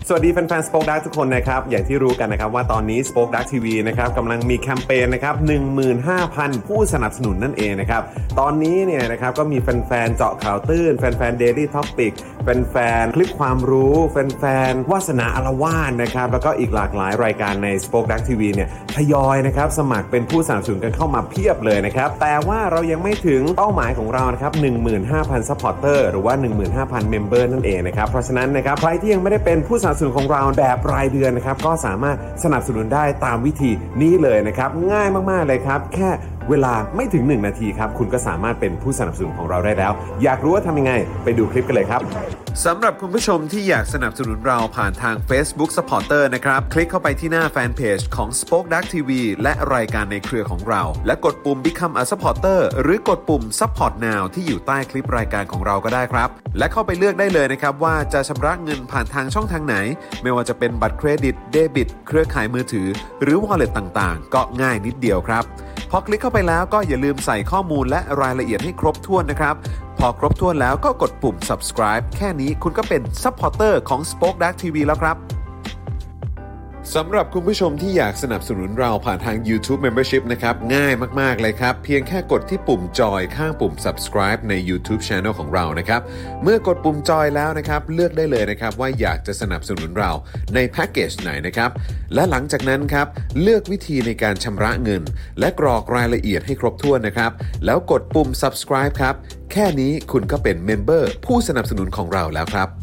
สวัสดีแฟนๆ Spoke Dark ทุกคนนะครับอย่างที่รู้กันนะครับว่าตอนนี้ Spoke Dark TV นะครับกำลังมีแคมเปญนะครับ 15,000 ผู้สนับสนุนนั่นเองนะครับตอนนี้เนี่ยนะครับก็มีแฟนๆเจาะข่าวตื้นแฟนๆ Daily Topic แฟนๆคลิปความรู้แฟนๆวาสนาอารวาสนะครับแล้วก็อีกหลากหลายรายการใน Spoke Dark TV เนี่ยทยอยนะครับสมัครเป็นผู้สนับสนุนกันเข้ามาเพียบเลยนะครับแต่ว่าเรายังไม่ถึงเป้าหมายของเรานะครับ 15,000 Supporter หรือว่า 15,000 Member นั่นเองนะครับเพราะฉะนั้นนะครับใครที่ยังไม่ได้เป็นผู้สนับสนุนของเราแบบรายเดือนนะครับก็สามารถสนับสนุนได้ตามวิธีนี้เลยนะครับง่ายมากๆเลยครับแค่เวลาไม่ถึง1นาทีครับคุณก็สามารถเป็นผู้สนับสนุนของเราได้แล้วอยากรู้ว่าทำยังไงไปดูคลิปกันเลยครับสำหรับคุณผู้ชมที่อยากสนับสนุนเราผ่านทาง Facebook Supporter นะครับคลิกเข้าไปที่หน้าแฟนเพจของ Spoke Dark TV และรายการในเครือของเราและกดปุ่ม Become a Supporter หรือกดปุ่ม Support Now ที่อยู่ใต้คลิปรายการของเราก็ได้ครับและเข้าไปเลือกได้เลยนะครับว่าจะชำระเงินผ่านทางช่องทางไหนไม่ว่าจะเป็นบัตรเครดิตเดบิตเครือข่ายมือถือหรือ Wallet ต่างๆก็ง่ายนิดเดียวครับพอคลิกเข้าไปแล้วก็อย่าลืมใส่ข้อมูลและรายละเอียดให้ครบถ้วนนะครับพอครบถ้วนแล้วก็กดปุ่ม subscribe แค่นี้คุณก็เป็น supporter ของ Spoke Dark TV แล้วครับสำหรับคุณผู้ชมที่อยากสนับสนุนเราผ่านทาง YouTube Membership นะครับง่ายมากๆเลยครับเพียงแค่กดที่ปุ่มจอยข้างปุ่ม subscribe ใน YouTube Channel ของเรานะครับเมื่อกดปุ่มจอยแล้วนะครับเลือกได้เลยนะครับว่าอยากจะสนับสนุนเราในแพ็กเกจไหนนะครับและหลังจากนั้นครับเลือกวิธีในการชำระเงินและกรอกรายละเอียดให้ครบถ้วนนะครับแล้วกดปุ่ม subscribe ครับแค่นี้คุณก็เป็นเมมเบอร์ผู้สนับสนุนของเราแล้วครับ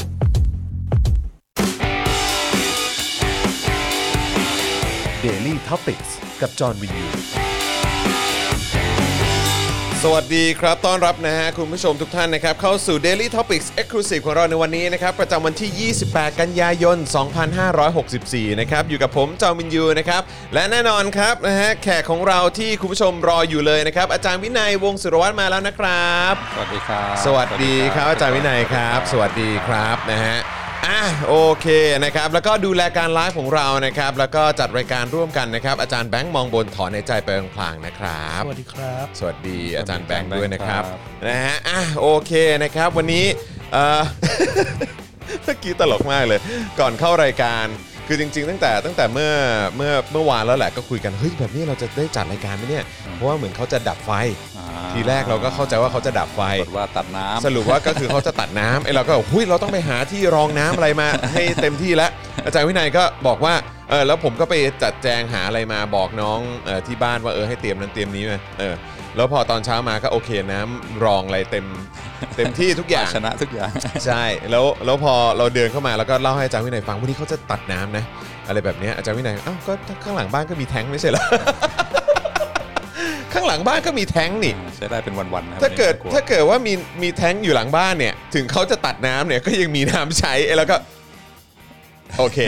Daily Topics กับจอห์นวินยูสวัสดีครับต้อนรับนะฮะคุณผู้ชมทุกท่านนะครับเข้าสู่ Daily Topics Exclusive ของเราในวันนี้นะครับประจำวันที่ 28 กันยายน 2564 นะครับอยู่กับผมจอห์นวินยูนะครับและแน่นอนครับนะฮะแขกของเราที่คุณผู้ชมรออยู่เลยนะครับอาจารย์วินัยวงศ์สุรวัฒน์มาแล้วนะครับสวัสดีครับสวัสดีครับอาจารย์วินัยครับสวัสดีครับนะฮะโอเคนะครับแล้วก็ดูแลการไลฟ์ของเรานะครับแล้วก็จัดรายการร่วมกันนะครับอาจารย์แบงค์มองบนถอนในใจไปพลางๆนะครับสวัสดีครับสวัสดีอาจารย์แบงค์ด้วยนะครับนะฮะโอเคนะครับวันนี้เมื่อกี้ตลกมากเลยก่อนเข้ารายการคือจริงๆตั้งแต่เมื่อวานแล้วแหละก็คุยกันเฮ้ยแบบนี้เราจะได้จัดรายการไหมเนี่ยเพราะว่าเหมือนเขาจะดับไฟทีแรกเราก็เข้าใจว่าเขาจะดับไฟว่าตัดน้ำสรุปว่าก็คือเขาจะตัดน้ำเราก็หุ้ยเราต้องไปหาที่รองน้ำอะไรมาให้เต็มที่แล้วอาจารย์วินัยก็บอกว่าแล้วผมก็ไปจัดแจงหาอะไรมาบอกน้องที่บ้านว่าให้เตรียมนั้นเตรียมนี้มาแล้วพอตอนเช้ามาก็โอเคน้ำรองอะไรเต็มที่ทุกอย่างชนะทุกอย่างใช่แล้วพอเราเดินเข้ามาแล้วก็เล่าให้อาจารย์วินัยฟังวันนี้เขาจะตัดน้ำนะอะไรแบบนี้อาจารย์วินัยก็ข้างหลังบ้านก็มีแท้งไม่ใช่เหรอ ข้างหลังบ้านก็มีแท้งนี่ใช้ได้เป็นวันๆนะถ้าเกิดว่ามีแท้งอยู่หลังบ้านเนี่ยถึงเขาจะตัดน้ำเนี่ยก็ยังมีน้ำใช้แล้วก็โอเค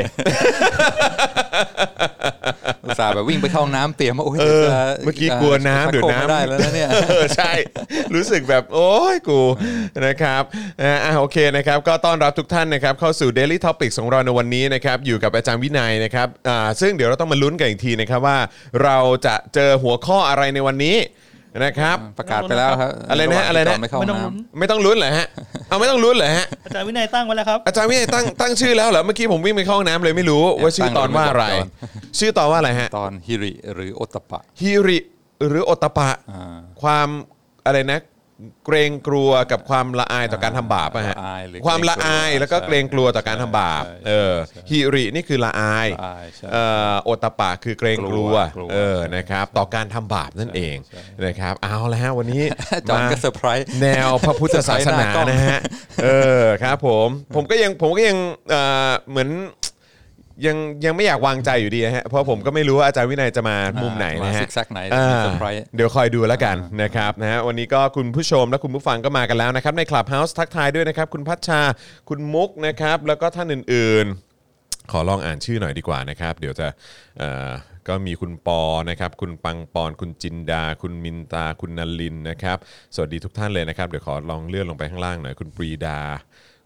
อุตส่าห์แบบวิ่งไปเข้าน้ำเตรียมว่าโอ้ยเมื่อกี้กลัวน้ำเดี๋ยวน้ำได้แล้วนะเนี่ยใช่รู้สึกแบบโอ้ยกูนะครับโอเคนะครับก็ต้อนรับทุกท่านนะครับเข้าสู่ Daily Topics ของเราในวันนี้นะครับอยู่กับอาจารย์วินัยนะครับซึ่งเดี๋ยวเราต้องมาลุ้นกันอีกทีนะครับว่าเราจะเจอหัวข้ออะไรในวันนี้นะครับประกาศไปแล้วครับอะไรนะไม่ต้องลุ้นเหรอฮะไม่ต้องลุ้นเหรอฮะอาจารย์วินัยตั้งไว้แล้วครับอาจารย์วินัยตั้งชื่อแล้วเหรอเมื่อกี้ผมวิ่งไปเข้าห้องน้ำเลยไม่รู้ว่าชื่อตอนว่าอะไรชื่อตอนว่าอะไรฮะตอนฮิริหรือโอตปะฮิริหรือโอตปะความอะไรนะเกรงกลัวกับความละอายต่อการทำบาปอะฮะความละอายแล้วก็เกรงกลัวต่อการทำบาปฮิรินี่คือละอายโอตปะคือเกรงกลัวนะครับต่อการทำบาปนั่นเองนะครับเอาละฮะวันนี้จอห์นก็เซอร์ไพรส์แนวพระพุทธศาสนานะฮะครับผมก็ยังเหมือนยังไม่อยากวางใจอยู่ดีฮะเพราะผมก็ไม่รู้ว่าอาจารย์วินัยจะมามุมไหนนะฮะเดี๋ยวคอยดูแล้วกันนะครับนะฮะวันนี้ก็คุณผู้ชมและคุณผู้ฟังก็มากันแล้วนะครับใน Clubhouse ทักทายด้วยนะครับคุณพัชชาคุณมุกนะครับแล้วก็ท่านอื่นๆขอลองอ่านชื่อหน่อยดีกว่านะครับเดี๋ยวจะก็มีคุณปอนะครับคุณปังปอนคุณจินดาคุณมินตาคุณนลินนะครับสวัสดีทุกท่านเลยนะครับเดี๋ยวขอลองเลื่อนลงไปข้างล่างหน่อยคุณปรีดา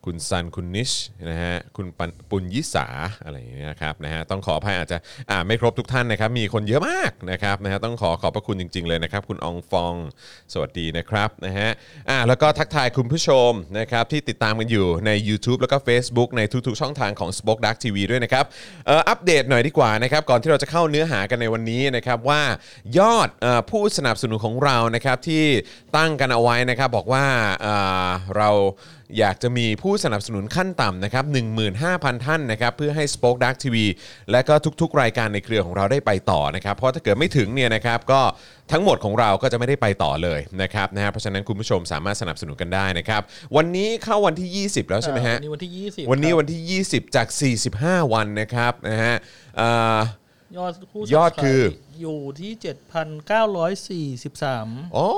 คุณซันคุณนิชนะฮะคุณปุญยิสาอะไรอย่างเงี้ยครับนะฮะต้องขออภัยอาจจะไม่ครบทุกท่านนะครับมีคนเยอะมากนะครับนะฮะต้องขอบพระคุณจริงๆเลยนะครับคุณอองฟองสวัสดีนะครับนะฮะแล้วก็ทักทายคุณผู้ชมนะครับที่ติดตามกันอยู่ใน YouTube แล้วก็ Facebook ในทุกๆช่องทางของ Spoke Dark TV ด้วยนะครับอัปเดตหน่อยดีกว่านะครับก่อนที่เราจะเข้าเนื้อหากันในวันนี้นะครับว่ายอดผู้สนับสนุนของเรานะครับที่ตั้งกันเอาไว้นะครับบอกว่าเราอยากจะมีผู้สนับสนุนขั้นต่ำนะครับ 15,000 ท่านนะครับเพื่อให้ Spoke Dark TV และก็ทุกๆรายการในเครือของเราได้ไปต่อนะครับเพราะถ้าเกิดไม่ถึงเนี่ยนะครับก็ทั้งหมดของเราก็จะไม่ได้ไปต่อเลยนะครับเพราะฉะนั้นคุณผู้ชมสามารถสนับสนุนกันได้นะครับวันนี้เข้าวันที่20แล้วใช่ไหมฮะวันนี้วันที่20 วันนี้วันที่20จาก45วันนะครับนะฮะยอดคืออยู่ที่ 7,943 โอ้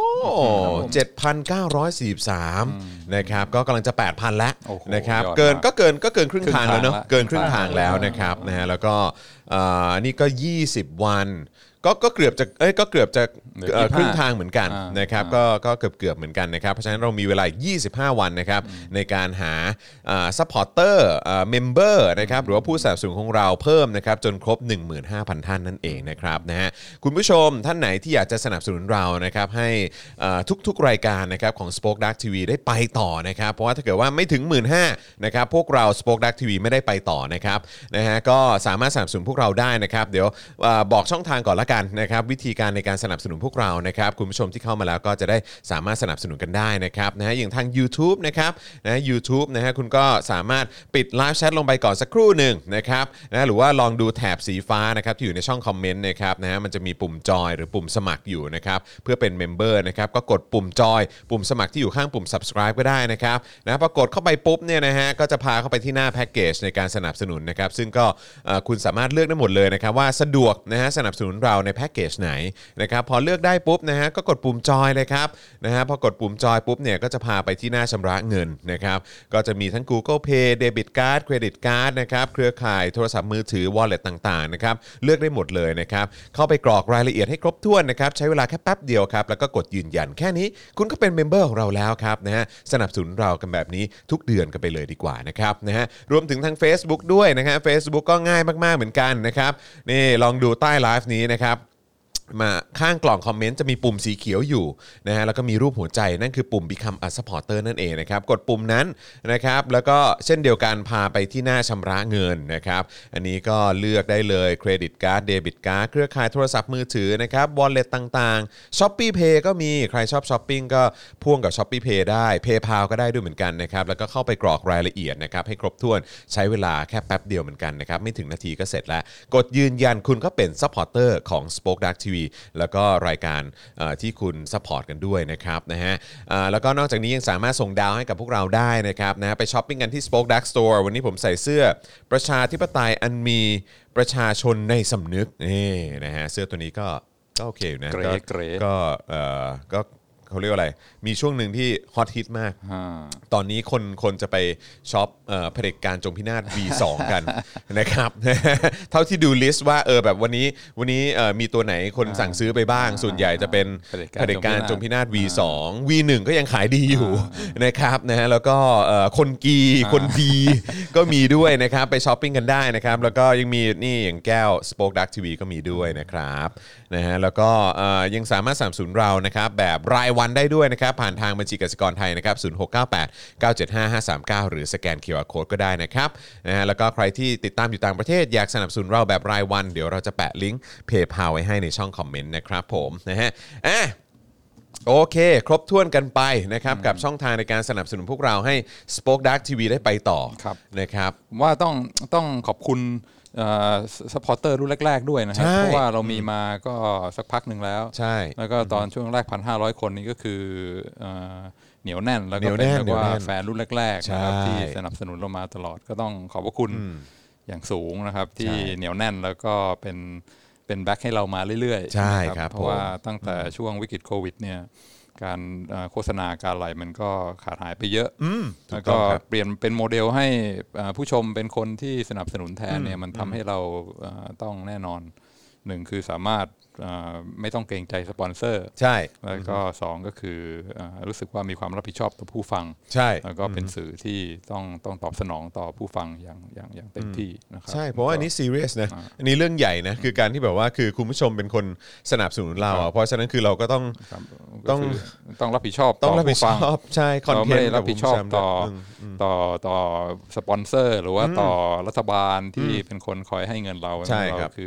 7,943 นะครับก็กำลังจะ 8,000 แล้วนะครับเกินครึ่งทางแล้วเนาะเกินครึ่งทางแล้วนะครับนะฮะแล้วก็นี่ก็20วันก็เกือบจะครึ่งทางเหมือนกันนะครับก็เกือบเหมือนกันนะครับเพราะฉะนั้นเรามีเวลา25วันนะครับในการหาซัพพอร์เตอร์เมมเบอร์นะครับหรือว่าผู้สนับสนุนของเราเพิ่มนะครับจนครบ 15,000 ท่านนั่นเองนะครับนะฮะคุณผู้ชมท่านไหนที่อยากจะสนับสนุนเรานะครับให้ทุกรายการนะครับของ Spoke Dark TV ได้ไปต่อนะครับเพราะว่าถ้าเกิดว่าไม่ถึง 15,000 นะครับพวกเรา Spoke Dark TV ไม่ได้ไปต่อนะครับนะฮะก็สามารถสนับสนุนพวกเราได้นะครับเดี๋ยวบอกช่องทางก่อนละกันนะครับวิธีการในการสนับสนุนพวกเรานะครับคุณผู้ชมที่เข้ามาแล้วก็จะได้สามารถสนับสนุนกันได้นะครับนะฮะอย่างทาง YouTube นะครับนะ YouTube นะฮะคุณก็สามารถปิดไลฟ์แชทลงไปก่อนสักครู่หนึ่งนะครับนะหรือว่าลองดูแถบสีฟ้านะครับที่อยู่ในช่องคอมเมนต์นะครับนะฮะมันจะมีปุ่มจอยหรือปุ่มสมัครอยู่นะครับเพื่อเป็นเมมเบอร์นะครับก็กดปุ่มจอยปุ่มสมัครที่อยู่ข้างปุ่ม subscribe ก็ได้นะครับนะพอกดเข้าไปปุ๊บเนี่ยนะฮะก็จะพาเข้าไปที่หน้าแพ็กเกจในการสนับสนุนนะครับซึ่งก็คุณสามารถเลือกได้หมดเลยนะครับว่าสะดวกนะฮะสนับสนุนเราในแพ็กเกจไหนนะครับพอเลือกได้ปุ๊บนะฮะก็กดปุ่มจอยเลยครับนะฮะพอกดปุ่มจอยปุ๊บเนี่ยก็จะพาไปที่หน้าชำระเงินนะครับก็จะมีทั้ง Google Pay Debit Card Credit Card นะครับเครือข่ายโทรศัพท์มือถือ Wallet ต่างๆนะครับเลือกได้หมดเลยนะครับเข้าไปกรอกรายละเอียดให้ครบถ้วนนะครับใช้เวลาแค่แป๊บเดียวครับแล้วก็กดยืนยันแค่นี้คุณก็เป็นเมมเบอร์ของเราแล้วครับนะฮะสนับสนุนเรากันแบบนี้ทุกเดือนกันไปเลยดีกว่านะครับนะฮะรวมถึงทาง Facebook ด้วยนะครับ Facebook ก็ง่ายมากๆเหมือนกันนะครับนี่ลองดูใต้ไลฟ์นี้นะครับมาข้างกล่องคอมเมนต์จะมีปุ่มสีเขียวอยู่นะฮะแล้วก็มีรูปหัวใจนั่นคือปุ่ม Become a Supporter นั่นเองนะครับกดปุ่มนั้นนะครับแล้วก็เช่นเดียวกันพาไปที่หน้าชำระเงินนะครับอันนี้ก็เลือกได้เลยเครดิตการ์ดเดบิตการ์ดเครือข่ายโทรศัพท์มือถือนะครับ Wallet ต่างๆ Shopee Pay ก็มีใครชอบช้อปปิ้งก็พ่วงกับ Shopee Pay ได้ PayPal ก็ได้ด้วยเหมือนกันนะครับแล้วก็เข้าไปกรอกรายละเอียดนะครับให้ครบถ้วนใช้เวลาแค่แป๊บเดียวเหมือนกันนะครับไม่ถึงนาทีก็เสร็จแล้วกดยืนยันคุณก็เป็น Supporter ของ Spoke Dark TVแล้วก็รายการที่คุณซัพพอร์ตกันด้วยนะครับนะฮะแล้วก็นอกจากนี้ยังสามารถส่งดาวให้กับพวกเราได้นะครับนะไปช้อปปิ้งกันที่ Spoke Dark Store วันนี้ผมใส่เสื้อประชาธิปไตยอันมีประชาชนในสำนึกนี่นะฮะเสื้อตัวนี้ก็โอเคอยู่นะก็เขาเรียกว่าอะไรมีช่วงหนึ่งที่ฮอตฮิตมากตอนนี้คนจะไปช็อปเผด็จการจงพินาศ V2 กันนะครับเท่าที่ดูลิสต์ว่าแบบวันนี้มีตัวไหนคนสั่งซื้อไปบ้างส่วนใหญ่จะเป็นเผด็จการจงพินาศ V2 V1 ก็ยังขายดีอยู่นะครับนะฮะแล้วก็คนดีก็มีด้วยนะครับไปช้อปปิ้งกันได้นะครับแล้วก็ยังมีนี่อย่างแก้ว Spoke Dark TV ก็มีด้วยนะครับนะฮะแล้วก็ยังสามารถสนับสนุนเรานะครับแบบรายวันได้ด้วยนะครับผ่านทางบัญชีกสิกรไทยนะครับ0698 975 539หรือสแกน QR Code ก็ได้นะครับนะฮะแล้วก็ใครที่ติดตามอยู่ต่างประเทศอยากสนับสนุนเราแบบรายวันเดี๋ยวเราจะแปะลิงก์ PayPal ไว้ให้ในช่องคอมเมนต์นะครับผมนะฮะโอเคครบถ้วนกันไปนะครับกับช่องทางในการสนับสนุนพวกเราให้ Spoke Dark TV ได้ไปต่อนะครับว่าต้องขอบคุณซัพพอร์เตอร์รุ่นแรกๆด้วยนะครับเพราะว่าเรามีมาก็สักพักหนึ่งแล้วใช่แล้วก็ตอนช่วงแรก 1,500 คนนี้ก็คือเหนียวแน่นแล้วก็เป็นเรียกว่าแฟนรุ่นแรกๆนะครับที่สนับสนุนเรามาตลอดก็ต้องขอบพระคุณอย่างสูงนะครับที่เหนียวแน่นแล้วก็เป็นแบ็คให้เรามาเรื่อยๆใช่ครับเพราะว่าตั้งแต่ช่วงวิกฤตโควิดเนี่ยการโฆษณาการอะไรมันก็ขาดหายไปเยอะแล้วก็เปลี่ยนเป็นโมเดลให้ผู้ชมเป็นคนที่สนับสนุนแทนเนี่ยมันทำให้เราต้องแน่นอนหนึ่งคือสามารถไม่ต้องเกรงใจสปอนเซอร์ใช่แล้วก็2ก็คือรู้สึกว่ามีความรับผิดชอบต่อผู้ฟังใช่แล้วก็เป็นสื่อที่ต้องตอบสนองต่อผู้ฟังอย่างเต็มที่นะครับใช่เพราะว่าอันนี้ซีเรียสนะอันนี้เรื่องใหญ่นะคือการที่แบบว่าคือคุณผู้ชมเป็นคนสนับสนุนเราเพราะฉะนั้นคือเราก็ต้องรับผิดชอบต้องรับผิดชอบใช่คอนเทนต์รับผิดชอบต่อสปอนเซอร์หรือว่าต่อรัฐบาลที่เป็นคนคอยให้เงินเราคือ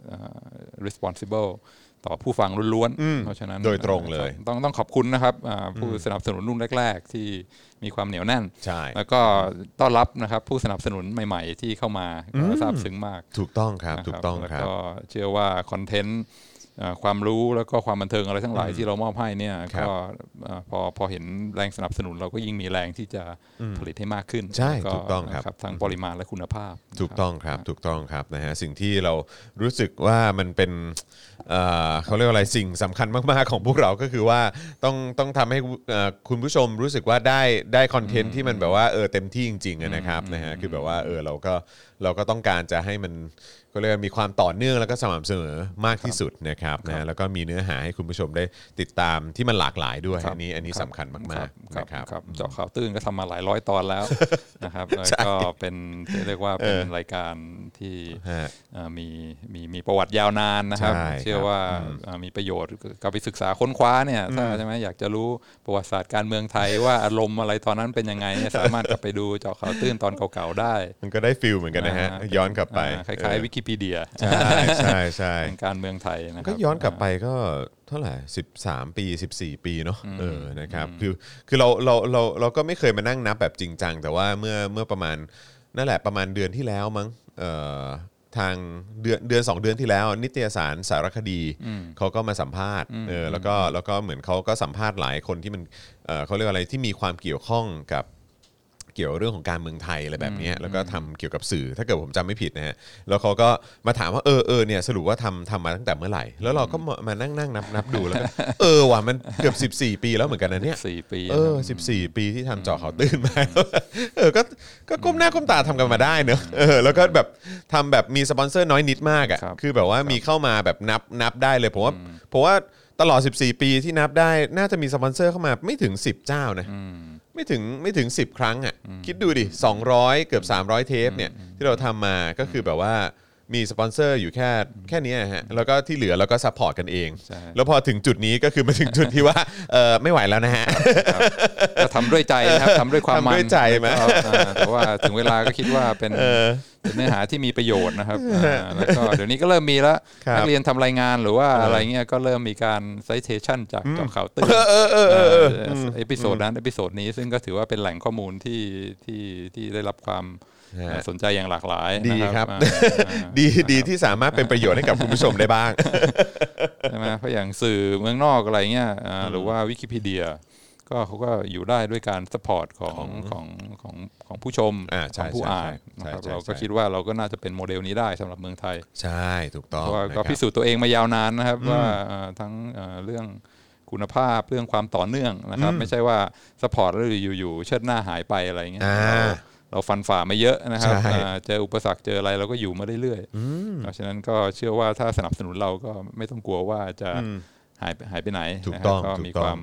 responsible ต่อผู้ฟังล้วนๆเพราะฉะนั้นโดยตรงเลยต้องขอบคุณนะครับผู้สนับสนุนรุ่นแรกๆที่มีความเหนียวแน่นแล้วก็ต้อนรับนะครับผู้สนับสนุนใหม่ๆที่เข้ามาซาบซึ้งมากถูกต้องครับถูกต้องครับแล้วก็เชื่อว่าคอนเทนต์ความรู้แล้วก็ความบันเทิงอะไรทั้งหลายที่เรามอบให้เนี่ยก็พอเห็นแรงสนับสนุนเราก็ยิ่งมีแรงที่จะผลิตให้มากขึ้นใช่ถูกต้องครับทั้งปริมาณและคุณภาพถูกต้องครับถูกต้องครับนะฮะสิ่งที่เรารู้สึกว่ามันเป็นเขาเรียกว่าอะไรสิ่งสำคัญมากๆของพวกเราก็คือว่าต้องทำให้คุณผู้ชมรู้สึกว่าได้คอนเทนต์ที่มันแบบว่าเต็มที่จริงๆนะครับนะฮะคือแบบว่าเราก็ต้องการจะให้มันก็เรียกมีความต่อเนื่องแล้วก็สม่ำเสมอมากที่สุดนะครับนะแล้วก็มีเนื้อหาให้คุณผู้ชมได้ติดตามที่มันหลากหลายด้วยอันนี้สำคัญมากๆนะครับเจาะข่าวตื้นก็ทำมาหลายร้อยตอนแล้วนะครับแล้วก็เป็นเรียกว่าเป็นรายการที่มีประวัติยาวนานนะครับเชื่อว่ามีประโยชน์ก็ไปศึกษาค้นคว้าเนี่ยถ้าใช่ไหมอยากจะรู้ประวัติศาสตร์การเมืองไทยว่าอารมณ์อะไรตอนนั้นเป็นยังไงสามารถกลับไปดูเจาะข่าวตื้นตอนเก่าๆได้มันก็ได้ฟีลเหมือนกันนะฮะย้อนกลับไปคล้ายๆวิกิพีเดียใช่เป็นการเมืองไทยนะครับก็ย้อนกลับไปก็เท่าไหร่13 ปี14 ปีเนาะนะครับคือเราก็ไม่เคยมานั่งนับแบบจริงจังแต่ว่าเมื่อประมาณนั่นแหละประมาณเดือนที่แล้วมั้งทางเดือน2 เดือนที่แล้วนิตยสารสารคดีเขาก็มาสัมภาษณ์แล้วก็เหมือนเขาก็สัมภาษณ์หลายคนที่มันเขาเรียกอะไรที่มีความเกี่ยวข้องกับเกี่ยวเรื่องของการเมืองไทยอะไรแบบนี้แล้วก็ทำเกี่ยวกับสื่อถ้าเกิดผมจำไม่ผิดนะฮะแล้วเขาก็มาถามว่าเนี่ยสรุปว่าทำมาตั้งแต่เมื่อไหร่แล้วเราก็มานั่งนับดูแล้วก็ว่ะมันเกือบ14 ปีแล้วเหมือนกันนะเนี่ย 14 ปี 14 ปีที่ทำเจาะข่าวตื้นมาก็ก้มหน้าก้มตาทำกันมาได้เนอะแล้วก็แบบทำแบบมีสปอนเซอร์น้อยนิดมากอ่ะคือแบบว่ามีเข้ามาแบบนับได้เลยผมว่าตลอด14 ปีที่นับได้น่าจะมีสปอนเซอร์เข้ามาไม่ถึง10 เจ้านะไม่ถึง10 ครั้งอ่ะคิดดูดิ200เกือบ300เทปเนี่ยที่เราทำมาก็คือแบบว่ามีสปอนเซอร์อยู่แค่นี้ฮะแล้วก็ที่เหลือเราก็ซัพพอร์ตกันเองแล้วพอถึงจุดนี้ก็คือมาถึงจุดที่ว่าไม่ไหวแล้วนะฮะก็ทำด้วยใจนะครับทำด้วยความมันทำด้วยใจไหมแต่ว่าถึงเวลาก็คิดว่าเป็นเนื้อหาที่มีประโยชน์นะครับแล้วก็เดี๋ยวนี้ก็เริ่มมีแล้วนักเรียนทำรายงานหรือว่าอะไรเงี้ยก็เริ่มมีการ citation จากเจาะข่าวตื้นเอพิโซดนั้นเอพิโซดนี้ซึ่งก็ถือว่าเป็นแหล่งข้อมูลที่ได้รับความสนใจอย่างหลากหลายดีครับดีที่สามารถเป็นประโยชน์ให้กับคุณผู้ชมได้บ้างใช่ไหมเพราะอย่างสื่อเมืองนอกอะไรเงี้ยหรือว่าวิกิพีเดียก็เขาก็อยู่ได้ด้วยการซัพพอร์ตของผู้ชมของผู้อ่านนะครับเราก็คิดว่าเราก็น่าจะเป็นโมเดลนี้ได้สำหรับเมืองไทยใช่ถูกต้องก็พิสูจน์ตัวเองมายาวนานนะครับว่าทั้งเรื่องคุณภาพเรื่องความต่อเนื่องนะครับไม่ใช่ว่าซัพพอร์ตแล้วอยู่เชิดหน้าหายไปอะไรเงี้ยเราฟันฝ่ามาเยอะนะครับเจออุปสรรคเจออะไรเราก็อยู่มาเรื่อยๆเพราะฉะนั้นก็เชื่อว่าถ้าสนับสนุนเราก็ไม่ต้องกลัวว่าจะหายไปไหนนะครับก็มีความ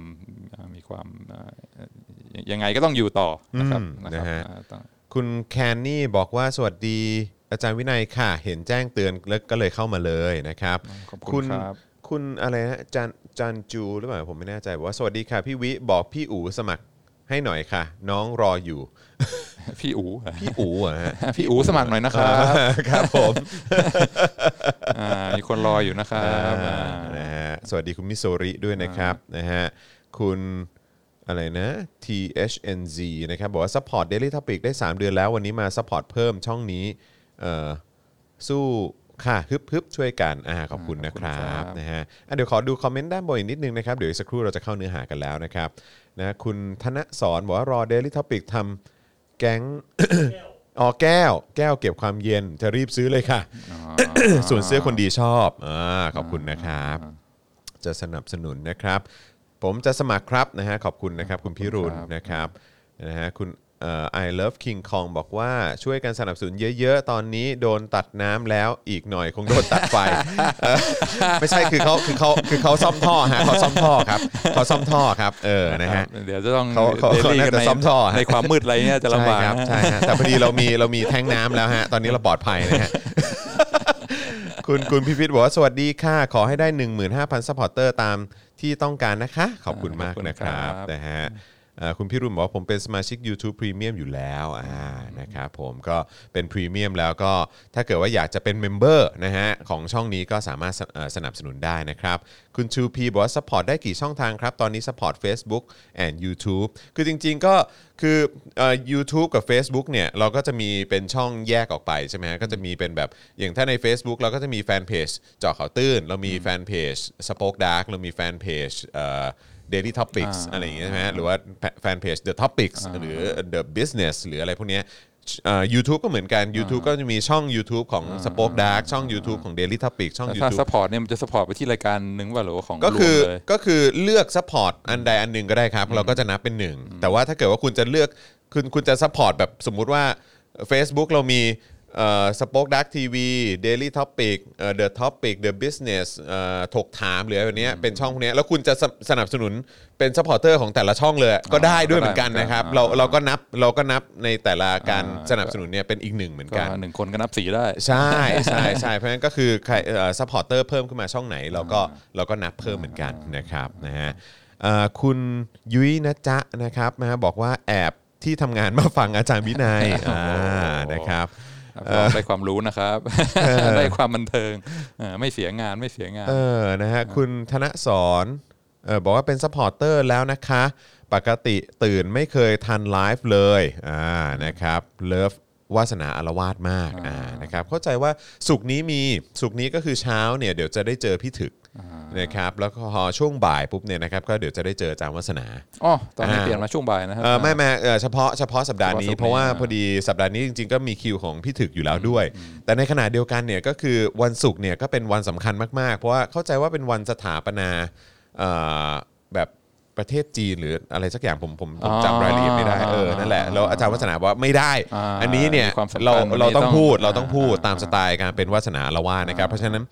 ยังไงก็ต้องอยู่ต่อนะครับคุณแคนนี่บอกว่าสวัสดีอาจารย์วินัยค่ะเห็นแจ้งเตือนแล้วก็เลยเข้ามาเลยนะครับคุณอะไรนะจันจูหรือเปล่าผมไม่แน่ใจบอกว่าสวัสดีค่ะพี่วิบอกพี่อู๋สมัครให้หน่อยค่ะน้องรออยู่พี่อู๋ฮะพี่อู๋สมัครหน่อยนะครับครับผมมีคนรออยู่นะครับนะฮะสวัสดีคุณมิโซริด้วยนะครับนะฮะคุณอะไรนะ THNZ นะครับบอกว่าซัพพอร์ต Daily Topic ได้3 เดือนแล้ววันนี้มาซัพพอร์ตเพิ่มช่องนี้สู้ค่ะฮึบช่วยกันขอบคุณนะครับนะฮะเดี๋ยวขอดูคอมเมนต์ด้านบนอีกนิดนึงนะครับเดี๋ยวอีกสักครู่เราจะเข้าเนื้อหากันแล้วนะครับนะคุณธนสรบอกว่ารอ Daily Topic ทำแก๊งแก้วเก็บความเย็นจะรีบซื้อเลยค่ะส่วนเสื้อคนดีชอบขอบคุณนะครับจะสนับสนุนนะครับผมจะสมัครครับนะฮะขอบคุณนะครับคุณพิรุณนะครับนะฮะคุณ I love King Kong บอกว่าช่วยกันสนับสนุนเยอะๆตอนนี้โดนตัดน้ำแล้วอีกหน่อยคงโดนตัดไฟ ไม่ใช่คือเขาซ่อมท่อฮะเขาซ่อมท่อครับเขาซ่อมท่อครับนะฮะเดี๋ยวจะต้องเขาน่าจะซ่อมท่อในความมืดอะไรเนี่ยจะลำบากใช่ฮะแต่พอดีเรามีแท้งน้ำแล้วฮะตอนนี้เราปลอดภัยนะฮะ คุณพิพิธบอกว่าสวัสดีค่ะขอให้ได้ 15,000 ซัพพอร์เตอร์ตามที่ต้องการนะคะขอบคุณมากนะครับนะฮะคุณพี่รุ่นบอกว่าผมเป็นสมาชิก YouTube Premium อยู่แล้วนะครับผมก็เป็นพรีเมียมแล้วก็ถ้าเกิดว่าอยากจะเป็นเมมเบอร์นะฮะของช่องนี้ก็สามารถสนับสนุนได้นะครับคุณ 2P บอกว่าซัพพอร์ตได้กี่ช่องทางครับตอนนี้ซัพพอร์ต Facebook and YouTube คือจริงๆก็คือYouTube กับ Facebook เนี่ยเราก็จะมีเป็นช่องแยกออกไปใช่ไหมฮะก็จะมีเป็นแบบอย่างถ้าใน Facebook เราก็จะมีแฟนเพจเจาะข่าวตื้นเรามีแฟนเพจ Spoke Dark เรามีแฟนเพจDaily Topics อะไรอย่างเงี้ยใช่ไหมหรือว่าแฟนเพจ The Topics หรือ The Business หรืออะไรพวกเนี้ยYouTube ก็เหมือนกัน YouTube ก็จะมีช่อง YouTube ของ Spoke Dark ช่อง YouTube ของ Daily Topics ช่อง YouTube ถ้าซัพพอร์ตเนี่ยมันจะซัพพอร์ตไปที่รายการนึงว่าหรือว่าของก็คือเลือกซัพพอร์ตอันใดอันหนึ่งก็ได้ครับเราก็จะนับเป็น1แต่ว่าถ้าเกิดว่าคุณจะเลือกคุณจะซัพพอร์ตแบบสมมุติว่า Facebook เรามีSpoke Dark TV Daily Topic The Topic The Business ถกถามหรืออะไรแบบนี้เป็นช่องพวกนี้แล้วคุณจะสนับสนุนเป็นซัพพอร์เตอร์ของแต่ละช่องเลยก็ได้ด้วยเหมือนกันนะครับเราก็นับในแต่ละการสนับสนุนเนี่ยเป็นอีก1เหมือนกัน 1คนก็นับ4ได้ใช่เพราะฉะนั้นก็คือใครซัพพอร์เตอร์เพิ่มขึ้นมาช่องไหนเราก็นับเพิ่มเหมือนกันนะครับนะฮะคุณยุ้ยนะจ๊ะนะครับบอกว่าแอบที่ทำงานมาฟังอาจารย์วินัยนะครับได้ความรู้นะครับได้ความบันเทิงไม่เสียงานนะฮะคุณธนสรบอกว่าเป็นซัพพอร์เตอร์แล้วนะคะปกติตื่นไม่เคยทันไลฟ์เลยนะครับเลิฟวาสนาอารวาสมากนะครับเข้าใจว่าศุกร์นี้ก็คือเช้าเนี่ยเดี๋ยวจะได้เจอพี่ถึกนะครับแล้วก็พอช่วงบ่ายปุ๊บเนี่ยนะครับก็เดี๋ยวจะได้เจออาจารย์วัฒนาตอนนี้เปลี่ยนมาช่วงบ่ายนะครับไม่เฉพาะสัปดาห์นี้เพราะว่าพอดีสัปดาห์นี้จริงๆก็มีคิวของพี่ถึกอยู่แล้วด้วยแต่ในขณะเดียวกันเนี่ยก็คือวันศุกร์เนี่ยก็เป็นวันสำคัญมากๆเพราะว่าเข้าใจว่าเป็นวันสถาปนาแบบประเทศจีนหรืออะไรสักอย่างผมจำรายละเอียดไม่ได้นั่นแหละแล้วอาจารย์วัฒนาบอกว่าไม่ได้อันนี้เนี่ยเราต้องพูดตามสไตล์การเป็นวาสนาละว่านะครับเพราะฉะนั้น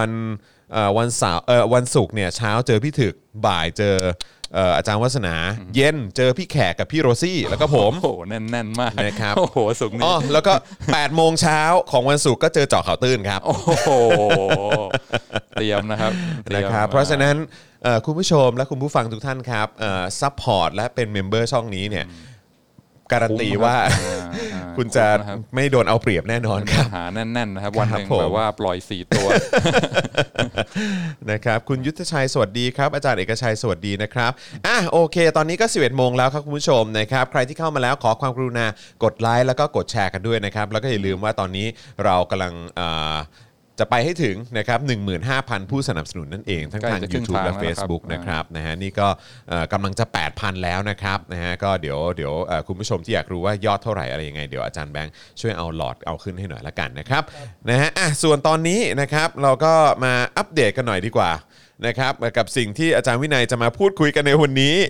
วันศุกร์เนี่ยเช้าเจอพี่ถึกบ่ายเจออาจารย์วัฒนาเย็นเจอพี่แขกกับพี่โรซี่แล้วก็ผมโอ้โหแน่นมากนะครับโอ้โหศุกร์นี้แล้วก็ 8 โมงเช้าของวันศุกร์ก็เจอเจาะข่าวตื้นครับโอ้โหเตรียมนะครับเพราะฉะนั้นคุณผู้ชมและคุณผู้ฟังทุกท่านครับซัพพอร์ตและเป็นเมมเบอร์ช่องนี้เนี่ยการันตีว่าคุณจะไม่โดนเอาเปรียบแน่นอนครับหาแน่นๆนะครับวันนึงแบบว่าปล่อย4ตัวนะครับคุณยุทธชัยสวัสดีครับอาจารย์เอกชัยสวัสดีนะครับโอเคตอนนี้ก็ 11 โมงแล้วครับคุณผู้ชมนะครับใครที่เข้ามาแล้วขอความกรุณากดไลค์แล้วก็กดแชร์กันด้วยนะครับแล้วก็อย่าลืมว่าตอนนี้เรากำลังจะไปให้ถึงนะครับ 15,000 ผู้สนับสนุนนั่นเองทั้งทาง YouTube และ Facebook นะครับนะฮะนี่ก็กำลังจะ 8,000 แล้วนะครับนะฮะก็เดี๋ยวคุณผู้ชมที่อยากรู้ว่ายอดเท่าไหร่อะไรยังไงเดี๋ยวอาจารย์แบงค์ช่วยเอาหลอดเอาขึ้นให้หน่อยละกันนะครับนะฮะส่วนตอนนี้นะครับเราก็มาอัปเดตกันหน่อยดีกว่านะครับกับสิ่งที่อาจารย์วินัยจะมาพูดคุยกันในวันนี้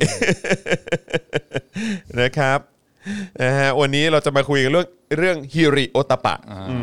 นะครับนะฮะวันนี้เราจะมาคุยกันเรื่องฮิริโอตปะ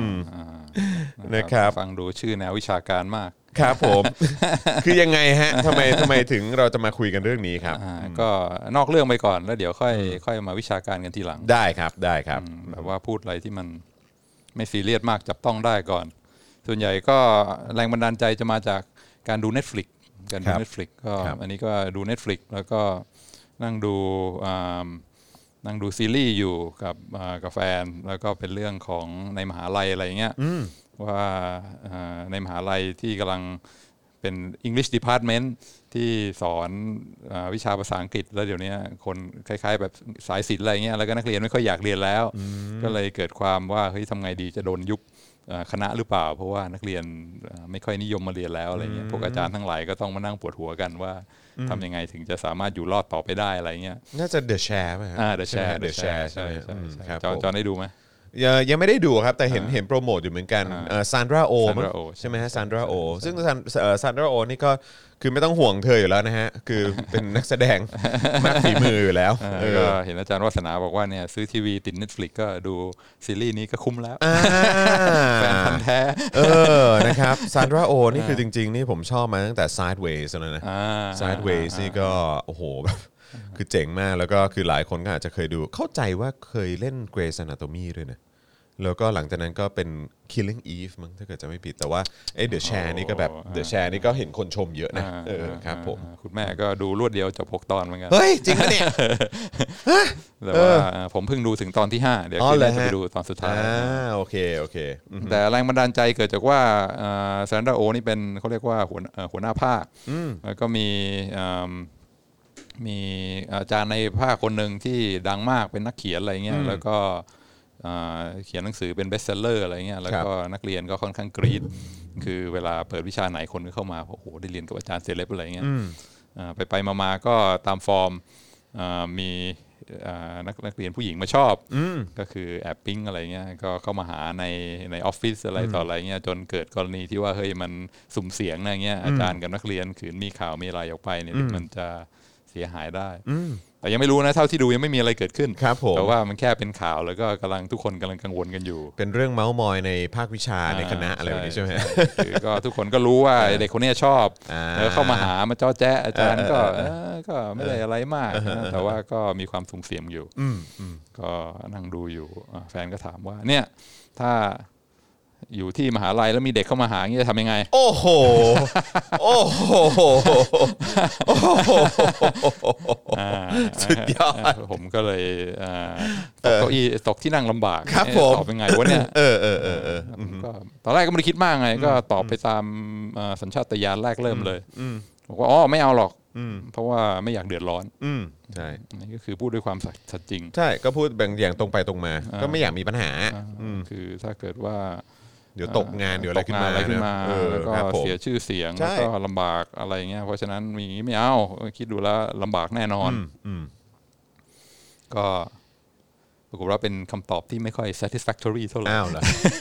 นะครับฟังดูชื่อแนววิชาการมากครับผม คือยังไงฮะทำไมถึงเราจะมาคุยกันเรื่องนี้ครับก็นอกเรื่องไปก่อนแล้วเดี๋ยวค่อยมาวิชาการกันทีหลังได้ครับแบบว่าพูดอะไรที่มันไม่ซีเรียสมากจับต้องได้ก่อนส่วนใหญ่ก็แรงบันดาลใจจะมาจากการดู Netflix ก็อันนี้ก็ดู Netflix แล้วก็นั่งดูซีรีส์อยู่กับแฟนแล้วก็เป็นเรื่องของในมหาลัยอะไรเงี้ยว่าในมหาลัยที่กำลังเป็น English Department ที่สอนวิชาภาษาอังกฤษแล้วเดี๋ยวนี้คนคล้ายๆแบบสายศิลป์อะไรเงี้ยแล้วก็นักเรียนไม่ค่อยอยากเรียนแล้วก็เลยเกิดความว่าเฮ้ยทำไงดีจะโดนยุบคณะหรือเปล่าเพราะว่านักเรียนไม่ค่อยนิยมมาเรียนแล้วอะไรเงี้ยพวกอาจารย์ทั้งหลายก็ต้องมานั่งปวดหัวกันว่าทำยังไงถึงจะสามารถอยู่รอดต่อไปได้อะไรเงี้ยน่าจะ The Share ไหมครับ The Share ใช่จอนได้ดูไหมยังไม่ได้ดูครับแต่เห็นโปรโมทอยู่เหมือนกันซานดราโอใช่ไหมฮะซานดราโอซึ่งซานดราโอนี่ก็คือไม่ต้องห่วงเธออยู่แล้วนะฮะคือเป็นนักแสดงมากฝีมืออยู่แล้วก็เห็นอาจารย์วัฒนาบอกว่าเนี่ยซื้อทีวีติด Netflix ก็ดูซีรีส์นี้ก็คุ้มแล้วแฟนพันธุ์แท้นะครับซานดราโอนี่คือจริงๆนี่ผมชอบมาตั้งแต่ Sideways แล้วนะ Sideways นี่ก็โอ้โหแบบคือเจ๋งมากแล้วก็คือหลายคนก็อาจจะเคยดูเข้าใจว่าเคยเล่น Grey's Anatomy ด้วยนะแล้วก็หลังจากนั้นก็เป็น Killing Eve มั้งถ้าเกิดจะไม่ผิดแต่ว่าThe Share นี่ก็แบบ The Share นี่ก็เห็นคนชมเยอะนะครับผมคุณแม่ก็ดูรวดเดียวจบ6 ตอนเหมือนกันเฮ้ยจริงปะเนี่ยแต่ว่าผมเพิ่งดูถึงตอนที่5เดี๋ยวคืนนี้จะไปดูตอนสุดท้ายโอเคแต่แรงบันดาลใจเกิดจากว่าซานดราโอนี่เป็นเขาเรียกว่าหัวหน้าภาคแล้วก็มีอาจารย์ในภาคคนหนึ่งที่ดังมากเป็นนักเขียนอะไรเงี้ยแล้วก็เขียนหนังสือเป็นเบสเซลเลอร์อะไรเงี้ยแล้วก็นักเรียนก็ค่อนข้างกรี๊ดคือเวลาเปิดวิชาไหนคนก็เข้ามาโอ้โหได้เรียนกับอาจารย์เซเลบอะไรเงี้ยไปมาก็ตามฟอร์มมีนักเรียนผู้หญิงมาชอบก็คือแอบปิ๊งอะไรเงี้ยก็เข้ามาหาในออฟฟิศอะไรต่ออะไรเงี้ยจนเกิดกรณีที่ว่าเฮ้ยมันสุ่มเสี่ยงอะไรเงี้ยอาจารย์กับนักเรียนขืนมีข่าวมีอะไรออกไปเนี่ยมันจะเสียหายได้แต่ยังไม่รู้นะเท่าที่ดูยังไม่มีอะไรเกิดขึ้นแต่ว่ามันแค่เป็นข่าวแล้วก็ทุกคนกำลังกังวลกันอยู่เป็นเรื่องเม้ามอยในภาควิชาในคณะอะไรแบบนี้ใช่ไหมคือก็ทุกคนก็รู้ว่าเด็กคนนี้ชอบแล้วเข้ามาหามาจ้อแจ๊ะอาจารย์ก็ไม่ได้อะไรมากแต่ว่าก็มีความสุ่มเสี่ยงอยู่ก็นั่งดูอยู่แฟนก็ถามว่าเนี่ยถ้าอยู่ที่มหาลัยแล้วมีเด็กเข้ามาหางี้จะทำยังไงโอ้โหสุดยอดผมก็เลยตกเก้าอี้ตกที่นั่งลำบากตอบยังไงวะเนี่ยก็ตอนแรกก็ไม่ได้คิดมากไงก็ตอบไปตามสัญชาตญาณแรกเริ่มเลยบอกว่าอ๋อไม่เอาหรอกเพราะว่าไม่อยากเดือดร้อนใช่นี่ก็คือพูดด้วยความสัตย์จริงใช่ก็พูดแบบอย่างตรงไปตรงมาก็ไม่อยากมีปัญหาคือถ้าเกิดว่าเดี๋ยวตกงานเดี๋ยวอะไรขึ้นมาแล้วก็เสียชื่อเสียงแล้วก็ลำบากอะไรเงี้ยเพราะฉะนั้นมีไม่เอาคิดดูแล้วลำบากแน่นอนก็ปรากฏว่าเป็นคำตอบที่ไม่ค่อย satisfactory เท่าไหร่เหรอ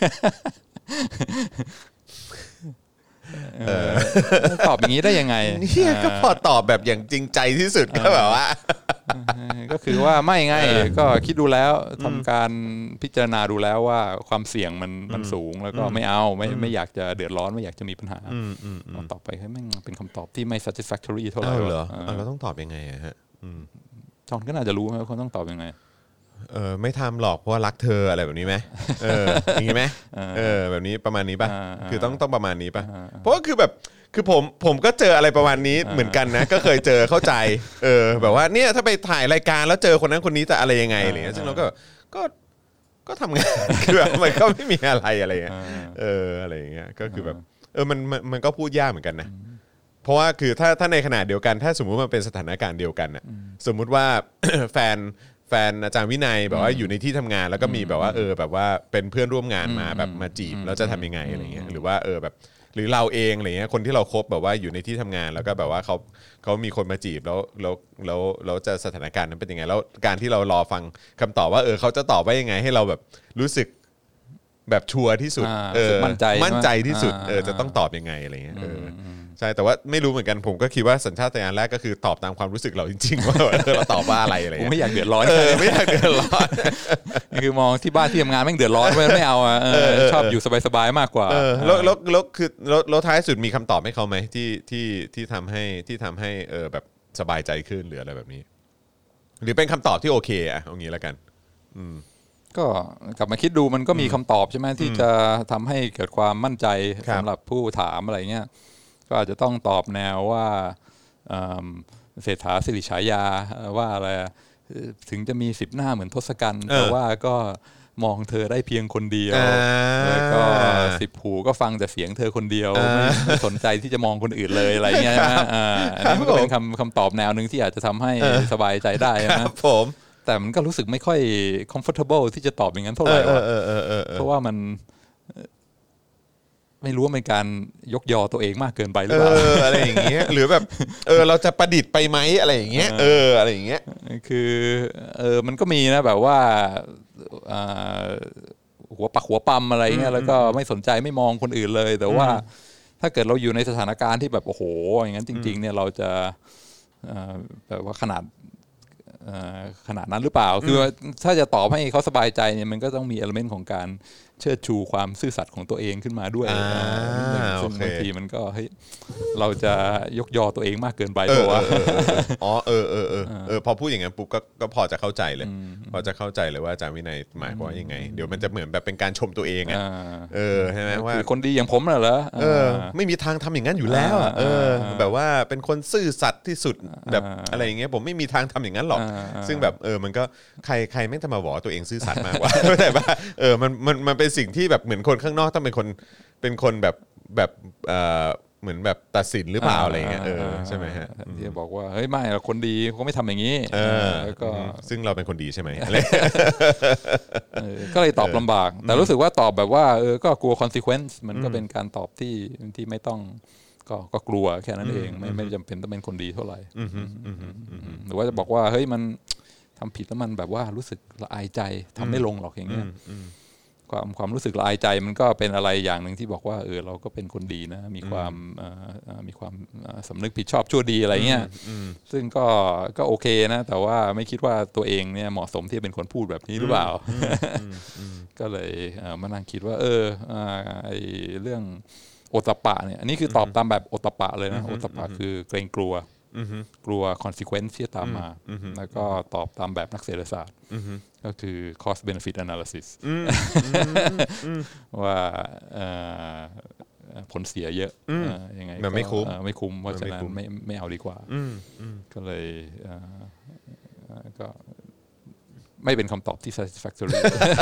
ตอบอย่างนี้ได้ยังไงนี่ก็พอตอบแบบอย่างจริงใจที่สุดก็แบบว่าก็คือว่าไม่ไงก็คิดดูแล้วทำการพิจารณาดูแล้วว่าความเสี่ยงมันสูงแล้วก็ไม่เอาไม่อยากจะเดือดร้อนไม่อยากจะมีปัญหาตอบไปให้แม่งเป็นคำตอบที่ไม่ satisfactory เท่าไหร่เหรอเราต้องตอบยังไงฮะจอนก็น่าจะรู้ว่าเขาต้องตอบยังไงไม่ทำหรอกเพราะว่ารักเธออะไรแบบนี้ไหมอย่างนี้ไหมแบบนี้ประมาณนี้ป่ะคือต้องประมาณนี้ป่ะเพราะว่าคือแบบคือผมก็เจออะไรประมาณนี้เหมือนกันนะก็เคยเจอเข้าใจแบบว่าเนี่ยถ้าไปถ่ายรายการแล้วเจอคนนั้นคนนี้จะอะไรยังไงอะไรเงี้ยซึ่งเราก็ทำงานคือแบบมันก็ไม่มีอะไรเงี้ยอะไรอย่างเงี้ยก็คือแบบมันก็พูดยากเหมือนกันนะเพราะว่าคือถ้าในขณะเดียวกันถ้าสมมุติมันเป็นสถานการณ์เดียวกันน่ะสมมุติว่า แฟนอาจารย์วินัยแบบว่าอยู่ในที่ทำงานแล้วก็มีแบบว่าแบบว่าเป็นเพื่อนร่วมงานมาแบบมาจีบแล้วจะทำยังไงอะไรเงี้ยหรือว่าแบบหรือเราเองอะไรเงี้ยคนที่เราคบแบบว่าอยู่ในที่ทำงานแล้วก็แบบว่าเขามีคนมาจีบแล้วจะสถานการณ์นั้นเป็นยังไงแล้วการที่เรารอฟังคำตอบว่าเขาจะตอบว่ายังไงให้เราแบบรู้สึกแบบชัวร์ที่สุดมั่นใจที่สุดจะต้องตอบยังไงอะไรเงี้ยใช่แต่ว่าไม่รู้เหมือนกันผมก็คิดว่าสัญชาตญาณแรกก็คือตอบตามความรู้สึกเราจริงๆว่าเราตอบว่าอะไรผมไม่อยากเดือดร้อนไม่อยากเดือดร้อนคือมองที่บ้านที่ทำงานแม่งเดือดร้อนไม่เอาชอบอยู่สบายๆมากกว่าแล้วคือแล้วท้ายสุดมีคำตอบให้เขาไหมที่ทำให้แบบสบายใจขึ้นหรืออะไรแบบนี้หรือเป็นคำตอบที่โอเคอะเอางี้แล้วกันก็กลับมาคิดดูมันก็มีคำตอบใช่ไหมที่จะทำให้เกิดความมั่นใจสำหรับผู้ถามอะไรเงี้ยก็อาจจะต้องตอบแนวว่าเศรษฐาสิริฉายาว่าอะไรถึงจะมี10 หน้าเหมือนทศกัณฐ์แต่ว่าก็มองเธอได้เพียงคนเดียวแล้วก็10 หูก็ฟังแต่เสียงเธอคนเดียวไม่สนใจที่จะมองคนอื่นเลยอะไรเงี้ยนะอันนี้ก็เป็นคำตอบแนวนึงที่อาจจะทำให้สบายใจได้นะครับผมแต่มันก็รู้สึกไม่ค่อย comfortable ที่จะตอบอย่างนั้นเท่าไหร่เพราะว่ามันไม่รู้ว่าเป็นการยกยอตัวเองมากเกินไปหรือเปล่าอะไรอย่างเงี้ยหรือแบบเราจะประดิษฐ์ไปไหมอะไรอย่างเงี้ยอะไรอย่างเงี้ยคือมันก็มีนะแบบว่าหัวปักหัวปั๊มอะไรเงี้ยแล้วก็ไม่สนใจไม่มองคนอื่นเลยแต่ว่าถ้าเกิดเราอยู่ในสถานการณ์ที่แบบโอ้โหอย่างนั้นจริงๆเนี่ยเราจะแบบว่าขนาดนั้นหรือเปล่าคือถ้าจะตอบให้เขาสบายใจเนี่ยมันก็ต้องมีเอลเมนต์ของการเชิดชูความซื่อสัตย์ของตัวเองขึ้นมาด้วยซึ่งบางทีมันก็เฮ้ยเราจะยกยอตัวเองมากเกินไปเพราะว่าพอพูดอย่างนั้นปุ๊บก็พอจะเข้าใจเลยพอจะเข้าใจเลยว่าอาจารย์วินัยหมายความว่ายังไงเดี๋ยวมันจะเหมือนแบบเป็นการชมตัวเองใช่ไหมว่าคนดีอย่างผมน่ะเหรอไม่มีทางทำอย่างนั้นอยู่แล้วแบบว่าเป็นคนซื่อสัตย์ที่สุดแบบอะไรอย่างเงี้ยผมไม่มีทางทำอย่างนั้นหรอกซึ่งแบบมันก็ใครไม่จะมาบอกตัวเองซื่อสัตย์มากกว่าแต่ว่ามันเป็นสิ่งที่แบบเหมือนคนข้างนอกต้องเป็นคนแบบเหมือนแบบตัดสินหรือเปล่าอะไรเงี้ยใช่ไหมฮะที่บอกว่าเฮ้ยไม่เราคนดีเขาไม่ทำอย่างนี้แล้วก็ซึ่งเราเป็นคนดีใช่ไหมก็เลยตอบลำบากแต่รู้สึกว่าตอบแบบว่าก็กลัว consequence มันก็เป็นการตอบที่ไม่ต้องก็กลัวแค่นั้นเองไม่จำเป็นต้องเป็นคนดีเท่าไหร่หรือว่าจะบอกว่าเฮ้ยมันทำผิดแล้วมันแบบว่ารู้สึกละอายใจทำไม่ลงหรอกอย่างเงี้ยความรู้สึกละอายใจมันก็เป็นอะไรอย่างหนึ่งที่บอกว่าเราก็เป็นคนดีนะมีความสำนึกผิดชอบชั่วดีอะไรเงี้ยซึ่งก็โอเคนะแต่ว่าไม่คิดว่าตัวเองเนี่ยเหมาะสมที่เป็นคนพูดแบบนี้หรือเปล่าก็เลยมานั่งคิดว่าไอ้เรื่องโอตปะเนี่ยอันนี้คือตอบตามแบบโอตปะเลยนะโอตปะคือเกรงกลัวconsequence ที่ตามมาแล้วก็ตอบตามแบบนักเศรษฐศาสตร์ก็คือ cost benefit analysis ว่าผลเสียเยอะยังไงไม่คุ้มเพราะฉะนั้นไม่เอาดีกว่าก็เลยก็ไม่เป็นคำตอบที่ satisfactory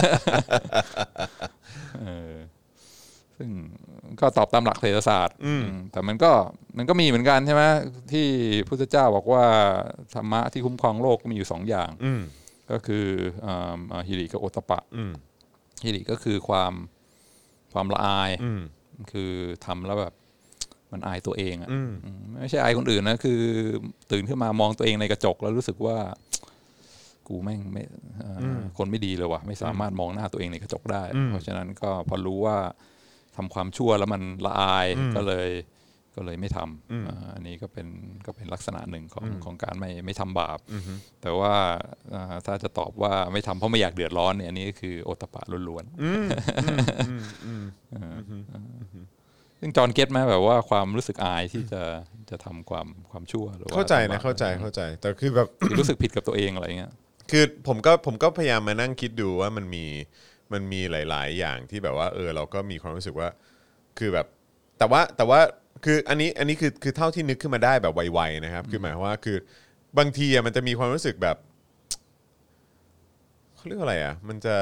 ซึ่งก็ตอบตามหลักเศรษฐศาสตร์แต่มันก็มีเหมือนกันใช่ไหมที่พุทธเจ้าบอกว่าธรรมะที่คุ้มครองโลกมีอยู่2อย่างก็คือฮิริกับโอตปะฮิริก็คือความละอายคือทำแล้วแบบมันอายตัวเองอ่ะไม่ใช่อายคนอื่นนะคือตื่นขึ้นมามองตัวเองในกระจกแล้วรู้สึกว่ากูแม่งไม่คนไม่ดีเลยว่ะไม่สามารถมองหน้าตัวเองในกระจกได้เพราะฉะนั้นก็พอรู้ว่าทำความชั่วแล้วมันละอายก็เลยไม่ทำอันนี้ก็เป็นลักษณะหนึ่งของการไม่ทำบาปแต่ว่าถ้าจะตอบว่าไม่ทำเพราะไม่อยากเดือดร้อนเนี่ยอันนี้ก็คือโอตปะล้วนๆซึ่งจอห์นเก็ตไหมแบบว่าความรู้สึกอายที่จะทำความชั่วหรือว่าเข้าใจนะเข้าใจแต่คือแบบรู้สึกผิดกับตัวเองอะไรเงี้ยคือผมก็พยายามมานั่งคิดดูว่ามันมีหลายๆอย่างที่แบบว่าเราก็มีความรู้สึกว่าคือแบบแต่ว่าคืออันนี้คือเท่าที่นึกขึ้นมาได้แบบไวๆนะครับคือหมายความว่าคือบางทีมันจะมีความรู้สึกแบบเขาเรียกอะไรมันจะ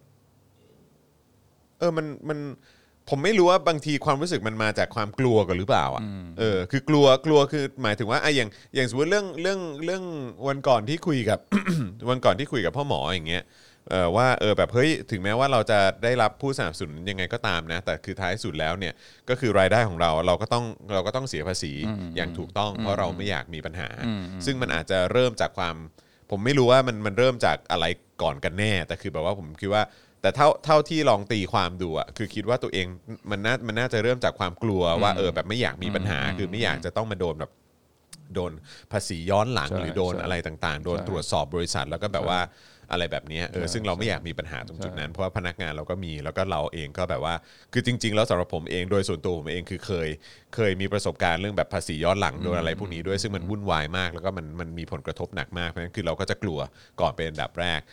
มันผมไม่รู้ว่าบางทีความรู้สึกมันมาจากความกลัวกันหรือเปล่าคือกลัวคือหมายถึงว่าอย่างสมมติเรื่องวันก่อนที่คุยกับ วันก่อนที่คุยกับพ่อหมออย่างเงี้ยว่าแบบเฮ้ยถึงแม้ว่าเราจะได้รับผู้สนับสนุนยังไงก็ตามนะแต่คือท้ายสุดแล้วเนี่ยก็คือรายได้ของเราก็ต้องเสียภาษีอย่างถูกต้องเพราะเราไม่อยากมีปัญหาซึ่งมันอาจจะเริ่มจากความผมไม่รู้ว่ามันเริ่มจากอะไรก่อนกันแน่แต่คือแบบว่าผมคิดว่าแต่เท่าที่ลองตีความดูอ่ะคือคิดว่าตัวเองมันน่าจะเริ่มจากความกลัวว่าแบบไม่อยากมีปัญหาคือไม่อยากจะต้องมาโดนแบบโดนภาษีย้อนหลังหรือโดนอะไรต่างๆโดนตรวจสอบบริษัทแล้วก็แบบว่าอะไรแบบนี้ซึ่งเราไม่อยากมีปัญหาตรงจุดนั้นเพราะว่าพนักงานเราก็มีแล้วก็เราเองก็แบบว่าคือจริงๆแล้วสำหรับผมเองโดยส่วนตัวผมเองคือเคยมีประสบการณ์เรื่องแบบภาษีย้อนหลังโดนอะไรพวกนี้ด้วยซึ่งมันวุ่นวายมากแล้วก็มันมีผลกระทบหนักมากเพราะฉะนั้นคือเราก็จะกลัวก่อนเป็นอันดับแรก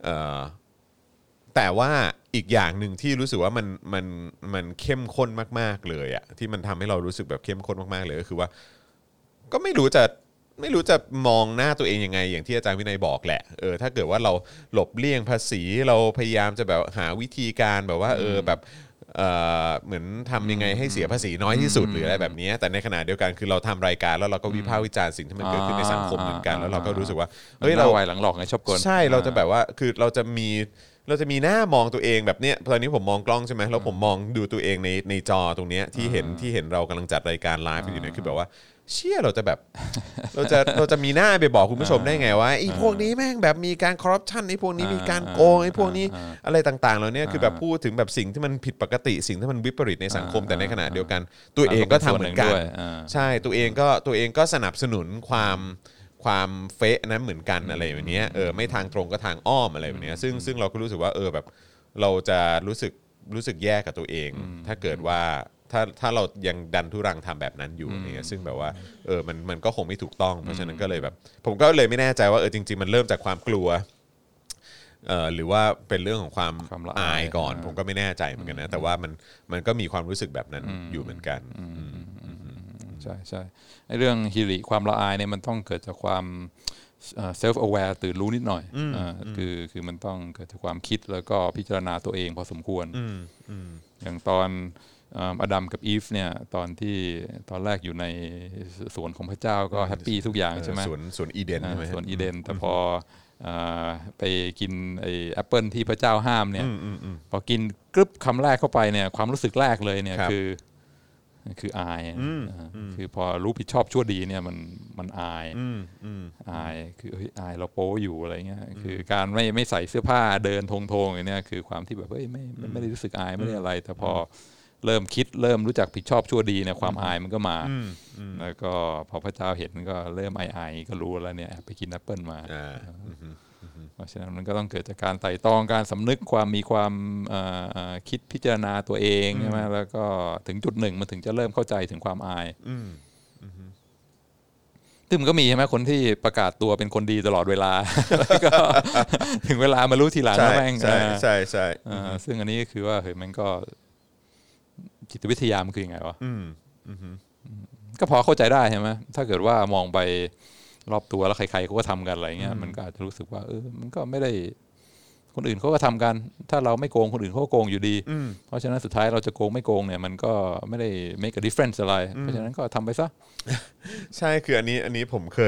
แต่ว่าอีกอย่างหนึ่งที่รู้สึกว่ามันเข้มข้นมากๆเลยอ่ะที่มันทำให้เรารู้สึกแบบเข้มข้นมากๆเลยก็คือว่าก็ไม่รู้จะมองหน้าตัวเองยังไงอย่างที่อาจารย์วินัยบอกแหละถ้าเกิดว่าเราหลบเลี่ยงภาษีเราพยายามจะแบบหาวิธีการแบบว่าแบบเหมือนทำยังไงให้เสียภาษีน้อยที่สุดหรืออะไรแบบนี้แต่ในขณะเดียวกันคือเราทำรายการแล้วเราก็วิพากษ์วิจารณ์สิ่งที่มันเกิดขึ้นในสังคมเหมือนกันแล้วเราก็รู้สึกว่าเฮ้ยเราไหวหลังหลอกไงชอบกลใช่เราจะแบบว่าคือเราจะมีเราจะมีหน้ามองตัวเองแบบเนี้ยตอนนี้ผมมองกล้องใช่ไหมแล้วผมมองดูตัวเองในจอตรงเนี้ยที่เห็นเรากำลังจัดรายการไลฟ์อยู่เนี่ยคือแบบว่าเชี่ยเราจะแบบ เราจะมีหน้าไปบอกคุณผู้ชมได้ไงว่าไอ้พวกนี้แม่งแบบมีการคอร์รัปชันไอ้พวกนี้มีการโกงไอ้พวกนี้อะไรต่างๆเหล่านี้คือแบบพูดถึงแบบสิ่งที่มันผิดปกติสิ่งที่มันวิปริตในสังคมแต่ในขณะเดียวกันตัวเองก็ทำเหมือนกันใช่ตัวเองก็สนับสนุนความเฟะนั้นเหมือนกันอะไรแบบนี้ไม่ทางตรงก็ทางอ้อมอะไรแบบนี้ซึ่งเราก็รู้สึกว่าแบบเราจะรู้สึกแย่กับตัวเองถ้าเกิดว่าถ้าเรายังดันทุรังทำแบบนั้นอยู่เนี่ยซึ่งแบบว่ามันก็คงไม่ถูกต้องเพราะฉะนั้นก็เลยแบบผมก็เลยไม่แน่ใจว่าจริงๆมันเริ่มจากความกลัวหรือว่าเป็นเรื่องของความอายก่อนผมก็ไม่แน่ใจเหมือนกันนะแต่ว่ามันก็มีความรู้สึกแบบนั้นอยู่เหมือนกันใช่ใช่ไอ้เรื่องฮิริความละอายเนี่ยมันต้องเกิดจากความself aware ตื่นรู้นิดหน่อยคือมันต้องเกิดจากความคิดแล้วก็พิจารณาตัวเองพอสมควรอย่างตอนอดัมกับอีฟเนี่ยตอนแรกอยู่ในสวนของพระเจ้าก็แฮปปี้ทุกอย่างใช่ไหมสวนอีเดนใช่ไหมสวนอีเดนแต่พอไปกินไอ้แอปเปิลที่พระเจ้าห้ามเนี่ยพอกินกรึบคำแรกเข้าไปเนี่ยความรู้สึกแรกเลยเนี่ยคืออายคือพอรู้ผิดชอบชั่วดีเนี่ยมันอายคืออายเราโป๊อยู่อะไรเงี้ยคือการไม่ใส่เสื้อผ้าเดินทงๆอย่างเนี้ยคือความที่แบบไม่ได้รู้สึกอายไม่ได้อะไรแต่พอเริ่มคิดเริ่มรู้จักผิดชอบชั่วดีเนี่ยความอายมันก็มาแล้วก็พอพระเจ้าเห็นก็เริ่มอายก็รู้แล้วเนี่ยไปกินแอปเปิลมาเพราะฉะนั้นมันก็ต้องเกิดจากการไต่ตองการสำนึกมีความคิดพิจารณาตัวเองใช่ไหมแล้วก็ถึงจุดหนึ่งมันถึงจะเริ่มเข้าใจถึงความอายซึ่งมันก็มีใช่ไหมคนที่ประกาศตัวเป็นคนดีตลอดเวลาแล้วก็ถึงเวลามารู้ทีหลังว่าแม่งใช่ซึ่งอันนี้ก็คือว่าเฮ้ยมันก็จิตวิทยามันคือยังไงวะก็พอเข้าใจได้ใช่ไหมถ้าเกิดว่ามองไปรอบตัวแล้วใครๆเขาก็ทำกันอะไรเงี้ยมันก็อาจจะรู้สึกว่ามันก็ไม่ได้คนอื่นเขาก็ทำกันถ้าเราไม่โกงคนอื่นเขาก็โกงอยู่ดีเพราะฉะนั้นสุดท้ายเราจะโกงไม่โกงเนี่ยมันก็ไม่ได้ make a difference อะไรเพราะฉะนั้นก็ทำไปซะใช่คืออันนี้ผมเค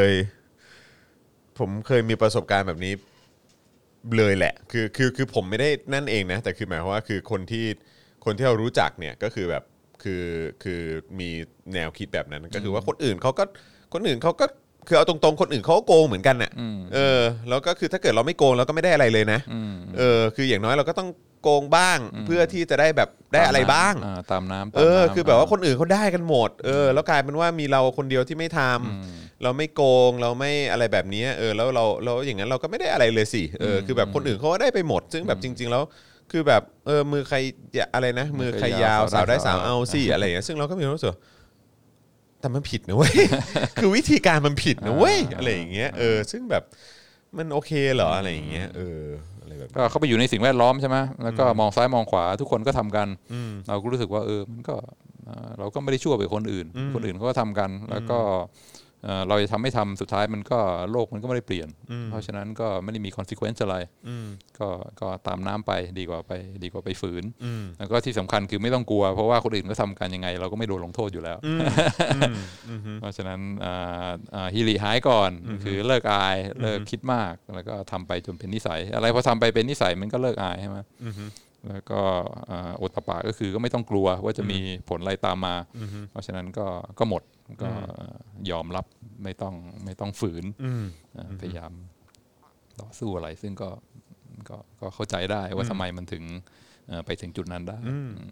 ยมีประสบการณ์แบบนี้เลยแหละคือผมไม่ได้นั่นเองนะแต่คือหมายความว่าคือคนที่เรารู้จักเนี่ยก็คือแบบคือมีแนวคิดแบบนั้นก็คือว่าคนอื่นเขาก็คือเอาตรงๆคนอื่นเขาก็โกงเหมือนกันน่ะแล้วก็คือถ้าเกิดเราไม่โกงเราก็ไม่ได้อะไรเลยนะคืออย่างน้อยเราก็ต้องโกงบ้างเพื่อที่จะได้แบบได้อะไรบ้างตามน้ำคือแบบว่าคนอื่นเขาได้กันหมดแล้วกลายเป็นว่ามีเราคนเดียวที่ไม่ทำเราไม่โกงเราไม่อะไรแบบนี้แล้วเราอย่างนั้นเราก็ไม่ได้อะไรเลยสิคือแบบคนอื่นเขาก็ได้ไปหมดซึ่งแบบจริงๆแล้วคือแบบมือใครอะไรนะมือใครยาวสาวได้สาวเอาสิอะไรอย่างเงี้ยซึ่งเราก็มีความรู้สึกแต่มันผิดนะเว้ย คือวิธีการมันผิดนะเว้ยอะไรอย่างเงี้ยซึ่งแบบมันโอเคเหรออะไรอย่างเงี้ยอะไรแบบก็เขาไปอยู่ในสิ่งแวดล้อมใช่ไหมแล้วก็มองซ้ายมองขวาทุกคนก็ทำกันเราก็รู้สึกว่ามันก็เราก็ไม่ได้ชั่วไปคนอื่นเขาก็ทำกันแล้วก็เราจะทำไม่ทำสุดท้ายมันก็โลกมันก็ไม่ได้เปลี่ยนเพราะฉะนั้นก็ไม่ได้มี consequence อะไรก็ตามน้ำไปดีกว่าไปฝืนแล้วก็ที่สำคัญคือไม่ต้องกลัวเพราะว่าคนอื่นก็ทำกันยังไงเราก็ไม่โดนลงโทษอยู่แล้วเพราะฉะนั้นฮิริหายก่อนคือเลิกอายเลิกคิดมากแล้วก็ทำไปจนเป็นนิสัยอะไรพอทำไปเป็นนิสัยมันก็เลิกอายใช่ไหมแล้วก็โอตตปะก็คือก็ไม่ต้องกลัวว่าจะมีผลอะไรตามมาเพราะฉะนั้นก็หมดก็ยอมรับไม่ต้องฝืนพยายามต่อสู้อะไรซึ่งก็เข้าใจได้ว่าทำไมมันถึงไปถึงจุดนั้นได้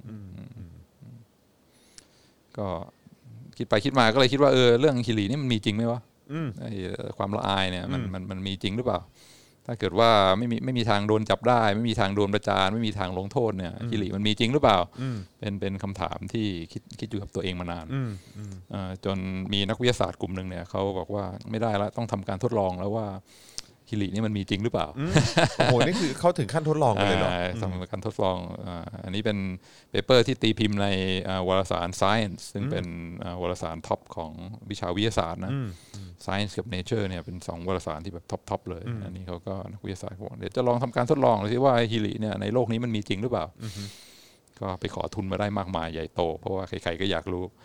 ก็คิดไปคิดมาก็เลยคิดว่าเรื่องฮิรินี่มันมีจริงไหมวะความละอายเนี่ยมันมีจริงหรือเปล่าถ้าเกิดว่าไม่มีทางโดนจับได้ไม่มีทางโดนประจานไม่มีทางลงโทษเนี่ยฮิริมันมีจริงหรือเปล่าเป็นคำถามที่คิดอยู่กับตัวเองมานานจนมีนักวิทยาศาสตร์กลุ่มหนึ่งเนี่ยเขาบอกว่าไม่ได้แล้วต้องทำการทดลองแล้วว่าฮิรินี่มันมีจริงหรือเปล่าโอ้โหนี่คือเขาถึงขั้นทดลองกันเลยเหรอทำการทดลองอันนี้เป็นเปเปอร์ที่ตีพิมพ์ในวารสาร Science ซึ่งเป็นวารสารท็อปของวิชาวิทยาศาสตร์นะScience กับ Nature เนี่ยเป็น2วารสารที่แบบท็อปเลยอันนี้เขาก็นักวิทยาศาสตร์บอกเดี๋ยวจะลองทำการทดลองดูซิว่าฮิริเนี่ยในโลกนี้มันมีจริงหรือเปล่าก็ไปขอทุนมาได้มากมายใหญ่โตเพราะว่าใครๆก็อยากรู้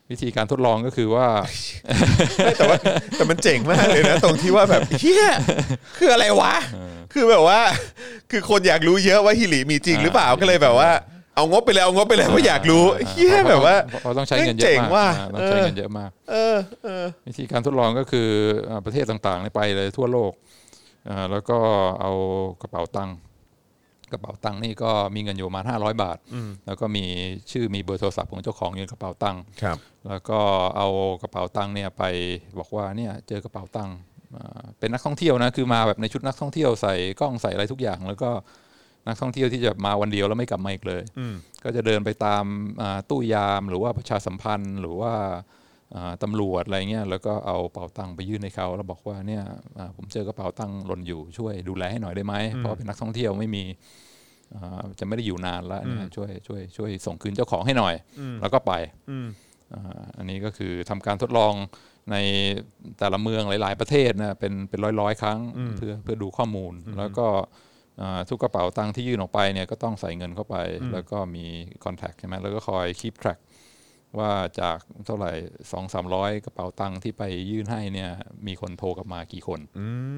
วิธีการทดลองก็คือว่าแต่มันเจ๋งมากเลยนะตรงที่ว่าแบบเฮียคืออะไรวะคือแบบว่าคือคนอยากรู้เยอะว่าฮิริมีจริงหรือเปล่าก็เลยแบบว่าเอางบไปเลยเพราะอยากรู้เฮียแบบว่าเราต้องใช้เงินเยอะมากต้องใช้เงินเยอะมากวิธีการทดลองก็คือประเทศต่างๆไปเลยทั่วโลกแล้วก็เอากระเป๋าตังค์นี่ก็มีเงินอยู่ประมาณ500 บาทแล้วก็มีชื่อมีเบอร์โทรศัพท์ของเจ้าของอยู่ในกระเป๋าตังค์แล้วก็เอากระเป๋าตังค์เนี่ยไปบอกว่าเนี่ยเจอกระเป๋าตังค์เป็นนักท่องเที่ยวนะคือมาแบบในชุดนักท่องเที่ยวใส่กล้องใส่อะไรทุกอย่างแล้วก็นักท่องเที่ยวที่จะมาวันเดียวแล้วไม่กลับมาอีกเลยก็จะเดินไปตามตู้ยามหรือว่าประชาสัมพันธ์หรือว่าตำรวจอะไรเงี้ยแล้วก็เอากระเป๋าตังค์ไปยื่นให้เขาแล้วบอกว่าเนี่ยผมเจอกระเป๋าตังค์หล่นอยู่ช่วยดูแลให้หน่อยได้ไหมเพราะเป็นนักท่องเที่ยวไม่มีจะไม่ได้อยู่นานแล้วช่วยส่งคืนเจ้าของให้หน่อยแล้วก็ไปอันนี้ก็คือทำการทดลองในแต่ละเมืองหลายๆประเทศนะเป็นร้อยครั้งเพื่อดูข้อมูลแล้วก็ทุกกระเป๋าตังค์ที่ยื่นออกไปเนี่ยก็ต้องใส่เงินเข้าไปแล้วก็มีคอนแทคใช่ไหมแล้วก็คอยคีปแทร็กว่าจากเท่าไหร่ 200-300 กระเป๋าตังค์ที่ไปยื่นให้เนี่ยมีคนโทรกลับมากี่คน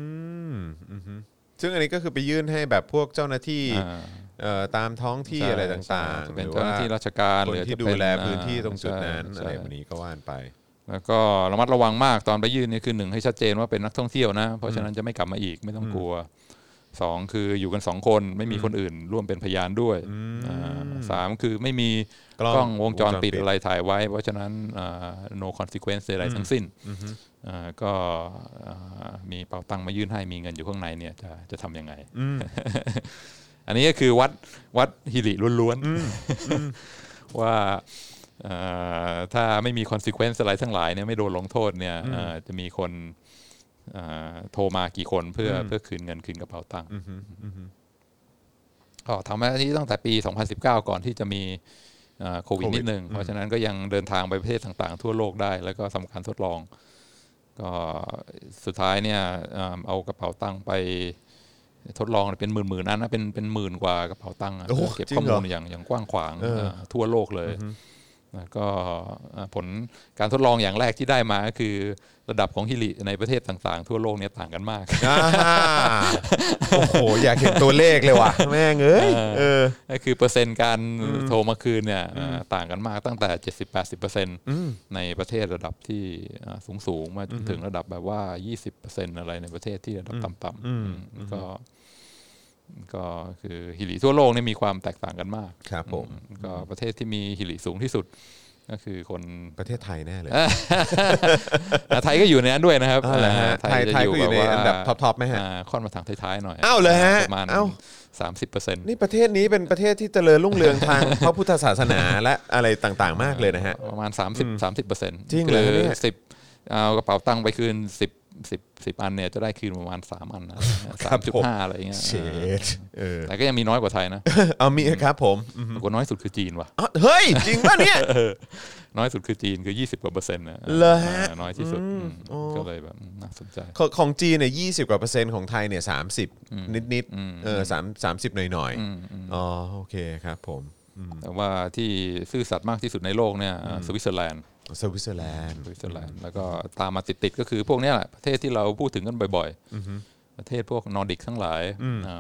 ซึ่งอันนี้ก็คือไปยื่นให้แบบพวกเจ้าหน้าที่ตามท้องที่อะไรต่างๆเป็นเจ้าหน้าที่ราชการหรือที่ดูแลพื้นที่ตรงจุดนั้นอะไรแบบนี้ก็ว่านไปแล้วก็ระมัดระวังมากตอนไปยื่นนี่คือ1ให้ชัดเจนว่าเป็นนักท่องเที่ยวนะเพราะฉะนั้นจะไม่กลับมาอีกไม่ต้องกลัว2คืออยู่กัน2คนไม่มีคนอื่นร่วมเป็นพยานด้วย3คือไม่มีกล้องวงจรปิดอะไรถ่ายไว้เพราะฉะนั้น no consequence อะไรทั้งสิ้นก็มีเป๋าตังค์มายื่นให้มีเงินอยู่ข้างในเนี่ยจะทำยังไงอันนี้ก็คือวัดฮิริล้วนๆว่าถ้าไม่มี consequence อะไรทั้งหลายเนี่ยไม่โดนลงโทษเนี่ยจะมีคนโทรมากี่คนเพื่อคืนเงินคืนกระเป๋าตังค์ก็ทำมาที่ตั้งแต่ปี 2019 ก่อนที่จะมีโควิดนิดนึงเพราะฉะนั้นก็ยังเดินทางไปประเทศต่างๆทั่วโลกได้แล้วก็ทำการทดลองก็สุดท้ายเนี่ยเอากระเป๋าตังค์ไปทดลองเป็นหมื่นๆนั้นนะเป็นหมื่นกว่ากระเป๋าตังค์เก็บข้อมูลอย่างกว้างขวางทั่วโลกเลยแล้วก็ผลการทดลองอย่างแรกที่ได้มาก็คือระดับของฮิริในประเทศต่างๆทั่วโลกเนี่ยต่างกันมากโอ้โหอยากเห็นตัวเลขเลยว่ะแม่งก็คือเปอร์เซ็นต์การโทรมาคืนเนี่ยต่างกันมากตั้งแต่ 70-80% ในประเทศระดับที่สูงๆมาจนถึงระดับแบบว่า 20% อะไรในประเทศที่ระดับต่ำๆก็คือฮิริทั่วโลกนี่มีความแตกต่างกันมากครับผมก็ประเทศที่มีฮิริสูงที่สุดก็คือคนประเทศไทยแน่เลยไทยก็อยู่ในนั้นด้วยนะครับไทยก็อยู่ในอันดับท็อปไหมฮะค่อนมาทางท้ายๆหน่อยอ้าวเลยฮะประมาณ 30% นี่ประเทศนี้เป็นประเทศที่เจริญรุ่งเรืองทางพระพุทธศาสนาและอะไรต่างๆมากเลยนะฮะประมาณ 30% จริงเลยเนี่ย10เอากระเป๋าตังค์ไปคืน10อันเนี่ยจะได้คืนประมาณ3อันนะ 3.5 อะไรเงี้ยแต่ก็ยังมีน้อยกว่าไทยนะเอามีครับผมกว่าน้อยสุดคือจีนว่ะเฮ้ยจริงป่ะเนี่ยน้อยสุดคือจีนคือ20%นะเลยฮะน้อยที่สุดก็เลยแบบน่าสนใจของจีนเนี่ย20%กว่าของไทยเนี่ย30นิด30หน่อยอ๋อโอเคครับผมแต่ว่าที่ซื่อสัตย์มากที่สุดในโลกเนี่ยสวิตเซอร์แลนด์แล้วก็ตามมาติดๆก็คือพวกนี้แหละประเทศที่เราพูดถึงกันบ่อยๆประเทศพวกนอร์ดิกทั้งหลาย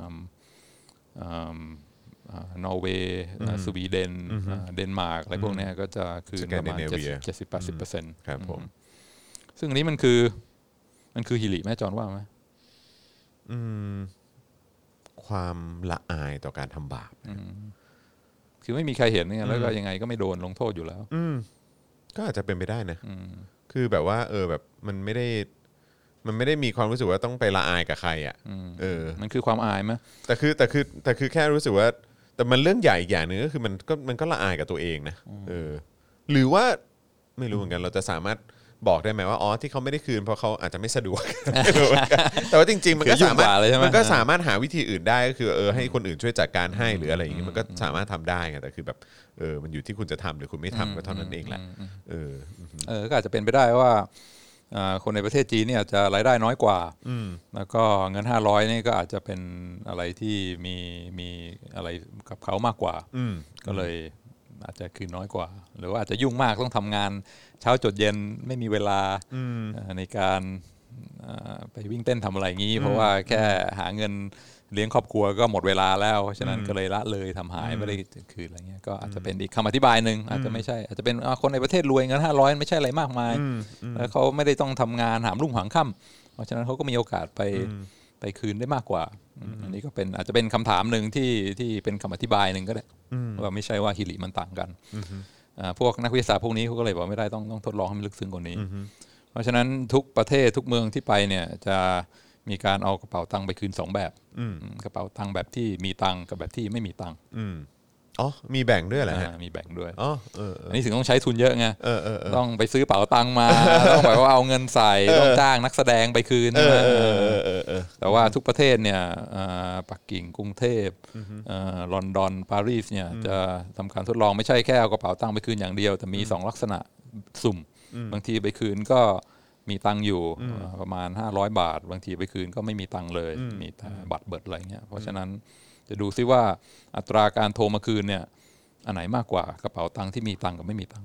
นอร์เวย์สวีเดนเดนมาร์กอะไรพวกนี้ก็จะคืนประมาณ 70-80% ครับผมซึ่งอันนี้มันคือฮิริแม่จอนว่าไหมความละอายต่อการทำบาปคือไม่มีใครเห็นเนี่ยแล้วก็ยังไงก็ไม่โดนลงโทษอยู่แล้วก็อาจจะเป็นไปได้นะคือแบบว่าแบบมันไม่ได้มีความรู้สึกว่าต้องไปละอายกับใครอ่ะมันคือความอายไหมแต่คือแค่รู้สึกว่าแต่มันเรื่องใหญ่อย่างนึงก็คือมันก็ละอายกับตัวเองนะหรือว่าไม่รู้เหมือนกันเราจะสามารถบอกได้ไหมว่าที่เขาไม่ได้คืนเพราะเขาอาจจะไม่สะดวกแต่ว่าจริงๆมันก็สามารถหาวิธีอื่นได้ก็คือให้คนอื่นช่วยจัดการให้หรืออะไรอย่างงี้มันก็สามารถทำได้ไงแต่คือแบบมันอยู่ที่คุณจะทำหรือคุณไม่ทำก็เท่านั้นเองแหละก็อาจจะเป็นไปได้ว่าคนในประเทศจีนเนี่ยจะรายได้น้อยกว่าแล้วก็เงิน500นี่ก็อาจจะเป็นอะไรที่มีอะไรกับเขามากกว่าก็เลยอาจจะคืนน้อยกว่าหรือว่าอาจจะยุ่งมากต้องทำงานเช้าจดเย็นไม่มีเวลาในการไปวิ่งเต้นทำอะไรอย่างนี้เพราะว่าแค่หาเงินเลี้ยงครอบครัวก็หมดเวลาแล้วฉะนั้นก็เลยละเลยทำหายไม่ได้คืนอะไรเงี้ยก็อาจจะเป็นอีกคำอธิบายหนึ่งอาจจะไม่ใช่อาจจะเป็นคนในประเทศรวยเงิน500ไม่ใช่อะไรมากมายแล้วเขาไม่ได้ต้องทำงานหามรุ่งหามค่ำเพราะฉะนั้นเขาก็มีโอกาสไปคืนได้มากกว่าอันนี้ก็เป็นอาจจะเป็นคำถามหนึ่งที่เป็นคำอธิบายหนึ่งก็ได้ว่าไม่ใช่ว่าฮิริมันต่างกันพวกนักวิทยาศาสตร์พวกนี้เขาก็เลยบอกไม่ได้ต้องทดลองให้มันลึกซึ้งกว่านี้เพราะฉะนั้นทุกประเทศทุกเมืองที่ไปเนี่ยจะมีการเอากระเป๋าตังค์ไปคืน2แบบกระเป๋าตังค์แบบที่มีตังค์กับแบบที่ไม่มีตังค์อ๋อมีแบ่งด้วยเหรอฮะมีแบ่งด้วยอันนี้ถึงต้องใช้ทุนเยอะไงต้องไปซื้อกระเป๋าตังค์มาต้องแบบว่าเอาเงินใส่ต้องจ้างนักแสดงไปคืนแต่ว่าทุกประเทศเนี่ยปักกิ่งกรุงเทพลอนดอนปารีสเนี่ยจะทำการทดลองไม่ใช่แค่เอากระเป๋าตังค์ไปคืนอย่างเดียวแต่มี2ลักษณะสุ่มบางทีไปคืนก็มีตังค์อยู่ประมาณ500 บาทบางทีไปคืนก็ไม่มีตังค์เลยมีแต่บัตรเบิดอะไรเงี้ยเพราะฉะนั้นจะดูซิว่าอัตราการโทรมาคืนเนี่ยอันไหนมากกว่ากระเป๋าตังค์ที่มีตังค์กับไม่มีตังค์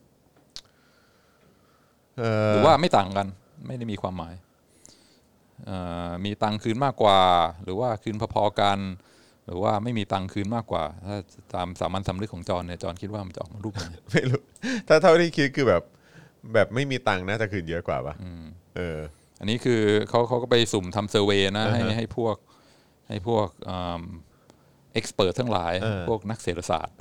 หรือว่าไม่ต่างกันไม่ได้มีความหมายมีตังค์คืนมากกว่าหรือว่าคืนพอๆกันหรือว่าไม่มีตังค์คืนมากกว่าถ้าตามสามัญสำนึกของจอนเนี่ยจอนคิดว่ามันจะออกมารูปไหนไม่รู้ถ้าเท่าที่คิดคือแบบไม่มีตังค์นะจะคืนเยอะกว่าป่ะอันนี้คือเขาก็ไปสุ่มทำเซอร์เวย์นะให้พวกเอ็กซ์เพิร์ททั้งหลายพวกนักเศรษฐศาสตร์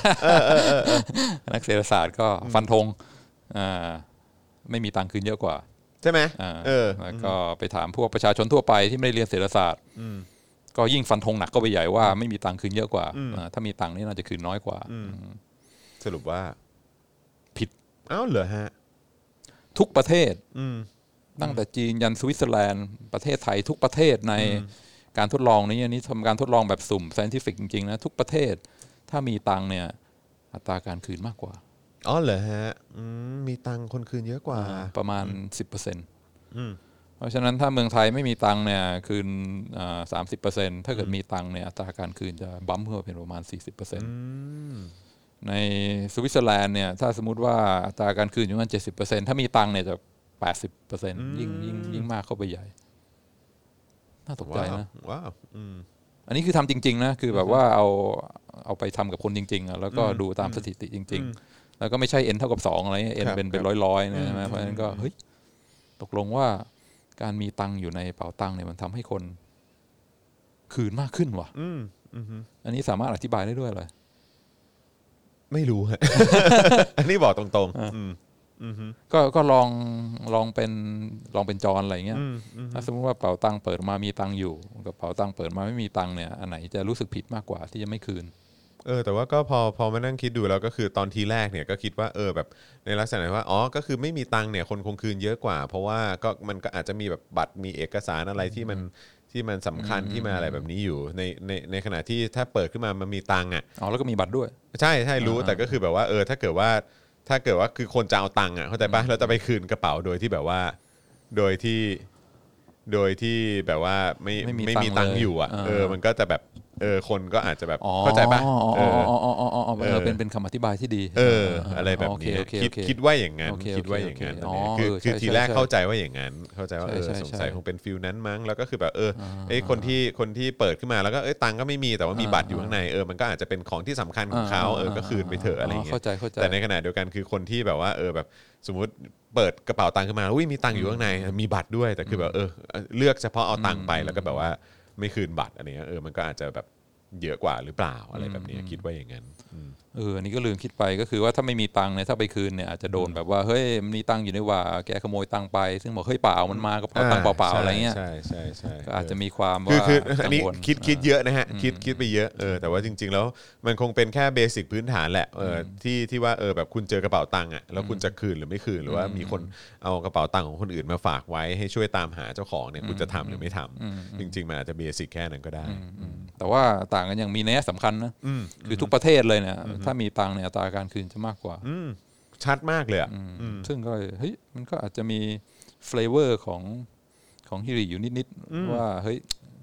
นักเศรษฐศาสตร์ก็ฟันธงไม่มีตังค์คืนเยอะกว่าใช่ไหมแล้วก็ไปถามพวกประชาชนทั่วไปที่ไม่ได้เรียนเศรษฐศาสตร์ก็ยิ่งฟันธงหนักก็ไปใหญ่ว่าไม่มีตังค์คืนเยอะกว่าถ้ามีตังค์นี่น่าจะคืนน้อยกว่าสรุปว่าผิดอ้าวเหรอฮะทุกประเทศตั้งแต่จีนยันสวิตเซอร์แลนด์ประเทศไทยทุกประเทศในการทดลองนี้อันนี้ทำการทดลองแบบสุ่ม scientific จริงๆนะทุกประเทศถ้ามีตังค์เนี่ยอัตราการคืนมากกว่าอ๋อเหรอฮะมีตังค์คนคืนเยอะกว่าประมาณ 10%เพราะฉะนั้นถ้าเมืองไทยไม่มีตังค์เนี่ยคืน30%ถ้าเกิดมีตังค์เนี่ยอัตราการคืนจะบัมป์ขึ้นมาเป็นประมาณ 40%ในสวิตเซอร์แลนด์เนี่ยถ้าสมมุติว่าอัตราการคืนอยู่ประมาณ 70% ถ้ามีตังค์เนี่ยจะ 80% ยิ่งมากเข้าไปใหญ่น่าตกใจนะว้าวอันนี้คือทำจริงๆนะคือแบบว่าเอาไปทำกับคนจริงๆแล้วก็ดูตามสถิติจริงๆแล้วก็ไม่ใช่ n เท่ากับ2อะไรเงี้ย n เป็นร้อยๆนะใช่ไหมเพราะฉะนั้นก็เฮ้ยตกลงว่าการมีตังค์อยู่ในเป๋าตังค์เนี่ยมันทำให้คนคืนมากขึ้นว่ะอันนี้สามารถอธิบายได้ด้วยเลยไม่รู้ฮะ อันนี้บอกตรงๆก็ลองเป็นจรอะไรเงี้ยถ้าสมมติว่าเป๋าตังค์เปิดมามีตังค์อยู่กับเป๋าตังค์เปิดมาไม่มีตังค์เนี่ยอันไหนจะรู้สึกผิดมากกว่าที่จะไม่คืนแต่ว่าก็พอมานั่งคิดดูแล้วก็คือตอนทีแรกเนี่ยก็คิดว่าแบบในลักษณะว่าอ๋อก็คือไม่มีตังค์เนี่ยคนคงคืนเยอะกว่าเพราะว่าก็มันก็อาจจะมีแบบบัตรมีเอกสารอะไรที่มันสำคัญที่มาอะไรแบบนี้อยู่ในขณะที่ถ้าเปิดขึ้นมามันมีตังค์อ่ะอ๋อแล้วก็มีบัตรด้วยใช่รู้แต่ก็คือแบบว่าถ้าเกิดว่าคือคนจะเอาตังค์อ่ะเข้าใจป่ะแล้วจะไปคืนกระเป๋าโดยที่แบบว่าโดยที่แบบว่าไม่มีตังค์อยู่อ่ะมันก็จะแบบคนก็อาจจะแบบเข้าใจป่ะเป็นคำอธิบายที่ดีอะไรแบบนี้คิดว่าอย่างนั้นคิดว่าอย่างนั้นคือทีแรกเข้าใจว่าอย่างนั้นเข้าใจว่าสงสัยคงเป็นฟิลนั้นมั้งแล้วก็คือแบบคนที่เปิดขึ้นมาแล้วก็ตังค์ก็ไม่มีแต่ว่ามีบัตรอยู่ข้างในมันก็อาจจะเป็นของที่สำคัญของเขาก็คืนไปเถอะอะไรเงี้ยแต่ในขณะเดียวกันคือคนที่แบบว่าแบบสมมุติเปิดกระเป๋าตังค์ขึ้นมามีตังค์อยู่ข้างในมีบัตรด้วยแต่คือแบบเลือกเฉพาะเอาตังค์ไปแล้วก็แบบว่าไม่คืนบัตรอะไรเงี้ยมันก็อาจจะแบบเยอะกว่าหรือเปล่าอะไรแบบนี้คิดว่าอย่างนั้นอันนี้ก็ลืมคิดไปก็คือว่าถ้าไม่มีตังค์เนี่ยถ้าไปคืนเนี่ยอาจจะโดนแบบว่าเฮ้ยมีตังค์อยู่ในว่าแกขโมยตังค์ไปซึ่งบอกเฮ้ยเปล่ามันมาก็เป๋าตังค์เปล่าๆอะไรเงี้ยใช่ก็อาจจะมีความว่าอันนี้คิดเยอะนะฮะคิดไปเยอะแต่ว่าจริงๆแล้วมันคงเป็นแค่เบสิกพื้นฐานแหละที่ว่าแบบคุณเจอกระเป๋าตังค์อ่ะแล้วคุณจะคืนหรือไม่คืนหรือว่ามีคนเอากระเป๋าตังค์ของคนอื่นมาฝากไว้ให้ช่วยตามหาเจ้าของเนี่ยคุณจะทำหรือไม่ทำจริงๆมันอาจจะเบสิกแค่นั้นก็ได้แต่ว่าต่างกันอย่างมีนัยสำคัญนะคือทุกประเทศเลยเนี่ยถ้ามีตังค์เนี่ยอัตราการคืนจะมากกว่าชัดมากเลยซึ่งก็เฮ้ยมันก็อาจจะมีเฟลเวอร์ของฮิริอยู่นิดๆว่าเฮ้ย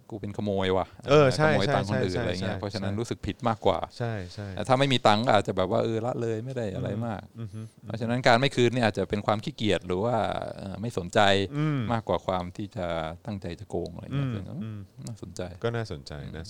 กูเป็นขโมยว่ะใช่ขโมยตังค์คนอื่นอะไรเงี้ยเพราะฉะนั้นรู้สึกผิดมากกว่าใช่ใช่ถ้าไม่มีตังค์ก็อาจจะแบบว่าละเลยไม่ได้อะไรมากเพราะฉะนั้นการไม่คืนนี่อาจจะเป็นความขี้เกียจหรือว่าไม่สนใจมากกว่าความที่จะตั้งใจจะโกงอะไรเงี้ยน่าสนใจก็น่าสนใจ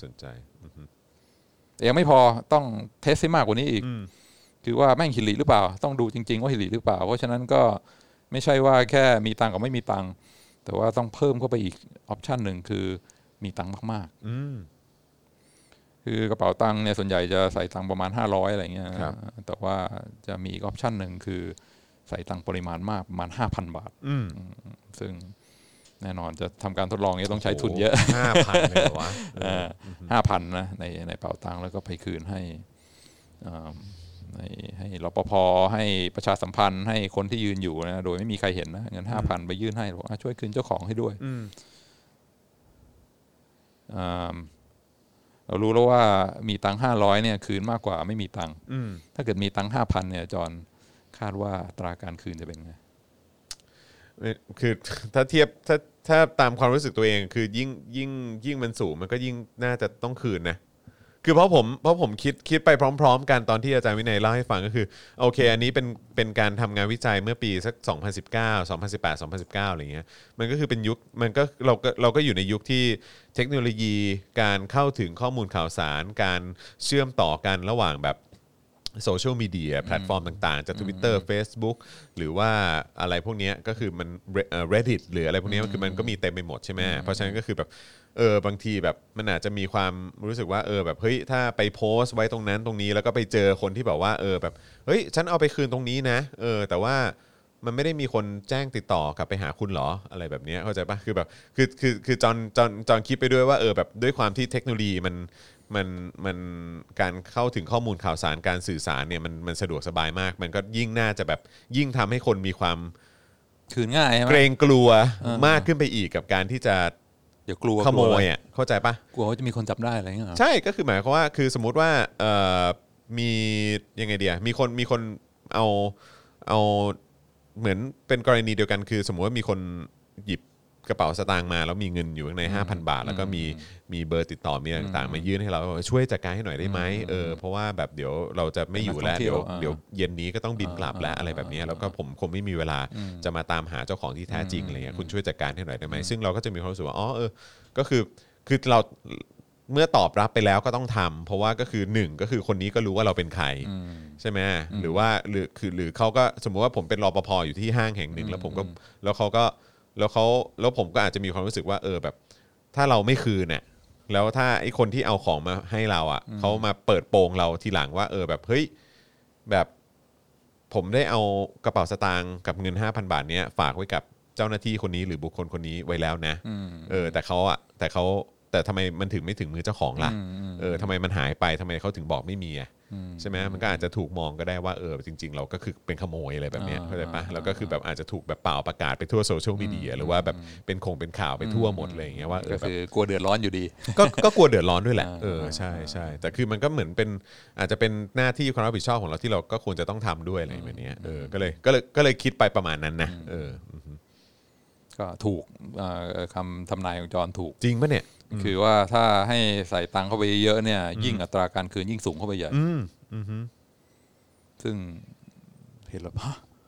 แต่ยังไม่พอต้องเทสให้มากกว่านี้อีกคือว่าแม่งหิริหรือเปล่าต้องดูจริงๆว่าหิริหรือเปล่าเพราะฉะนั้นก็ไม่ใช่ว่าแค่มีตังค์กับไม่มีตังค์แต่ว่าต้องเพิ่มเข้าไปอีกออปชันหนึ่งคือมีตังค์มากๆคือกระเป๋าตังค์เนี่ยส่วนใหญ่จะใส่ตังค์ประมาณ500อะไรเงี้ยแต่ว่าจะมีอีกออปชันหนึ่งคือใส่ตังค์ปริมาณมากประมาณ 5,000 บาทซึ่งแน่นอนจะทำการทดลองนี้ต้องใช้ทุนเยอะ 5,000 เลยวะ 5,000 นะในเป๋าตังค์แล้วก็ไปคืนให้รปภให้ประชาสัมพันธ์ให้คนที่ยืนอยู่นะโดยไม่มีใครเห็นนะเงิน 5,000 ไปยื่นให้บอกช่วยคืนเจ้าของให้ด้วยเรารู้แล้วว่ามีตังค์500เนี่ยคืนมากกว่าไม่มีตังค์ถ้าเกิดมีตังค์ 5,000 เนี่ยจอนคาดว่าอัตราการคืนจะเป็นไงคือถ้าเทียบถ้าตามความรู้สึกตัวเองคือยิ่งมันสูงมันก็ยิ่งน่าจะต้องคืนนะคือเพราะผมคิดไปพร้อมๆกันตอนที่อาจารย์วินัยเล่าให้ฟังก็คือโอเคอันนี้เป็นการทำงานวิจัยเมื่อปีสัก2019 2018 2019อะไรเงี้ยมันก็คือเป็นยุคมันก็เราก็อยู่ในยุคที่เทคโนโลยีการเข้าถึงข้อมูลข่าวสารการเชื่อมต่อกันระหว่างแบบโซเชียลมีเดียแพลตฟอร์มต่างๆจาก Twitter Facebook หรือว่าอะไรพวกนี้ก็คือมันReddit หรืออะไรพวกนี้คือมันก็มีเต็มไปหมดใช่ไหมเพราะฉะนั้นก็คือแบบบางทีแบบมันอาจจะมีความรู้สึกว่าแบบเฮ้ยถ้าไปโพสต์ไว้ตรงนั้นตรงนี้แล้วก็ไปเจอคนที่แบบว่าแบบเฮ้ยฉันเอาไปคืนตรงนี้นะแต่ว่ามันไม่ได้มีคนแจ้งติดต่อกลับไปหาคุณหรออะไรแบบนี้เข้าใจปะคือแบบคือจอนคิดไปด้วยว่าแบบด้วยความที่เทคโนโลยีมันการเข้าถึงข้อมูลข่าวสารการสื่อสารเนี่ยมันสะดวกสบายมากมันก็ยิ่งน่าจะแบบยิ่งทำให้คนมีความคืนง่ายเกรงกลัวมากขึ้นไปอีกกับการที่จะเดี๋ยวกลัวขโมยอ่ะเข้าใจปะกลัวว่าจะมีคนจับได้อะไรเงี้ยใช่ก็คือหมายความว่าคือสมมุติว่ามียังไงเดียมีคนเอาเหมือนเป็นกรณีเดียวกันคือสมมุติว่ามีคนหยิบกระเป๋าสตางค์มาแล้วมีเงินอยู่ใน 5,000 บาทแล้วก็มีเบอร์ติดต่อมีอะไรต่างๆมายื่นให้เราช่วยจัดการให้หน่อยได้ไหมเพราะว่าแบบเดี๋ยวเราจะไม่อยู่แล้วเดี๋ยวเย็นนี้ก็ต้องบินกลับแล้วอะไรแบบนี้แล้วก็ผมคงไม่มีเวลาจะมาตามหาเจ้าของที่แท้จริงอะไรเงี้ยคุณช่วยจัดการให้หน่อยได้ไหมซึ่งเราก็จะมีความรู้สึกว่าก็คือเราเมื่อตอบรับไปแล้วก็ต้องทำเพราะว่าก็คือ1ก็คือคนนี้ก็รู้ว่าเราเป็นใครใช่ไหมหรือว่าหรือเขาก็สมมุติว่าผมเป็นรปภอยู่ที่ห้างแห่งหนึ่งแล้วผมก็แล้วผมก็อาจจะมีความรู้สึกว่าแบบถ้าเราไม่คืนเนี่ยแล้วถ้าไอ้คนที่เอาของมาให้เราอ่ะเขามาเปิดโปงเราทีหลังว่าแบบเฮ้ยแบบผมได้เอากระเป๋าสตางค์กับเงิน 5,000 บาทเนี้ยฝากไว้กับเจ้าหน้าที่คนนี้หรือบุคคลคนนี้ไว้แล้วนะแต่ทำไมมันถึงไม่ถึงมือเจ้าของล่ะทำไมมันหายไปทำไมเขาถึงบอกไม่มีอ่ะใช่ไหมมันก็อาจจะถูกมองก็ได้ว่าจริงๆเราก็คือเป็นขโมยอะไรแบบนี้เข้าใจปะแล้วก็คือแบบอาจจะถูกแบบเปล่าประกาศไปทั่วโซเชียลมีเดียหรือว่าแบบเป็นข่าวไปทั่วหมดเลยอย่างเงี้ยว่าก็คือกลัวเดือดร้อนอยู่ดีก็กลัวเดือดร้อนด้วยแหละใช่แต่คือมันก็เหมือนเป็นอาจจะเป็นหน้าที่ความรับผิดชอบของเราที่เราก็ควรจะต้องทำด้วยอะไรแบบนี้ก็เลยคิดไปประมาณนั้นนะก็ถูกคำทำนายของจอนถูกจริงปะเนี่ยคือว่าถ้าให้ใส่ตังค์เข้าไปเยอะเนี่ยยิ่งอัตราการคืนยิ่งสูงเข้าไปใหญ่ซึ่งเห็นแล้ว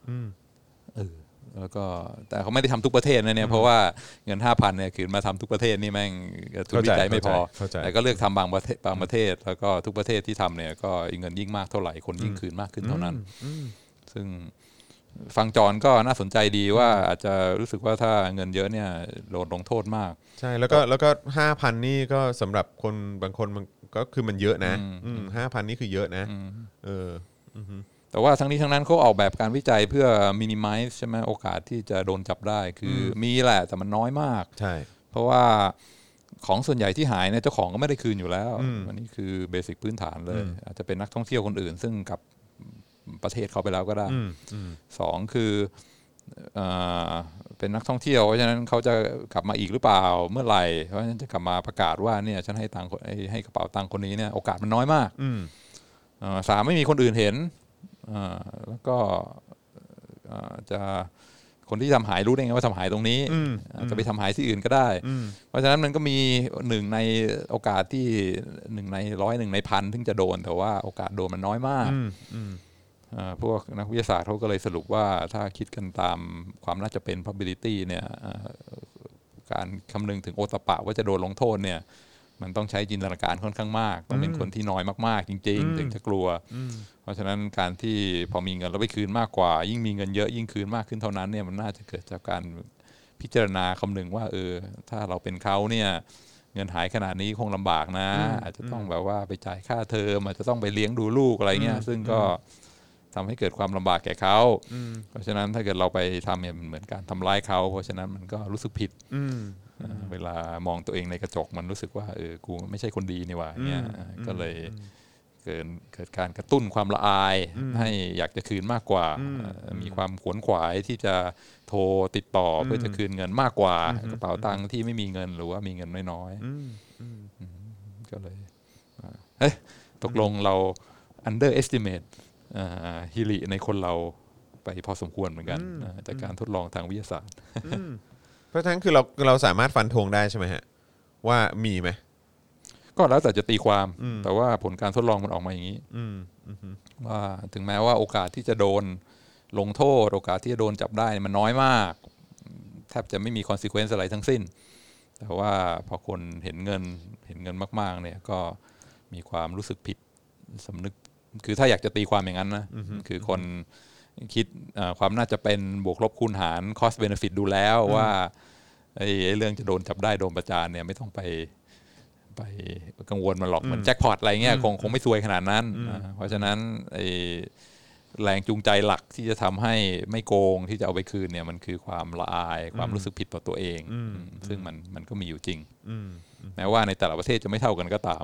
แล้วก็แต่เขาไม่ได้ทำทุกประเทศนะเนี่ยเพราะว่าเงิน 5,000 เนี่ยคืนมาทำทุกประเทศนี่แม่งทุนวิจัยไม่พอแต่ก็เลือกทำบางประเทศแล้วก็ทุกประเทศที่ทำเนี่ยก็เงินยิ่งมากเท่าไหร่คนยิ่งคืนมากขึ้นเท่านั้นซึ่งฟังจอนก็น่าสนใจดีว่าอาจจะรู้สึกว่าถ้าเงินเยอะเนี่ยโดนลงโทษมากใช่แล้วก็ 5,000 นี่ก็สำหรับคนบางคนมันก็คือมันเยอะนะ5,000 นี่คือเยอะนะแต่ว่าทั้งนี้ทั้งนั้นเขาออกแบบการวิจัยเพื่อ minimize ใช่ไหมโอกาสที่จะโดนจับได้คือมีแหละแต่มันน้อยมากใช่เพราะว่าของส่วนใหญ่ที่หายเนี่ยเจ้าของก็ไม่ได้คืนอยู่แล้วอันนี้คือเบสิกพื้นฐานเลยอาจจะเป็นนักท่องเที่ยวคนอื่นซึ่งกับประเทศเขาไปแล้วก็ได้2คือเป็นนักท่องเที่ยวเพราะฉะนั้นเขาจะกลับมาอีกหรือเปล่าเมื่อไหร่เพราะฉะนั้นจะกลับมาประกาศว่าเนี่ยฉันให้ตังค์ให้กระเป๋าตังค์คนนี้เนี่ยโอกาสมันน้อยมาก3ไม่มีคนอื่นเห็นแล้วก็จะคนที่ทำหายรู้ได้ไงว่าทำหายตรงนี้จะไปทำหายที่อื่นก็ได้เพราะฉะนั้นมันก็มี1ในโอกาสที่1ใน100 1ใน1,000ถึงจะโดนแต่ว่าโอกาสโดนมันน้อยมากพวกนักวิทยาศาสตร์เขาก็เลยสรุปว่าถ้าคิดกันตามความน่าจะเป็น probability เนี่ยการคำนึงถึงโอตปะว่าจะโดนลงโทษเนี่ยมันต้องใช้จินตนาการค่อนข้างมากต้องเป็นคนที่น้อยมากๆจริงๆถึงจะกลัวเพราะฉะนั้นการที่พอมีเงินเราไปคืนมากกว่ายิ่งมีเงินเยอะยิ่งคืนมากขึ้นเท่านั้นเนี่ยมันน่าจะเกิดจากการพิจารณาคำนึงว่าถ้าเราเป็นเขาเนี่ยเงินหายขนาดนี้คงลำบากนะอาจจะต้องแบบว่าไปจ่ายค่าเทอมอาจจะต้องไปเลี้ยงดูลูกอะไรเงี้ยซึ่งก็ทำให้เกิดความลำบากแก่เขาเพราะฉะนั้นถ้าเกิดเราไปทำเนี่ยมันเหมือนการทำร้ายเขาเพราะฉะนั้นมันก็รู้สึกผิดเวลามองตัวเองในกระจกมันรู้สึกว่ากูไม่ใช่คนดีนี่หว่าเนี่ยก็เลยเกิดการกระตุ้นความละอายให้อยากจะคืนมากกว่ามีความขวนขวายที่จะโทรติดต่อเพื่อจะคืนเงินมากกว่ากระเป๋าตังค์ที่ไม่มีเงินหรือว่ามีเงินน้อยๆก็เลยตกลงเรา underestimate ฮิริในคนเราไปพอสมควรเหมือนกันจากการทดลองทางวิทยาศาสตร์เพราะฉะนั้นคือเราสามารถฟันธงได้ใช่ไหมฮะว่ามีไหมก็แล้วแต่จะตีความแต่ว่าผลการทดลองมันออกมาอย่างนี้ว่าถึงแม้ว่าโอกาสที่จะโดนลงโทษโอกาสที่จะโดนจับได้มันน้อยมากแทบจะไม่มี consequence อะไรทั้งสิ้นแต่ว่าพอคนเห็นเงินมากๆเนี่ยก็มีความรู้สึกผิดสำนึกคือถ้าอยากจะตีความอย่างนั้นนะคือคนคิดความน่าจะเป็นบวกลบคูณหาร cost benefit ดูแล้วว่าไอ้เรื่องจะโดนจับได้โดนประจานเนี่ยไม่ต้องไปกังวลมันหรอกเหมือนแจ็คพอตอะไรเงี้ยคงไม่ซวยขนาดนั้นเพราะฉะนั้นไอ้แรงจูงใจหลักที่จะทำให้ไม่โกงที่จะเอาไปคืนเนี่ยมันคือความละอายความรู้สึกผิดต่อตัวเองซึ่งมันก็มีอยู่จริงแม้ว่าในแต่ละประเทศจะไม่เท่ากันก็ตาม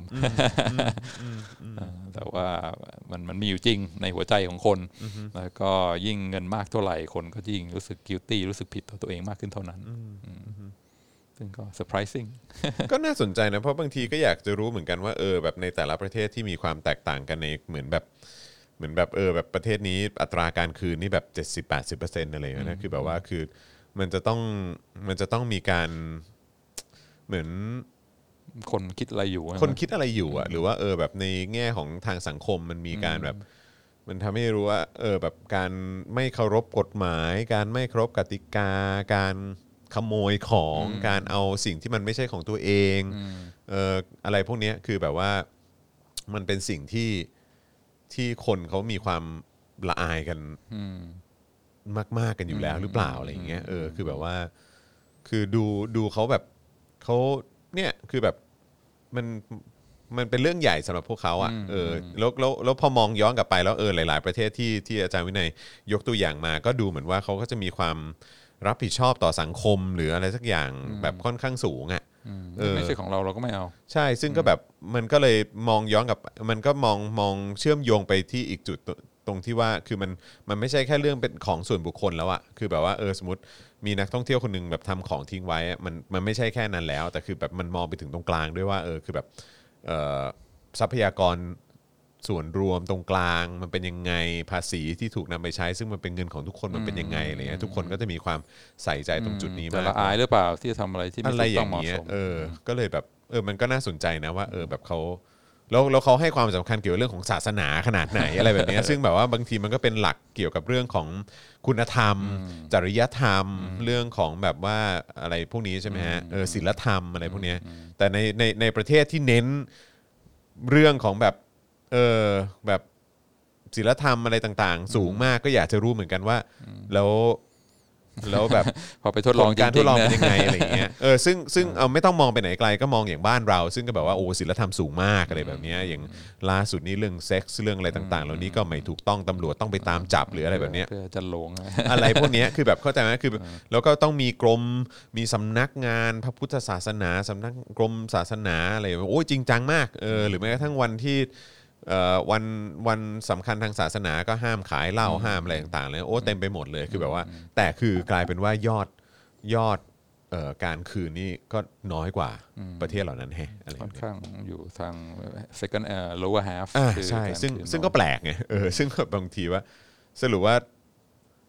แต่ว่ามันมีอยู่จริงในหัวใจของคนแล้วก็ยิ่งเงินมากเท่าไหร่คนก็ยิ่งรู้สึก guilty รู้สึกผิดต่อตัวเองมากขึ้นเท่านั้นซึ่งก็ surprising ก็น่าสนใจนะเพราะบางทีก็อยากจะรู้เหมือนกันว่าแบบในแต่ละประเทศที่มีความแตกต่างกันในเหมือนแบบแบบประเทศนี้อัตราการคืนนี่แบบ 70-80% อะไรอย่างเงี้ยนะคือแบบว่าคือมันจะต้องมีการเหมือนคนคิดอะไรอยู่อ่ะหรือว่าแบบในแง่ของทางสังคมมันมีการแบบมันทำให้รู้ว่าแบบการไม่เคารพกฎหมายการไม่เคารพกติกาการขโมยของการเอาสิ่งที่มันไม่ใช่ของตัวเองอะไรพวกนี้คือแบบว่ามันเป็นสิ่งที่คนเขามีความละอายกันมากๆกันอยู่แล้วหรือเปล่าอะไรอย่างเงี้ยคือแบบว่าคือดูเขาแบบเขาเนี่ยคือแบบมันเป็นเรื่องใหญ่สำหรับพวกเขาอ่ะแล้วพอมองย้อนกลับไปแล้วหลายๆประเทศที่อาจารย์วินัยยกตัวอย่างมาก็ดูเหมือนว่าเขาก็จะมีความรับผิดชอบต่อสังคมหรืออะไรสักอย่างแบบค่อนข้างสูงอ่ะไม่ใช่ของเราก็ไม่เอาใช่ซึ่งก็แบบมันก็เลยมองย้อนกับมันก็มองเชื่อมโยงไปที่อีกจุดตรงที่ว่าคือมันไม่ใช่แค่เรื่องเป็นของส่วนบุคคลแล้วอะคือแบบว่าสมมติมีนักท่องเที่ยวคนนึงแบบทำของทิ้งไว้มันไม่ใช่แค่นั้นแล้วแต่คือแบบมันมองไปถึงตรงกลางด้วยว่าคือแบบทรัพยากรส่วนรวมตรงกลางมันเป็นยังไงภาษีที่ถูกนำไปใช้ซึ่งมันเป็นเงินของทุกคนมันเป็นยังไงอะไรเงี้ยทุกคนก็จะมีความใส่ใจตรงจุดนี้มากแต่ละอายหรือเปล่าที่จะทำอะไรที่ไม่ถูกต้องเหมาะสมก็เลยแบบมันก็น่าสนใจนะว่าแบบเขาแล้วเขาให้ความสำคัญเกี่ยวกับเรื่องของศาสนาขนาดไหนอะไรแบบนี้ซึ่งแบบว่าบางทีมันก็เป็นหลักเกี่ยวกับเรื่องของคุณธรรมจริยธรรมเรื่องของแบบว่าอะไรพวกนี้ใช่ไหมฮะศีลธรรมอะไรพวกนี้แต่ในประเทศที่เน้นเรื่องของแบบแบบศีลธรรมอะไรต่างๆสูงมากก็อยากจะรู้เหมือนกันว่าแล้วแบบพอไปทดลองการทดลองเป็นยังไงอะไรอย่างเงี้ยซึ่งเอาไม่ต้องมองไปไหนไกลก็มองอย่างบ้านเราซึ่งก็แบบว่าโอ้ศีลธรรมสูงมากอะไรแบบนี้อย่างล่าสุดนี้เรื่องเซ็กส์เรื่องอะไรต่างๆเหล่านี้ก็ไม่ถูกต้องตำรวจต้องไปตามจับหรืออะไรแบบนี้จะหลงอะไรพวกนี้คือแบบเข้าใจไหมคือแล้วก็ต้องมีกรมมีสำนักงานพระพุทธศาสนาสำนักกรมศาสนาอะไรโอ้ยจริงจังมากหรือแม้กระทั่งวันที่วันสำคัญทางศาสนาก็ห้ามขายเหล้าห้ามอะไรต่างๆเลยโอ้เต็มไปหมดเลยคือแบบว่าแต่คือกลายเป็นว่ายอดการคืนนี่ก็น้อยกว่าประเทศเหล่านั้นแฮะอะไรค่อนข้างอยู่ทาง second lower half ใช่ซึ่งก็แปลกไงซึ่งบางทีว่าสรุปว่า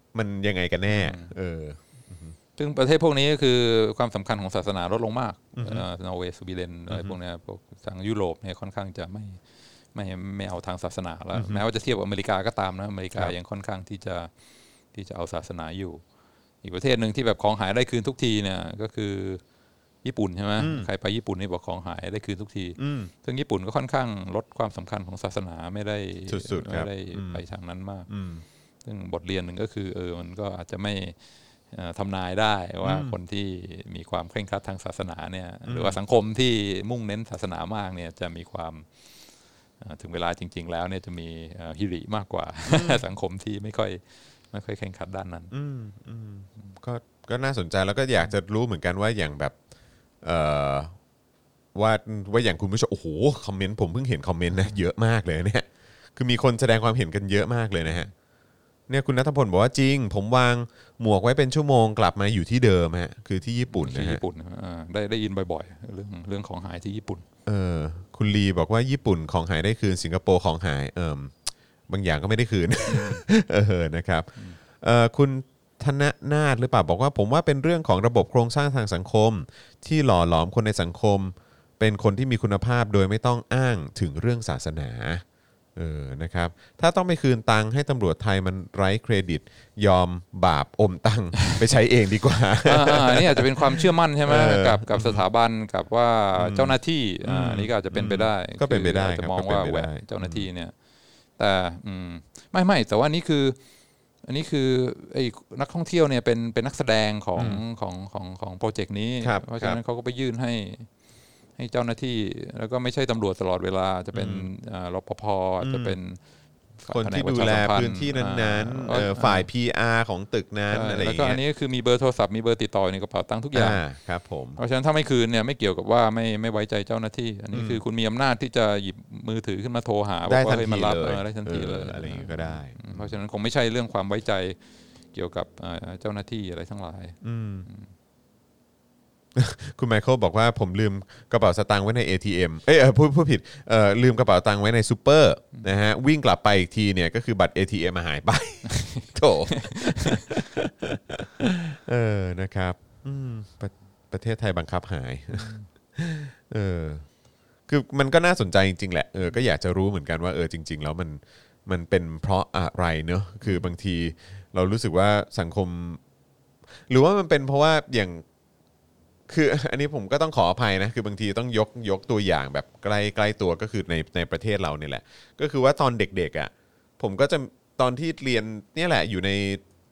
มันยังไงกันแน่ซึ่งประเทศพวกนี้ก็คือความสำคัญของศาสนาลดลงมากนอร์เวย์สวีเดนอะไรพวกนี้พวกทางยุโรปเนี่ยค่อนข้างจะไม่เอาทางศาสนาแล้วแม้ว่าจะเทียบกับอเมริกาก็ตามนะอเมริกายังค่อนข้างที่จะเอาศาสนาอยู่อีกประเทศหนึ่งที่แบบของหายได้คืนทุกทีเนี่ยก็คือญี่ปุ่นใช่ไหมใครไปญี่ปุ่นนี่บอกของหายได้คืนทุกทีซึ่งญี่ปุ่นก็ค่อนข้างลดความสำคัญของศาสนาไม่ได้ไปทางนั้นมากซึ่งบทเรียนหนึ่งก็คือมันก็อาจจะไม่ทำนายได้ว่าคนที่มีความเคร่งครัดทางศาสนาเนี่ยหรือว่าสังคมที่มุ่งเน้นศาสนามากเนี่ยจะมีความถึงเวลาจริงๆแล้วเนี่ยจะมีฮิริมากกว่าสังคมที่ไม่ค่อยเคร่งครัดด้านนั้นก็น่าสนใจแล้วก็อยากจะรู้เหมือนกันว่าอย่างแบบว่าอย่างคุณผู้ชมโอ้โหคอมเมนต์ผมเพิ่งเห็นคอมเมนต์นะเยอะมากเลยเนี่ยคือมีคนแสดงความเห็นกันเยอะมากเลยนะฮะเนี่ยคุณณัฐพลบอกว่าจริงผมวางหมวกไว้เป็นชั่วโมงกลับมาอยู่ที่เดิมฮะคือที่ญี่ปุ่นนะฮะที่ญี่ปุ่นได้ยินบ่อยๆเรื่องของหายที่ญี่ปุ่นคุณลีบอกว่าญี่ปุ่นของหายได้คืนสิงคโปร์ของหายบางอย่างก็ไม่ได้คืนนะครับคุณธนนาถหรือเปล่าบอกว่าผมว่าเป็นเรื่องของระบบโครงสร้างทางสังคมที่หล่อหลอมคนในสังคมเป็นคนที่มีคุณภาพโดยไม่ต้องอ้างถึงเรื่องศาสนานะครับถ้าต้องไปคืนตังค์ให้ตำรวจไทยมันไร้เครดิตยอมบาปอมตังค์ไปใช้เองดีกว่านี่อาจจะเป็นความเชื่อมั่นใช่ไหมกับสถาบันกับว่าเจ้าหน้าที่อันนี้ก็อาจจะเป็นไปได้ก็เป็นไปได้จะมองว่าแหวะเจ้าหน้าที่เนี่ยแต่ไม่แต่ว่านี่คืออันนี้คือไอ้นักท่องเที่ยวเนี่ยเป็นนักแสดงของโปรเจกต์นี้เพราะฉะนั้นเขาก็ไปยื่นให้เจ้าหน้าที่แล้วก็ไม่ใช่ตำรวจตลอดเวลาจะเป็นรปภจะเป็นคนที่ดูแลพื้นที่นั้นๆฝ่าย PR ของตึกนั้นอะไรอย่างเงี้ยแล้วก็อันนี้คือมีเบอร์โทรศัพท์มีเบอร์ติดต่อในกระเป๋าตังค์ทุกอย่างครับผมเพราะฉะนั้นถ้าไม่คืนเนี่ยไม่เกี่ยวกับว่าไม่ไว้ใจเจ้าหน้าที่อันนี้คือคุณมีอำนาจที่จะหยิบมือถือขึ้นมาโทรหาบอกว่าให้มารับได้ทันทีเลยอะไรอย่างเงี้ยก็ได้เพราะฉะนั้นคงไม่ใช่เรื่องความไว้ใจเกี่ยวกับเจ้าหน้าที่อะไรทั้งหลายคุณไมเคิลบอกว่าผมลืมกระเป๋าสตางค์ไว้ใน ATM พูดผิดลืมกระเป๋าตังค์ไว้ในซูเปอร์นะฮะวิ่งกลับไปอีกทีเนี่ยก็คือบัตร ATM หายไปโถนะครับประเทศไทยบังคับหายคือมันก็น่าสนใจจริงๆแหละก็อยากจะรู้เหมือนกันว่าจริงๆแล้วมันเป็นเพราะอะไรเนอะคือบางทีเรารู้สึกว่าสังคมหรือว่ามันเป็นเพราะว่าอย่างคืออันนี้ผมก็ต้องขออภัยนะคือบางทีต้องยกตัวอย่างแบบใกล้ตัวก็คือในประเทศเราเนี่ยแหละก็คือว่าตอนเด็กๆอ่ะผมก็จะตอนที่เรียนเนี่ยแหละอยู่ใน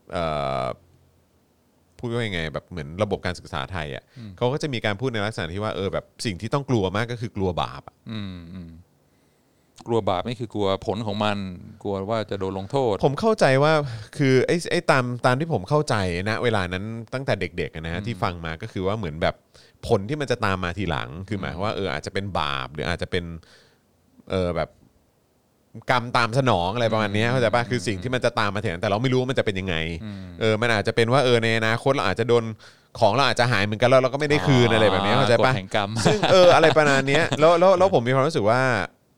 พูดว่ายังไงแบบเหมือนระบบการศึกษาไทยอ่ะเขาก็จะมีการพูดในลักษณะที่ว่าแบบสิ่งที่ต้องกลัวมากก็คือกลัวบาปกลัวบาปนี่คือกลัวผลของมันกลัวว่าจะโดนลงโทษผมเข้าใจว่าคือไอ้ตามที่ผมเข้าใจนะเวลานั้นตั้งแต่เด็กๆนะฮะที่ฟังมาก็คือว่าเหมือนแบบผลที่มันจะตามมาทีหลังคือหมายว่าอาจจะเป็นบาปหรืออาจจะเป็นแบบกรรมตามสนองอะไรประมาณนี้เข้าใจป่ะคือสิ่งที่มันจะตามมาถึงแต่เราไม่รู้ว่ามันจะเป็นยังไงมันอาจจะเป็นว่าในอนาคตเราอาจจะโดนของเราอาจจะหายเหมือนกันแล้วเราก็ไม่ได้คืนอะไรแบบนี้เข้าใจป่ะซึ่งอะไรประมาณนี้แล้วผมมีความรู้สึกว่า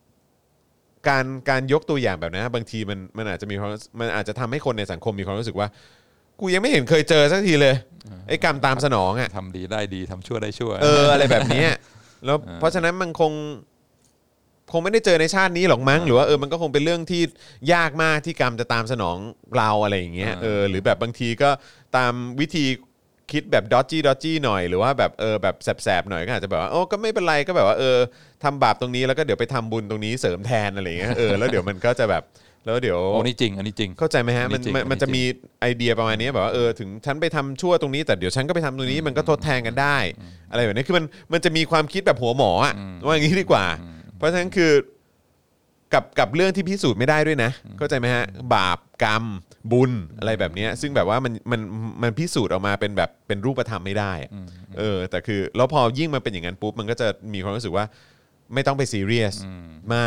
การยกตัวอย่างแบบนั้นบางทีมันอาจจะมีความมันอาจจะทำให้คนในสังคมมีความรู้สึกว่ากูยังไม่เห็นเคยเจอสักทีเลยไอ้กรรมตามสนองอ่ะทำดีได้ดีทำชั่วได้ชั่วอะไรแบบนี้แล้วเพราะฉะนั้นมันคงไม่ได้เจอในชาตินี้หรอกมั้งหรือว่ามันก็คงเป็นเรื่องที่ยากมากที่กรรมจะตามสนองเราอะไรอย่างเงี้ยหรือแบบบางทีก็ตามวิธีคิดแบบดอจจี้หน่อยหรือว่าแบบแบบแสบๆหน่อยก็อาจจะแบบว่าก็ไม่เป็นไรก็แบบว่าทำบาปตรงนี้แล้วก็เดี๋ยวไปทำบุญตรงนี้เสริมแทนอะไรอย่างเงี้ยแล้วเดี๋ยวมันก็จะแบบแล้วเดี๋ยวอันนี้จริงอันนี้จริงเข้าใจไหมฮะมันจะมีไอเดียประมาณนี้แบบว่าถึงฉันไปทำชั่วตรงนี้แต่เดี๋ยวฉันก็ไปทำตรงนี้มันก็ทดแทนกันได้อะไรแบบนี้คือมันจะมีความคิดแบบหัวหมอว่าอย่างนี้ดีกว่าเพราะฉะนั้นคือกับเรื่องที่พิสูจน์ไม่ได้ด้วยนะเข้าใจไหมฮะบาปกรรมบุญอะไรแบบนี้ซึ่งแบบว่ามันพิสูจน์ออกมาเป็นแบบเป็นรูปธรรมไม่ได้แต่คือแล้วพอยิ่งมันเป็นอย่างนั้นปุ๊บมันก็จะมีความรู้สึกว่าไม่ต้องไปซีเรียสมาก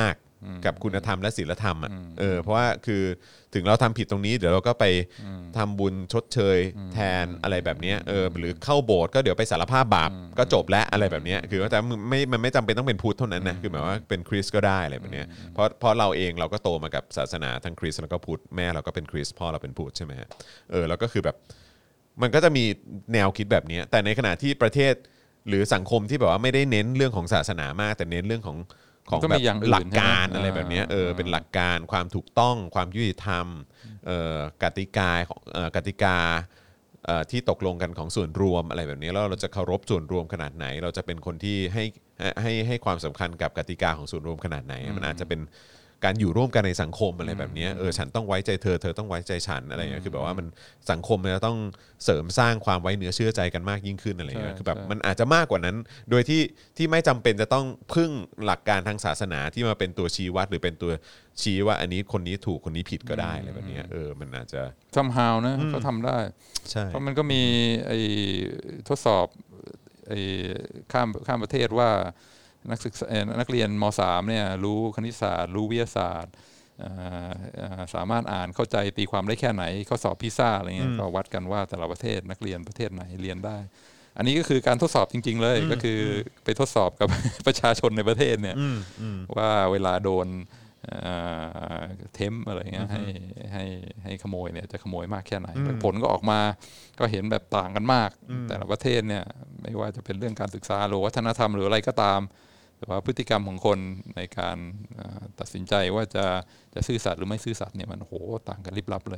กับคุณธรรมและศีลธรรมอ่ะเพราะว่าคือถึงเราทำผิดตรงนี้เดี๋ยวเราก็ไปทำบุญชดเชยแทนอะไรแบบนี้หรือเข้าโบสถ์ก็เดี๋ยวไปสารภาพบาปก็จบแล้วอะไรแบบนี้คือแต่มันไม่จำเป็นต้องเป็นพุทธเท่านั้นนะคือหมายว่าเป็นคริสต์ก็ได้อะไรแบบนี้เพราะเราเองเราก็โตมากับศาสนาทั้งคริสต์แล้วก็พุทธแม่เราก็เป็นคริสต์พ่อเราเป็นพุทธใช่ไหมฮะแล้วก็คือแบบมันก็จะมีแนวคิดแบบนี้แต่ในขณะที่ประเทศหรือสังคมที่แบบว่าไม่ได้เน้นเรื่องของศาสนามากแต่เน้นเรื่องของแบบหลักการอะไรแบบนี้เป็นหลักการความถูกต้องความยุติธรรมกติกาที่ตกลงกันของส่วนรวมอะไรแบบนี้แล้วเราจะเคารพส่วนรวมขนาดไหนเราจะเป็นคนที่ให้ความสำคัญกับกติกาของส่วนรวมขนาดไหนมันอาจจะเป็นการอยู่ร่วมกันในสังคมอะไรแบบนี้ฉันต้องไว้ใจเธอต้องไว้ใจฉันอะไรอย่างเงี้ยคือแบบว่ามันสังคมมันจะต้องเสริมสร้างความไว้เนื้อเชื่อใจกันมากยิ่งขึ้นอะไรอย่างเงี้ยคือแบบมันอาจจะมากกว่านั้นโดยที่ไม่จำเป็นจะต้องพึ่งหลักการทางศาสนาที่มาเป็นตัวชี้วัดหรือเป็นตัวชี้ว่าอันนี้คนนี้ถูกคนนี้ผิดก็ได้อะไรแบบนี้มันอาจจะ somehow นะเขาทำได้เพราะมันก็มีไอ้ทดสอบไอ้ข้ามประเทศว่านักเรียนม.3 เนี่ยรู้คณิตศาสตร์รู้วิทยาศาสตร์สามารถอ่านเข้าใจตีความได้แค่ไหนข้อสอบพิซซ่าอะไรเงี้ยก็วัดกันว่าแต่ละประเทศนักเรียนประเทศไหนเรียนได้อันนี้ก็คือการทดสอบจริงๆเลยก็คือไปทดสอบกับ ประชาชนในประเทศเนี่ยว่าเวลาโดนเทมอะไรเงี้ยให้ขโมยเนี่ยจะขโมยมากแค่ไหนผลก็ออกมาก็เห็นแบบต่างกันมากแต่ละประเทศเนี่ยไม่ว่าจะเป็นเรื่องการศึกษาหรือวัฒนธรรมหรืออะไรก็ตามแต่ว่าพฤติกรรมของคนในการตัดสินใจว่าจะซื่อสัตย์หรือไม่ซื่อสัตย์เนี่ยมันโหต่างกันลิบลับเลย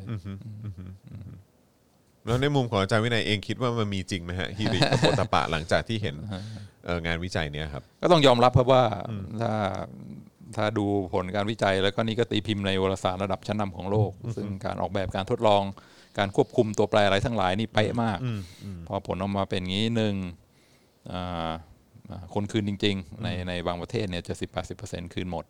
แล้วในมุมของอาจารย์วินัยเองคิดว่ามันมีจริงไหมฮะฮิริกับโอตปะหลังจากที่เห็นงานวิจัยเนี่ยครับก็ต้องยอมรับเพราะว่าถ้าดูผลการวิจัยแล้วก็นี่ก็ตีพิมพ์ในวารสารระดับชั้นนำของโลกซึ่งการออกแบบการทดลองการควบคุมตัวแปรอะไรทั้งหลายนี่เป๊ะมากพอผลออกมาเป็นงี้หนึ่งคนคืนจริงๆในบางประเทศเนี่ย70-80%คืนหมด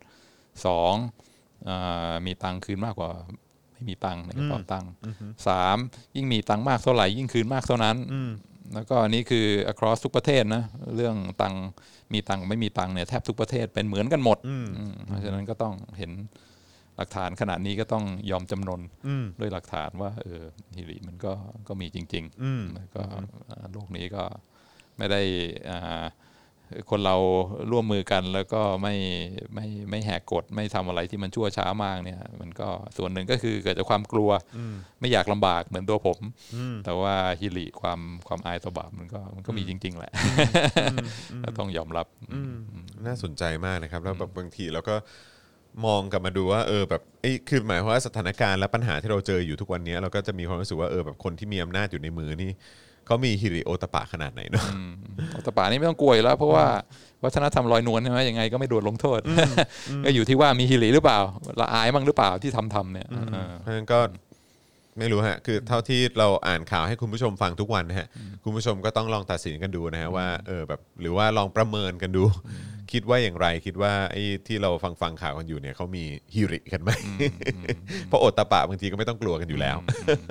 2มีตังค์คืนมากกว่าไม่มีตังค์ในกระเป๋าตังค์3ยิ่งมีตังค์มากเท่าไหร่ยิ่งคืนมากเท่านั้นแล้วก็อันนี้คือ across ทุกประเทศนะเรื่องตังค์มีตังค์ไม่มีตังค์เนี่ยแทบทุกประเทศเป็นเหมือนกันหมดเพราะฉะนั้นก็ต้องเห็นหลักฐานขนาดนี้ก็ต้องยอมจำนนด้วยหลักฐานว่าฮิริมันก็มีจริงๆแล้วก็โลกนี้ก็ไม่ได้คนเราร่วมมือกันแล้วก็ไม่แหกกฎไม่ทำอะไรที่มันชั่วช้ามากเนี่ยมันก็ส่วนหนึ่งก็คือเกิดจากความกลัวไม่อยากลำบากเหมือนตัวผมแต่ว่าฮิริความอายต่อบาปมันก็มีจริงๆแหละต้องยอมรับน่าสนใจมากนะครับแล้วแบบบางทีเราก็มองกลับมาดูว่าแบบคือหมายความว่าสถานการณ์และปัญหาที่เราเจออยู่ทุกวันนี้เราก็จะมีความรู้สึกว่าแบบคนที่มีอำนาจอยู่ในมือนี่เขามีฮิริโอตปะขนาดไหนเนาะโอตปะนี่ไม่ต้องกลัวแล้วเพราะว่าวัฒนธรรมลอยนวลใช่ไหมยังไงก็ไม่โดนลงโทษก็อยู่ที่ว่ามีฮิริหรือเปล่าละอายบ้างหรือเปล่าที่ทำเนี่ยเพราะฉะนั้นก็ไม่รู้ฮะคือเท่าที่เราอ่านข่าวให้คุณผู้ชมฟังทุกวันนะฮะคุณผู้ชมก็ต้องลองตัดสินกันดูนะฮะว่าแบบหรือว่าลองประเมินกันดูคิดว่าอย่างไรคิดว่าไอ้ที่เราฟังข่าวกันอยู่เนี่ยเขามีฮิริกันไหมเพราะโอตปะบางทีก็ไม่ต้องกลัวกันอยู่แล้ว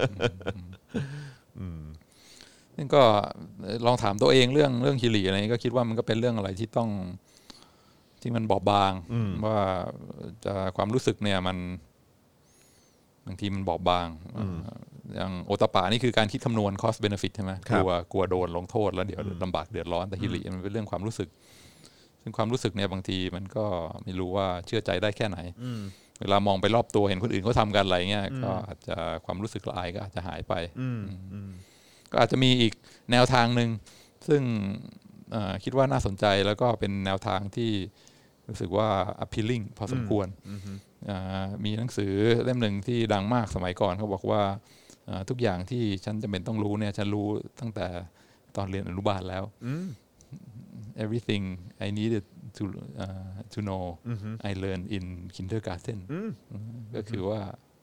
นี่ก็ลองถามตัวเองเรื่องฮิริอะไรก็คิดว่ามันก็เป็นเรื่องอะไรที่มันบอบบางว่าจะความรู้สึกเนี่ยมันบางทีมันบอบบางอย่างโอตปะนี่คือการคิดคำนวณ cost benefit ใช่ไหมกลัวโดนลงโทษแล้วเดี๋ยวลำบากเดือดร้อนแต่ฮิริมันเป็นเรื่องความรู้สึกซึ่งความรู้สึกเนี่ยบางทีมันก็ไม่รู้ว่าเชื่อใจได้แค่ไหนเวลามองไปรอบตัวเห็นคนอื่นเขาทำกันอะไรเงี้ยก็อาจจะความรู้สึกละอายก็อาจจะหายไปก็อาจจะมีอีกแนวทางหนึ่งซึ่งคิดว่าน่าสนใจแล้วก็เป็นแนวทางที่รู้สึกว่า appealing พอสมควรมีหนังสือเล่มหนึ่งที่ดังมากสมัยก่อนเขาบอกว่าทุกอย่างที่ฉันจำเป็นต้องรู้เนี่ยฉันรู้ตั้งแต่ตอนเรียนอนุบาลแล้ว everything I needed to know I learned in kindergarten ก็คือว่า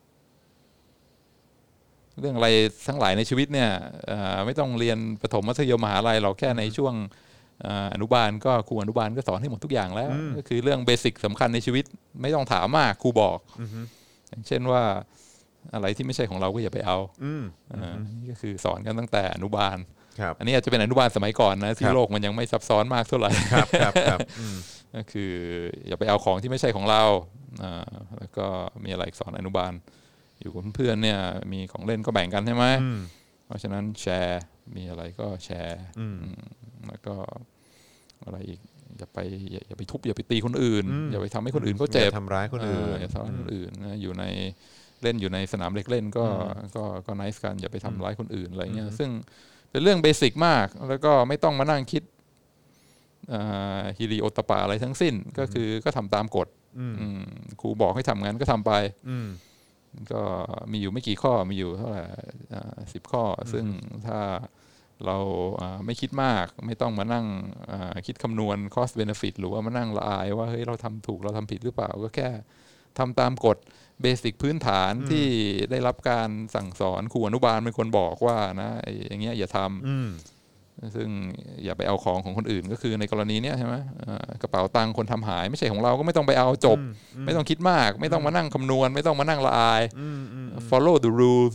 เรื่องอะไรทั้งหลายในชีวิตเนี่ยไม่ต้องเรียนประถมมัธยมมหาลัยหรอกแค่ในช่วงอนุบาลก็ครูอนุบาลก็สอนให้หมดทุกอย่างแล้วก็คือเรื่องเบสิกสำคัญในชีวิตไม่ต้องถามมากครูบอกอย่างเช่นว่าอะไรที่ไม่ใช่ของเราก็อย่าไปเอานี่ก็คือสอนกันตั้งแต่อนุบาลครับอันนี้อาจจะเป็นอนุบาลสมัยก่อนนะที่โลกมันยังไม่ซับซ้อนมากเท่าไหร่ครับครับก็คืออย่าไปเอาของที่ไม่ใช่ของเราแล้วก็มีอะไรสอนอนุบาลอยู่กับเพื่อนเนี่ยมีของเล่นก็แบ่งกันใช่ไหมเพราะฉะนั้นแชร์มีอะไรก็แชร์แล้วก็อะไรอีกอย่าไปทุบอย่าไปตีคนอื่นอย่าไปทำให้คนอื่นเขาเจ็บทำร้ายคนอื่นอย่าทำร้ายคนอื่นนะอยู่ในเล่นอยู่ในสนามเล็กเล่นก็ไนซ์กันอย่าไปทำร้ายคนอื่นอะไรเงี้ยซึ่งเป็นเรื่องเบสิกมากแล้วก็ไม่ต้องมานั่งคิดฮิริโอตปะอะไรทั้งสิ้นก็คือก็ทำตามกฎครูบอกให้ทำงั้นก็ทำไปก็มีอยู่ไม่กี่ข้อมีอยู่เท่าไหร่10 ข้อซึ่งถ้าเราไม่คิดมากไม่ต้องมานั่งคิดคำนวณ cost benefit หรือว่ามานั่งละอายว่าเฮ้ยเราทำถูกเราทำผิดหรือเปล่าก็แค่ทำตามกฎเบสิกพื้นฐานที่ได้รับการสั่งสอนครูอนุบาลเป็นคนบอกว่านะอย่างเงี้ยอย่าทำซึ่งอย่าไปเอาของคนอื่นก็คือในกรณีเนี้ยใช่ไหมกระเป๋าตังค์คนทำหายไม่ใช่ของเราก็ไม่ต้องไปเอาจบไม่ต้องคิดมากไม่ต้องมานั่งคำนวณไม่ต้องมานั่งละอาย follow the rules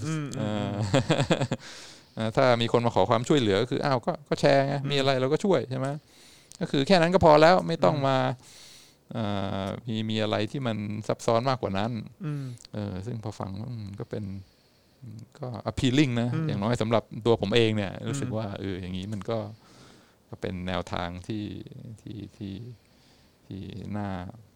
ถ้ามีคนมาขอความช่วยเหลือก็คืออ้าวก็แชร์ไงมีอะไรเราก็ช่วยใช่ไหมก็คือแค่นั้นก็พอแล้วไม่ต้องมามีอะไรที่มันซับซ้อนมากกว่านั้นซึ่งพอฟังก็เป็นก็ appealing นะอย่างน้อยสำหรับตัวผมเองเนี่ยรู้สึกว่าอย่างนี้มันก็เป็นแนวทางที่น่า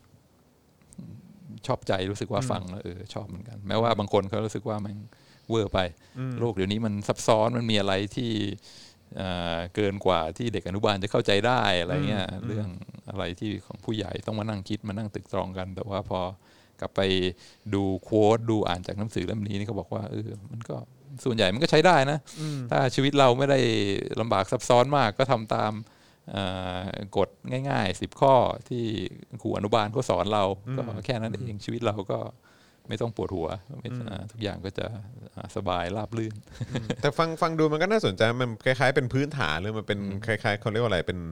ชอบใจรู้สึกว่าฟังแล้วชอบเหมือนกันแม้ว่าบางคนเขารู้สึกว่ามันเวอร์ไปโลกเดี๋ยวนี้มันซับซ้อนมันมีอะไรที่เกินกว่าที่เด็กอนุบาลจะเข้าใจได้อะไรเงี้ยเรื่องอะไรที่ของผู้ใหญ่ต้องมานั่งคิดมานั่งตึกตรองกันแต่ว่าพอกลับไปดูโค้ดดูอ่านจากหนังสือเล่มนี้นี่เขาบอกว่ามันก็ส่วนใหญ่มันก็ใช้ได้นะถ้าชีวิตเราไม่ได้ลำบากซับซ้อนมากก็ทำตามกฎง่ายๆ10 ข้อที่ครูอนุบาลเขาสอนเราก็แค่นั้นเองชีวิตเราก็ไม่ต้องปวดหัวทุกอย่างก็จะสบายราบรื่นแต่ฟังดูมันก็น่าสนใจมันคล้ายๆเป็นพื้นฐานหรือมันเป็นคล้ายๆเขาเรียกว่าอะไรเป็น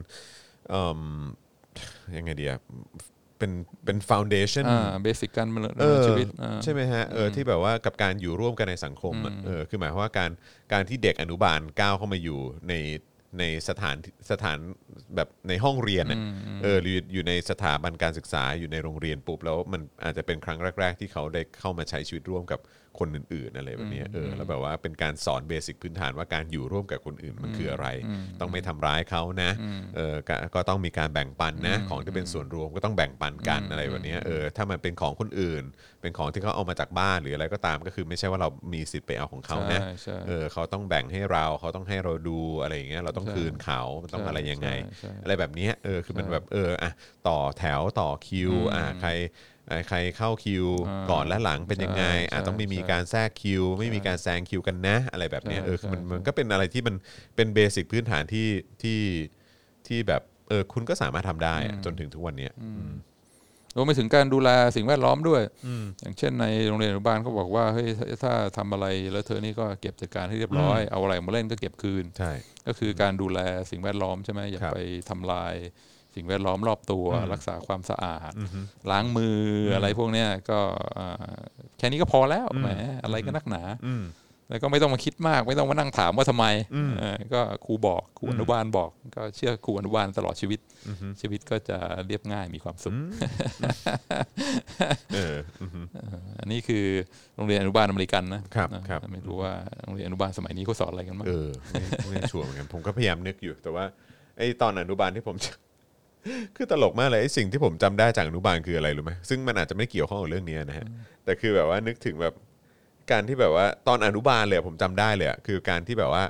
ยังไงดีอะเป็น foundation เบสิกการดำเนินชีวิตใช่ไหมฮะที่แบบว่ากับการอยู่ร่วมกันในสังคมคือหมายความว่าการที่เด็กอนุบาลก้าวเข้ามาอยู่ในสถานแบบในห้องเรียนหรืออยู่ในสถาบันการศึกษาอยู่ในโรงเรียนปุ๊บแล้วมันอาจจะเป็นครั้งแรกๆที่เขาได้เข้ามาใช้ชีวิตร่วมกับคนอื่นๆอะไรแบบนี้แล้วแบบว่าเป็นการสอนเบสิกพื้นฐานว่าการอยู่ร่วมกับคนอื่นมันคืออะไรต้องไม่ทำร้ายเขานะก็ต้องมีการแบ่งปันนะของที่เป็นส่วนรวมก็ต้องแบ่งปันกันอะไรแบบนี้ถ้ามันเป็นของคนอื่นเป็นของที่เขาเอามาจากบ้านหรืออะไรก็ตามก็คือไม่ใช่ว่าเรามีสิทธิ์ไปเอาของเขานะเขาต้องแบ่งให้เราเขาต้องให้เราดูอะไรอย่างเงี้ยเราต้องคืนเขาต้องอะไรยังไงอะไรแบบนี้คือมันแบบต่อแถวต่อคิวใครเข้าคิวก่อนและหลังเป็นยังไงต้องไม่มีการแทรกคิวไม่มีการแซงคิวกันนะอะไรแบบนี้คือมันก็เป็นอะไรที่มันเป็นเบสิกพื้นฐานที่แบบคุณก็สามารถทำได้จนถึงทุกวันนี้รวมไปถึงการดูแลสิ่งแวดล้อมด้วยอย่างเช่นในโรงเรียนอนุบาลเขาบอกว่าเฮ้ยถ้าทำอะไรแล้วเธอนี่ก็เก็บจัดการให้เรียบร้อยเอาอะไรมาเล่นก็เก็บคืนใช่ก็คือการดูแลสิ่งแวดล้อมใช่ไหมอย่าไปทำลายสิ่งแวดล้อมรอบตัวรักษาความสะอาดล้างมืออะไรพวกนี้ก็แค่นี้ก็พอแล้วแหมอะไรก็นักหนาแล้วก็ไม่ต้องมาคิดมากไม่ต้องมานั่งถามว่าทำไมก็ครูบอกครูอนุบาลบอกก็เชื่อครูอนุบาลตลอดชีวิตก็จะเรียบง่ายมีความสุขอันนี้คือโรงเรียนอนุบาลอเมริกันนะครับไม่รู้ว่าโรงเรียนอนุบาลสมัยนี้เขาสอนอะไรกันบ้างไม่ชัวร์เหมือนกันผมก็พยายามนึกอยู่แต่ว่าไอ้ตอนอนุบาลที่ผมคือตลกมากเลยไอ้สิ่งที่ผมจำได้จากอนุบาลคืออะไรรู้ไหมซึ่งมันอาจจะไม่เกี่ยวข้องกับเรื่องนี้นะฮะแต่คือแบบว่านึกถึงแบบการที่แบบว่าตอนอนุบาลเลยผมจำได้เลยคือการที่แบบว่า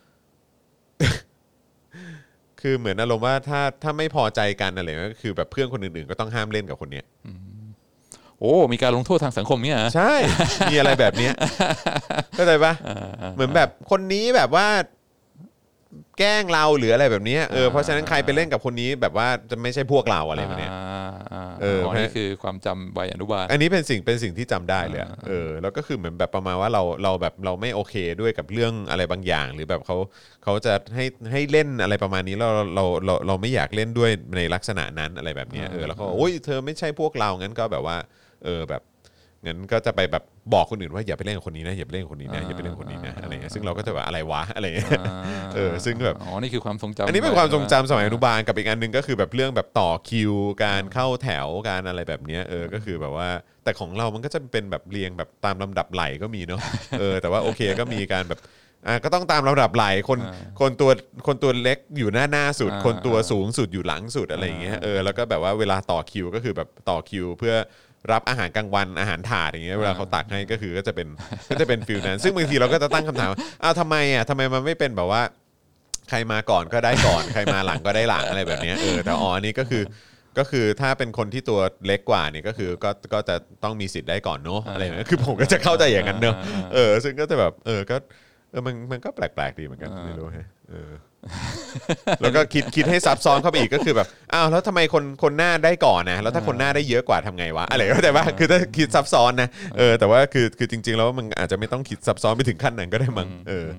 คือเหมือนอารมณ์ว่าถ้าไม่พอใจกันอะไรก็คือแบบเพื่อนคนอื่นๆก็ต้องห้ามเล่นกับคนเนี้ยโอ้มีการลงโทษทางสังคมเนี่ยใช่มีอะไรแบบนี้เข้าใจปะเหมือนแบบคนนี้แบบว่าแกล้งเราหรืออะไรแบบนี้เพราะฉะนั้นใครไปเล่นกับคนนี้แบบว่าจะไม่ใช่พวกเราอะไรแบบนี้นี่คือความจำวัยอนุบาลอันนี้เป็นสิ่งที่จำได้เลยแล้วก็คือเหมือนแบบประมาณว่าเราแบบเราไม่โอเคด้วยกับเรื่องอะไรบางอย่างหรือแบบเขาจะให้เล่นอะไรประมาณนี้เราไม่อยากเล่นด้วยในลักษณะนั้นอะไรแบบนี้แล้วก็โอ๊ยเธอไม่ใช่พวกเรางั้นก็แบบว่าแบบงั้นก็จะไปแบบบอกคนอื่นว่าอย่าไปเล่นกับคนนี้นะอย่าไปเล่นกับคนนี้นะอย่าไปเล่นกับคนนี้นะอะไรงี้ยซึ่งเราก็จะแบบอะไรวะอะไรเงี้ยซึ่งแบบนี่คือความทรงจำอันนี้เป็นความทรงจำสมัยอนุบาลกับอีกอันนึงก็คือแบบเรื่องแบบต่อคิวการเข้าแถวการอะไรแบบเนี้ยก็คือแบบว่าแต่ของเรามันก็จะเป็นแบบเรียงแบบตามลำดับไหลก็มีเนาะแต่ว่าโอเคก็มีการแบบก็ต้องตามลำดับไหลคนตัวเล็กอยู่หน้าสุดคนตัวสูงสุดอยู่หลังสุดอะไรอย่างเงี้ยแล้วก็แบบว่าเวลาต่อคิวก็คือแบบต่อคิวเพื่อรับอาหารกลางวันอาหารถาดอย่างเงี้ยเวลาเขาตักให้ก็คือก็จะเป็นฟิลนั้นซึ่งบางทีเราก็จะตั้งคำถามทำไมมันไม่เป็นแบบว่าใครมาก่อนก็ได้ก่อนใครมาหลังก็ได้หลังอะไรแบบเนี้ยแต่อันนี้ก็คือถ้าเป็นคนที่ตัวเล็กกว่านี่ก็คือก็จะต้องมีสิทธิ์ได้ก่อนเนาะอะไรแบบนี้คือผมก็จะเข้าใจอย่างนั้นเนาะซึ่งก็จะแบบก็มันก็แปลกๆดีเหมือนกันไม่รู้ฮะแล้วก็คิดให้ซับซ้อนเข้าไปอีกก็คือแบบแล้วทำไมคนหน้าได้ก่อนนะแล้วถ้าคนหน้าได้เยอะกว่าทำไงวะอะไรก็แต่ว่าคือถ้าคิดซับซ้อนนะแต่ว่าคือจริงๆแล้วมันอาจจะไม่ต้องคิดซับซ้อนไปถึงขั้นนั้นก็ได้มั้ง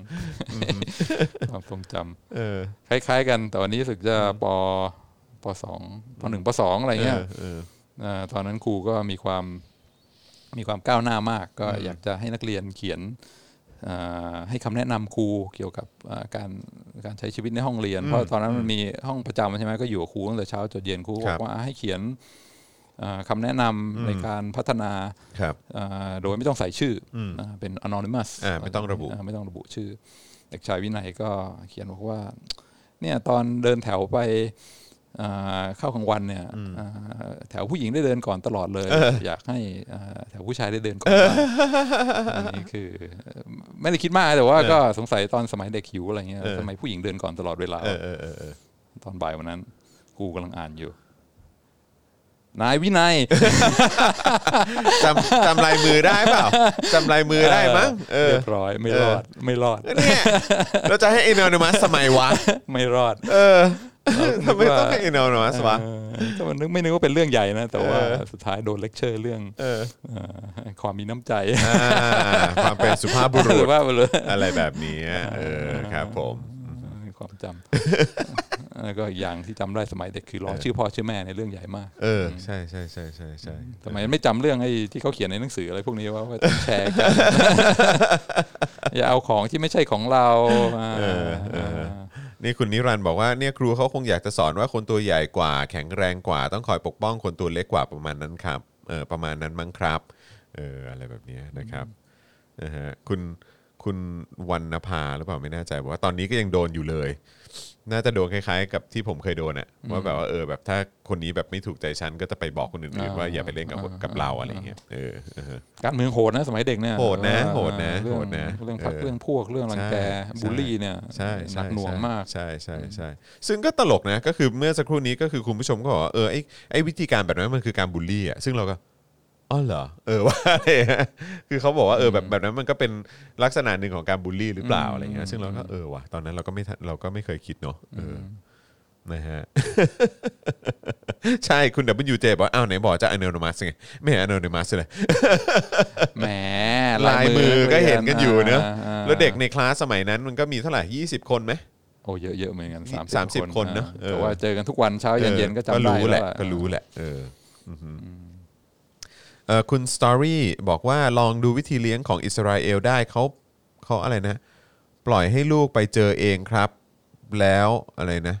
ความทรงจำคล้ายๆกันแต่วันนี้รู้สึกจะป .2 ป .1 ป .2 อะไรเงี้ยตอนนั้นครูก็มีความก้าวหน้ามากก็อยากจะให้นักเรียนเขียนให้คำแนะนำครูเกี่ยวกับการใช้ชีวิตในห้องเรียนเพราะตอนนั้นมันมีห้องประจำใช่ไหมก็อยู่กับครูตั้งแต่เช้าจนเย็นครูบอกว่าให้เขียนคำแนะนำในการพัฒนาโดยไม่ต้องใส่ชื่อเป็น anonymous ไม่ต้องระบุชื่อเด็กชายวินัยก็เขียนบอกว่าเนี่ยตอนเดินแถวไปเข้ากลางวันเนี่ยแถวผู้หญิงได้เดินก่อนตลอดเลยอยากให้แถวผู้ชายได้เดินก่อนอันนี้คือไม่ได้คิดมากแต่ว่าก็สงสัยตอนสมัยเด็กหิวอะไรเงี้ยทำไมผู้หญิงเดินก่อนตลอดเวลาตอนบ่ายวันนั้นกูกำลังอ่านอยู่นายวินัยจำลายมือได้เปล่าจำลายมือได้มั้งเรียบร้อยไม่รอดเนี่ยเราจะให้anonymousสมัยวะไม่รอดทำไมต้องให้anonymousวะก็มันไม่นึกว่าเป็นเรื่องใหญ่นะแต่ว่าสุดท้ายโดนเลคเชอร์เรื่องความมีน้ำใจความเป็นสุภาพบุรุษอะไรแบบนี้ครับผมความจำแล้วก็อย่างที่จำได้สมัยเด็กคือล้อชื่อพ่อชื่อแม่ในเรื่องใหญ่มากใช่ทำไมไม่จำเรื่องไอ้ที่เขาเขียนในหนังสืออะไรพวกนี้ว่าต้องแชร์กันอย่าเอาของที่ไม่ใช่ของเรานี่คุณนิรันดร์บอกว่าเนี่ยครูเขาคงอยากจะสอนว่าคนตัวใหญ่กว่าแข็งแรงกว่าต้องคอยปกป้องคนตัวเล็กกว่าประมาณนั้นครับประมาณนั้นมั้งครับอะไรแบบนี้นะครับนะฮะคุณวรรณภาหรือเปล่าไม่แน่ใจบอกว่าตอนนี้ก็ยังโดนอยู่เลยน่าจะโดนคล้ายๆกับที่ผมเคยโดนอะว่าแบบว่าแบบถ้าคนนี้แบบไม่ถูกใจฉันก็จะไปบอกคนอื่นๆว่าอย่าไปเล่นกับเราอะไรเงี้ยการเมืองโหดนะสมัยเด็กเนี่ยโหดนะเรื่องพรรคเรื่องพวกเรื่องรังแกบูลลี่เนี่ยหนักหน่วงมากใช่ซึ่งก็ตลกนะก็คือเมื่อสักครู่นี้ก็คือคุณผู้ชมก็บอกว่าไอ้วิธีการแบบนั้นมันคือการบูลลี่อะซึ่งเราก็เหรอว่าคือเขาบอกว่าแบบนั้นมันก็เป็นลักษณะหนึ่งของการบูลลี่หรือเปล่าอะไรเงี้ยซึ่งเราก็ว่ะตอนนั้นเราก็ไม่เคยคิดเนาะนะฮะใช่คุณ WJ บอกไหนบอกจะ anonymous ไงไม่เห็น anonymous เลยแหมลายมือก็เห็นกันอยู่เนอะแล้วเด็กในคลาสสมัยนั้นมันก็มีเท่าไหร่20คนไหมโอ้เยอะๆเหมือนกัน 30คนเนอะแต่ว่าเจอกันทุกวันเช้าเย็นๆก็จำได้ก็รู้แหละคุณสตอรี่บอกว่าลองดูวิธีเลี้ยงของอิสราเอลได้เขาอะไรนะปล่อยให้ลูกไปเจอเองครับแล้วอะไรนะ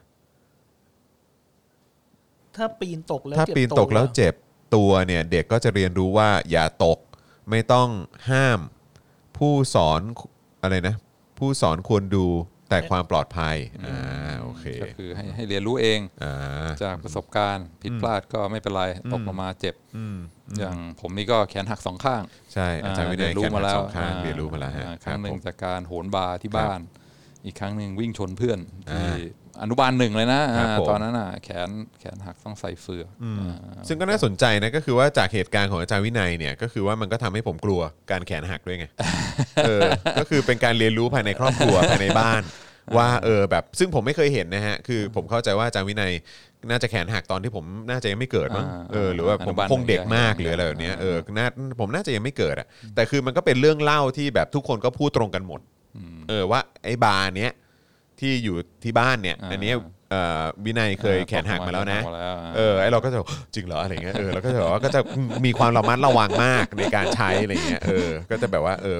ถ้าปีนตกแล้วเจ็บตัวเนี่ยเด็กก็จะเรียนรู้ว่าอย่าตกไม่ต้องห้ามผู้สอนอะไรนะผู้สอนควรดูแต่ความปลอดภัยโอเคก็คือให้เรียนรู้เองจากประสบการณ์ผิดพลาดก็ไม่เป็นไรตกลงมาเจ็บอย่างผมนี่ก็แขนหัก2ข้างใช่อาจารย์วินัยแขนหัก2ข้างเรียนรู้มาแล้วครั้งหนึ่งจากการโหนบาร์ที่บ้านอีกครั้งหนึ่งวิ่งชนเพื่อนที่อนุบาล1เลยนะตอนนั้นแขนหักต้องใส่เฟือกซึ่งก็น่าสนใจนะก็คือว่าจากเหตุการณ์ของอาจารย์วินัยเนี่ยก็คือว่ามันก็ทำให้ผมกลัวการแขนหักด้วยไงก็คือเป็นการเรียนรู้ภายในครอบครัวภายในบ้านว่าแบบซึ่งผมไม่เคยเห็นนะฮะคือผมเข้าใจว่าอาจารย์วินัยน่าจะแขนหักตอนที่ผมน่าจะยังไม่เกิดมั้งหรือว่าผมคงเด็กมากหรืออะไรแบบนี้ผมน่าจะยังไม่เกิดอ่ะแต่คือมันก็เป็นเรื่องเล่าที่แบบทุกคนก็พูดตรงกันหมดว่าไอ้บาร์เนี้ยที่อยู่ที่บ้านเนี่ยอันนี้วินัยเคยแขนหักมาแล้วนะไอ้เราก็จะจริงเหรออะไรเงี้ยเราก็จะบอกว่าก็จะมีความระมัดระวังมากในการใช้อะไรเงี้ยก็จะแบบว่าแบบ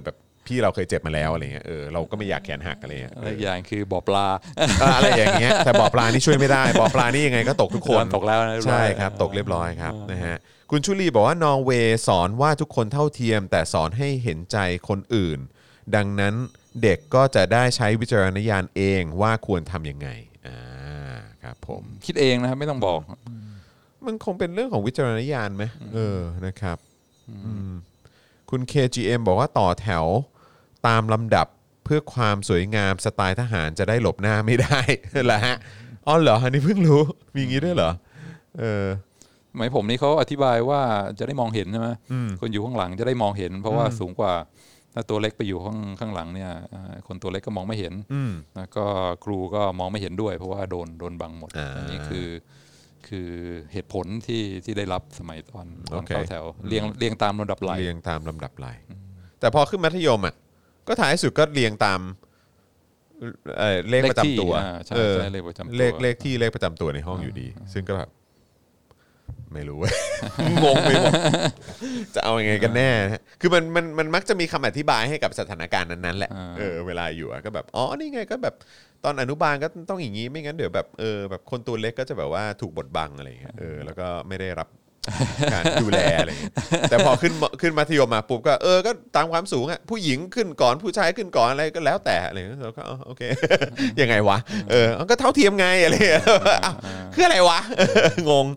พี่เราเคยเจ็บมาแล้วอะไรเงี้ยเราก็ไม่อยากแขนหักอะไรเงี้ยอะไรอย่างคือบ่อปลาอะไรอย่างเงี้ยแต่บ่อปลานี่ช่วยไม่ได้บ่อปลานี่ยังไงก็ตกทุกคนตกแล้วนะใช่ครับตกเรียบร้อยครับนะฮะคุณชุลีบอกว่านอร์เวย์สอนว่าทุกคนเท่าเทียมแต่สอนให้เห็นใจคนอื่นดังนั้นเด็กก็จะได้ใช้วิจารณญาณเองว่าควรทำยังไงครับผมคิดเองนะครับไม่ต้องบอกมันคงเป็นเรื่องของวิจารณญาณไหมนะครับคุณ KGM บอกว่าต่อแถวตามลำดับเพื่อความสวยงามสไตล์ทหารจะได้หลบหน้าไม่ได้เหรอฮะอ๋อเหรออันนี้เพิ่งรู้มีอย่างนี้ด้วยเหรอหมายผมนี่เขาอธิบายว่าจะได้มองเห็นใช่ไหมคนอยู่ข้างหลังจะได้มองเห็นเพราะว่าสูงกว่าถ้าตัวเล็กไปอยู่ข้างหลังเนี่ยคนตัวเล็กก็มองไม่เห็นแล้วก็ครูก็มองไม่เห็นด้วยเพราะว่าโดนบังหมดอันนี้คือเหตุผลที่ได้รับสมัยตอนเข้าแถวเรียงตามลำดับไหลแต่พอขึ้นมัธยมอ่ะก็ท้ายสุดก็เรียงตามเลขประจำตัวเลขที่เลขประจำตัวในห้องอยู่ดีซึ่งก็แบบไม่รู้ งงไปหมดจะเอายังไงกันแน่คือมันมักจะมีคำอธิบายให้กับสถานการณ์นั้นๆแหละเวลาอยู่ก็แบบอ๋อนี่ไงก็แบบตอนอนุบาลก็ต้องอย่างนี้ไม่งั้นเดี๋ยวแบบแบบคนตัวเล็กก็จะแบบว่าถูกบดบังอะไรอย่างเงี้ยแล้วก็ไม่ได้รับการดูแลอะไรอย่างเงี้ยแต่พอขึ้นมัธยมมาปุ๊บก็ก็ตามความสูงอ่ะผู้หญิงขึ้นก่อนผู้ชายขึ้นก่อนอะไรก็แล้วแต่อะไรเราก็โอเคยังไงวะก็เท่าเทียมไงอะไรคืออะไรวะงง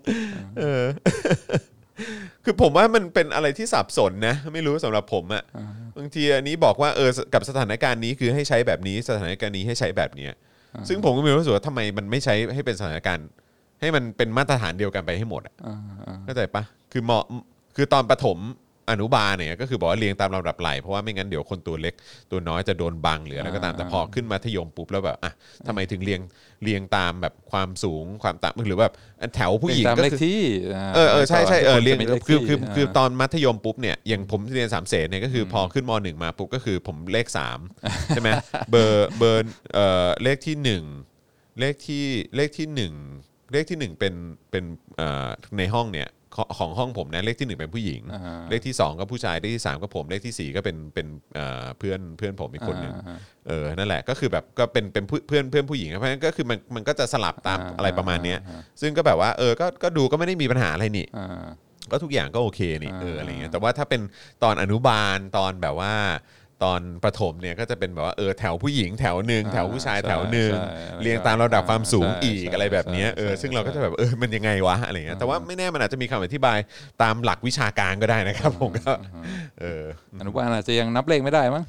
คือผมว่ามันเป็นอะไรที่สับสนนะไม่รู้สำหรับผมอ่ะบางทีอันนี้บอกว่ากับสถานการณ์นี้คือให้ใช้แบบนี้สถานการณ์นี้ให้ใช้แบบนี้ซึ่งผมก็ไม่รู้สึกว่าทำไมมันไม่ใช้ให้เป็นสถานการณ์ให้มันเป็นมาตรฐานเดียวกันไปให้หมดอ่ะเข้าใจปะคือตอนประถมอนุบาลเนี่ยก็คือบอกว่าเรียงตามลำดับไหลเพราะว่าไม่งั้นเดี๋ยวคนตัวเล็กตัวน้อยจะโดนบังหรืออะไรก็ตามแต่พอขึ้นมัธยมปุ๊บแล้วแบบทำไมถึงเรียงตามแบบความสูงความต่ำหรือแบบแถวผู้หญิงก็คือใช่เรียงคือตอนมัธยมปุ๊บเนี่ยอย่างผมเรียน3เสนเนี่ยก็คือพอขึ้นม.1 มาปุ๊บก็คือผมเลข3ใช่ไหมเบอร์เลขที่1เลขที่1เป็นในห้องเนี่ยของห้องผมนะเลขที่1เป็นผู้หญิงเลขที่2ก็ผู้ชายเลขที่3ก็ผมเลขที่4ก็เป็นเพื่อนผมอีกคนนึงนั่นแหละก็คือแบบก็เป็นเพื่อนผู้หญิงเพราะฉะนั้นก็คือมันก็จะสลับตามอะไรประมาณนี้ซึ่งก็แบบว่าก็ดูก็ไม่ได้มีปัญหาอะไรนี่ก็ทุกอย่างก็โอเคนี่อะไรเงี้ยแต่ว่าถ้าเป็นตอนอนุบาลตอนแบบว่าตอนประถมเนี่ยก็จะเป็นแบบว่าแถวผู้หญิงแถวหนึ่งแถวผู้ชายแถวหนึ่งเรียงตามระดับความสูงอีกอะไรแบบนี้ซึ่งเราก็จะแบบมันยังไงวะอะไรเงี้ยแต่ว่าไม่แน่มันอาจจะมีคำอธิบายตามหลักวิชาการก็ได้นะครับผมก็อนุบาลอาจจะยังนับเลขไม่ได้มั้ง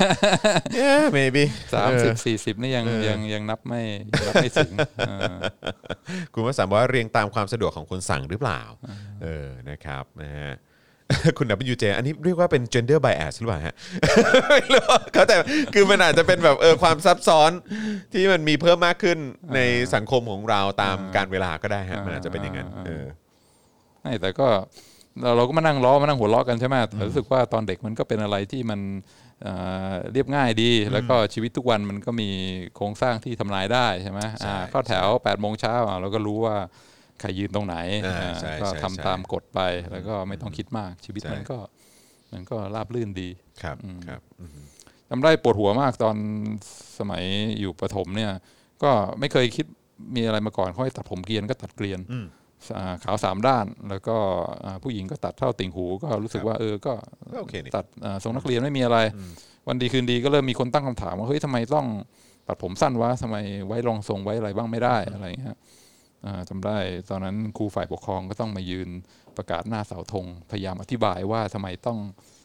maybe 30-40นี่ยังนับไม่ถึงคุณว่าสามารถเรียงตามความสะดวกของคนสั่งหรือเปล่านะครับนะฮะคุณ WJ อันนี้เรียกว่าเป็น gender bias หรือเปล่าฮะไม่รู้เขาแต่คือมันอาจจะเป็นแบบความซับซ้อนที่มันมีเพิ่มมากขึ้นในสังคมของเราตามการเวลาก็ได้ฮะมันอาจจะเป็นอย่างนั้นแต่ก็เราก็มานั่งหัวล้อกันใช่ไหมแต่รู้สึกว่าตอนเด็กมันก็เป็นอะไรที่มันเรียบง่ายดีแล้วก็ชีวิตทุกวันมันก็มีโครงสร้างที่ทำลายได้ใช่ไหมเข้าแถว 8 โมงเช้าเราก็รู้ว่าใครยืนตรงไหนก็ทำตามกฎไปแล้วก็ไม่ต้องคิดมากชีวิตมันก็ราบรื่นดีครับจำได้ปวดหัวมากตอนสมัยอยู่ประถมเนี่ยก็ไม่เคยคิดมีอะไรมาก่อนเขาให้ตัดผมเกรียนก็ตัดเกรียนขาว3 ด้านแล้วก็ผู้หญิงก็ตัดเท่าติ่งหูก็รู้สึกว่าก็ตัดทรงนักเรียนไม่มีอะไรวันดีคืนดีก็เริ่มมีคนตั้งคำถามว่าเฮ้ยทำไมต้องตัดผมสั้นวะทำไมไว้รองทรงไว้อะไรบ้างไม่ได้อะไรอย่างเงี้ยจำได้ตอนนั้นครูฝ่ายปกครองก็ต้องมายืนประกาศหน้าเสาธงพยายามอธิบายว่าทำไมต้อง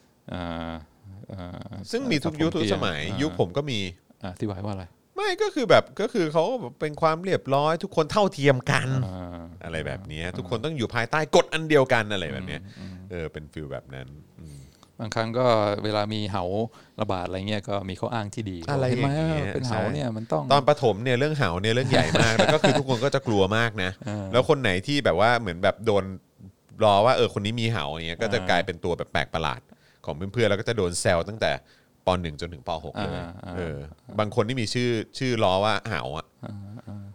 ซึ่งมีทุกยุคทุกสมัยยุคผมก็มีอธิบายว่าอะไรไม่ก็คือเขาเป็นความเรียบร้อยทุกคนเท่าเทียมกันอะไรแบบนี้ทุกคนต้องอยู่ภายใต้กฎอันเดียวกันอะไรแบบนี้เป็นฟีลแบบนั้นบางครั้งก็เวลามีเหาระบาดอะไรเงี้ยก็มีข้ออ้างที่ดีอะไรอย่างเงี้ยเป็นเหาเนี่ยมันต้องตอนประถมเนี่ยเรื่องเหาเนี่ยเรื่องใหญ่มากแล้วก็คือทุกคนก็จะกลัวมากนะแล้วคนไหนที่แบบว่าเหมือนแบบโดนรอว่าคนนี้มีเหาอย่างเงี้ยก็จะกลายเป็นตัวแบบแปลกประหลาดของเพื่อนๆแล้วก็จะโดนแซวตั้งแต่ป.1 จนถึงป.6เลยบางคนที่มีชื่อล้อว่าเหาอ่ะ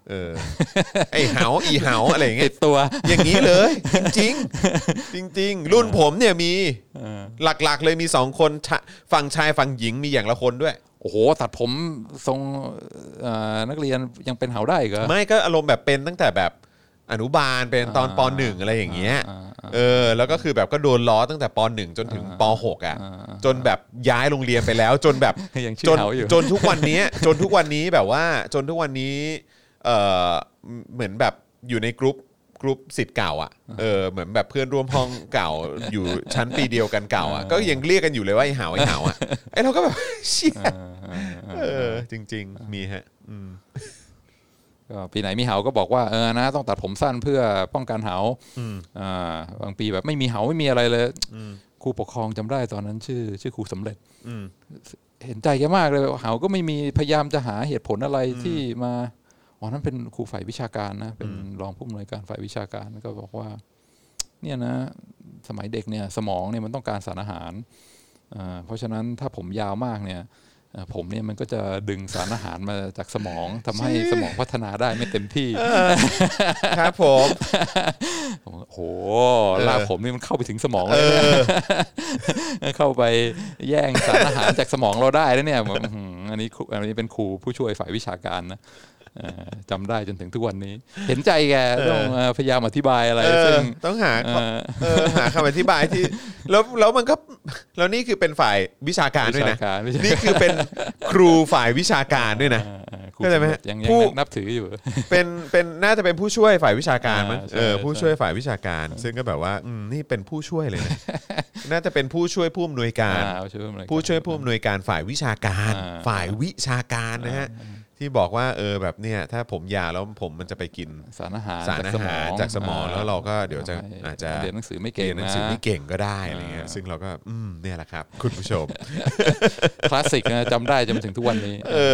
ไอ้เหาอีเหาอะไรอย่างเงี้ติยดตัวอย่างนี้เลย จริงๆจริงๆรุ่นผมเนี่ยมีหลักๆเลยมี2คนฝั่งชายฝั่งหญิงมีอย่างละคนด้วยโอ้โหตัดผมทรงนักเรียนยังเป็นเหาได้เหรอไม่ก็อารมณ์แบบเป็นตั้งแต่แบบอนุบาลเป็นตอนป .1 อะไรอย่างเงี้ยแล้วก็คือแบบก็โดนล้อตั้งแต่ป .1 จนถึงป .6 อ่ะจนแบบย้ายโรงเรียนไปแล้วจนแบบจนทุกวันนี้แบบว่าจนทุกวันนี้เหมือนแบบอยู่ในกรุ๊ปศิษย์เก่าอ่ะเหมือนแบบเพื่อนร่วมห้องเก่าอยู่ชั้นปีเดียวกันเก่าอ่ะก็ยังเรียกกันอยู่เลยว่าไอ้เหาอ่ะไอ้เราก็แบบเชี่ยจริงๆมีฮะก็ปีไหนมีเหาก็บอกว่านะต้องตัดผมสั้นเพื่อป้องกันเหาบางปีแบบไม่มีเหาไม่มีอะไรเลยครูปกครองจำได้ตอนนั้นชื่อครูสำเร็จเห็นใจแกมากเลยเหาก็ไม่มีพยายามจะหาเหตุผลอะไรที่มานั้นเป็นครูฝ่ายวิชาการนะเป็นรองผู้อำนวยการฝ่ายวิชาการก็บอกว่าเนี่ยนะสมัยเด็กเนี่ยสมองเนี่ยมันต้องการสารอาหารเพราะฉะนั้นถ้าผมยาวมากเนี่ยผมเนี่ยมันก็จะดึงสารอาหารมาจากสมองทำให้สมองพัฒนาได้ไม่เต็มที่ครับผมโหลากผมนี่มันเข้าไปถึงสมองเลยเข้าไปแย่งสารอาหารจากสมองเราได้แล้วเนี่ยอันนี้เป็นครูผู้ช่วยฝ่ายวิชาการนะจำได้จนถึงทุกวันนี้เห็นใจแกต้องพยายามอธิบายอะไรซึ่งต้องหาคำอธิบายที่แล้วมันก็แล้วนี่คือเป็นฝ่ายวิชาการด้วยนะนี่คือเป็นครูฝ่ายวิชาการด้วยนะเข้าใจไหมยังนับถืออยู่เป็นน่าจะเป็นผู้ช่วยฝ่ายวิชาการมั้งผู้ช่วยฝ่ายวิชาการซึ่งก็แบบว่านี่เป็นผู้ช่วยเลยนะน่าจะเป็นผู้ช่วยผู้อำนวยการผู้ช่วยผู้อำนวยการฝ่ายวิชาการฝ่ายวิชาการนะฮะที่บอกว่าแบบเนี่ยถ้าผมยาวแล้วผมมันจะไปกินสารอาหารจากสมองแล้วเราก็เดี๋ยวจะอาจจะเรียนหนังสือไม่เก่งก็ได้อะไรเงี้ยซึ่งเราก็เนี่ยแหละครับคุณผู้ชมคลาสสิกนะจำได้จนถึงทุกวันนี้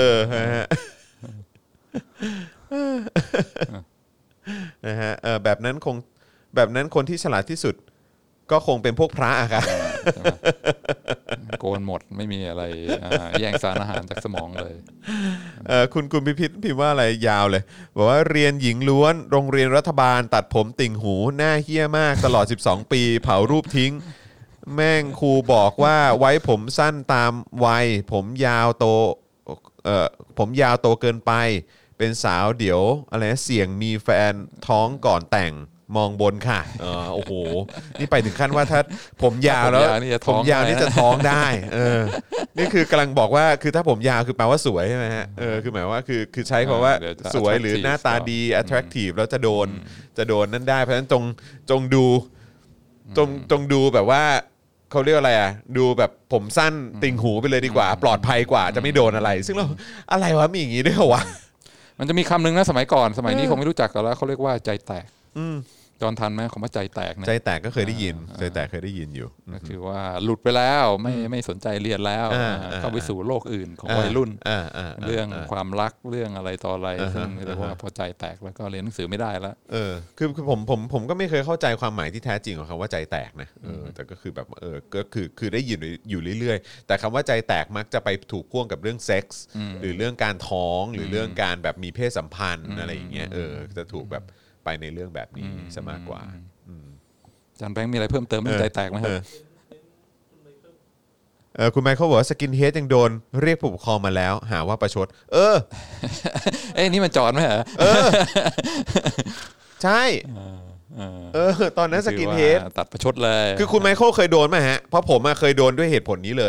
นะฮะแบบนั้นคนที่ฉลาดที่สุดก็คงเป็นพวกพระอะครับโกนหมดไม่มีอะไรแย่งสารอาหารจากสมองเลยคุณพิพิธพิมพ์ว่าอะไรยาวเลยบอกว่าเรียนหญิงล้วนโรงเรียนรัฐบาลตัดผมติ่งหูหน้าเหี้ยมากตลอด12ปีเผารูปทิ้งแม่งครูบอกว่าไว้ผมสั้นตามวัยผมยาวโตเกินไปเป็นสาวเดี๋ยวอะไรเสี่ยงมีแฟนท้องก่อนแต่งมองบนค่ะโอ้โหนี่ไปถึงขั้นว่าถ้าผมยาวแล้วผมยาวนี่จะท้องได้นี่คือกำลังบอกว่าคือถ้าผมยาวคือแปลว่าสวยใช่ไหมฮะคือหมายว่าคือใช้คำว่าสวยหรือหน้าตาดี attractive แล้วจะโดนนั่นได้เพราะฉะนั้นจงดูแบบว่าเขาเรียกอะไรอ่ะดูแบบผมสั้นติ่งหูไปเลยดีกว่าปลอดภัยกว่าจะไม่โดนอะไรซึ่งเราอะไรวะมีอย่างงี้ด้วยเหรอวะมันจะมีคำหนึ่งนะสมัยก่อนสมัยนี้คงไม่รู้จักกันแล้วเขาเรียกว่าใจแตกจอนทันไหมคำว่าใจแตกใจแตกก็เคยได้ยินใจแตกเคยได้ยินอยู่ก็คือว่าหลุดไปแล้วไม่สนใจเรียนแล้วเข้าไปสู่โลกอื่นของวัยรุ่นเรื่องความรักเรื่องอะไรต่ออะไรซึ่งเรียกว่าพอใจแตกแล้วก็เรียนหนังสือไม่ได้แล้วคือผมก็ไม่เคยเข้าใจความหมายที่แท้จริงของคำว่าใจแตกนะแต่ก็คือแบบก็คือได้ยินอยู่เรื่อยๆแต่คำว่าใจแตกมักจะไปถูกพ่วงกับเรื่องเซ็กส์หรือเรื่องการท้องหรือเรื่องการแบบมีเพศสัมพันธ์อะไรอย่างเงี้ยจะถูกแบบไปในเรื่องแบบนี้ซะมากกว่าอาจารย์แบงค์มีอะไรเพิ่มเติมเรื่องใจแตกไหมครับคุณไมเคิลบอกว่าสกินเฮดยังโดนเรียกผู้ปกครองมาแล้วหาว่าประชดนี่มันจอดไหมเหรอใช่ตอนนั้นสกินเฮดตัดประชดเลยคือคุณไมเคิลเคยโดนไหมฮะเพราะผมเคยโดนด้วยเหตุผลนี้เลย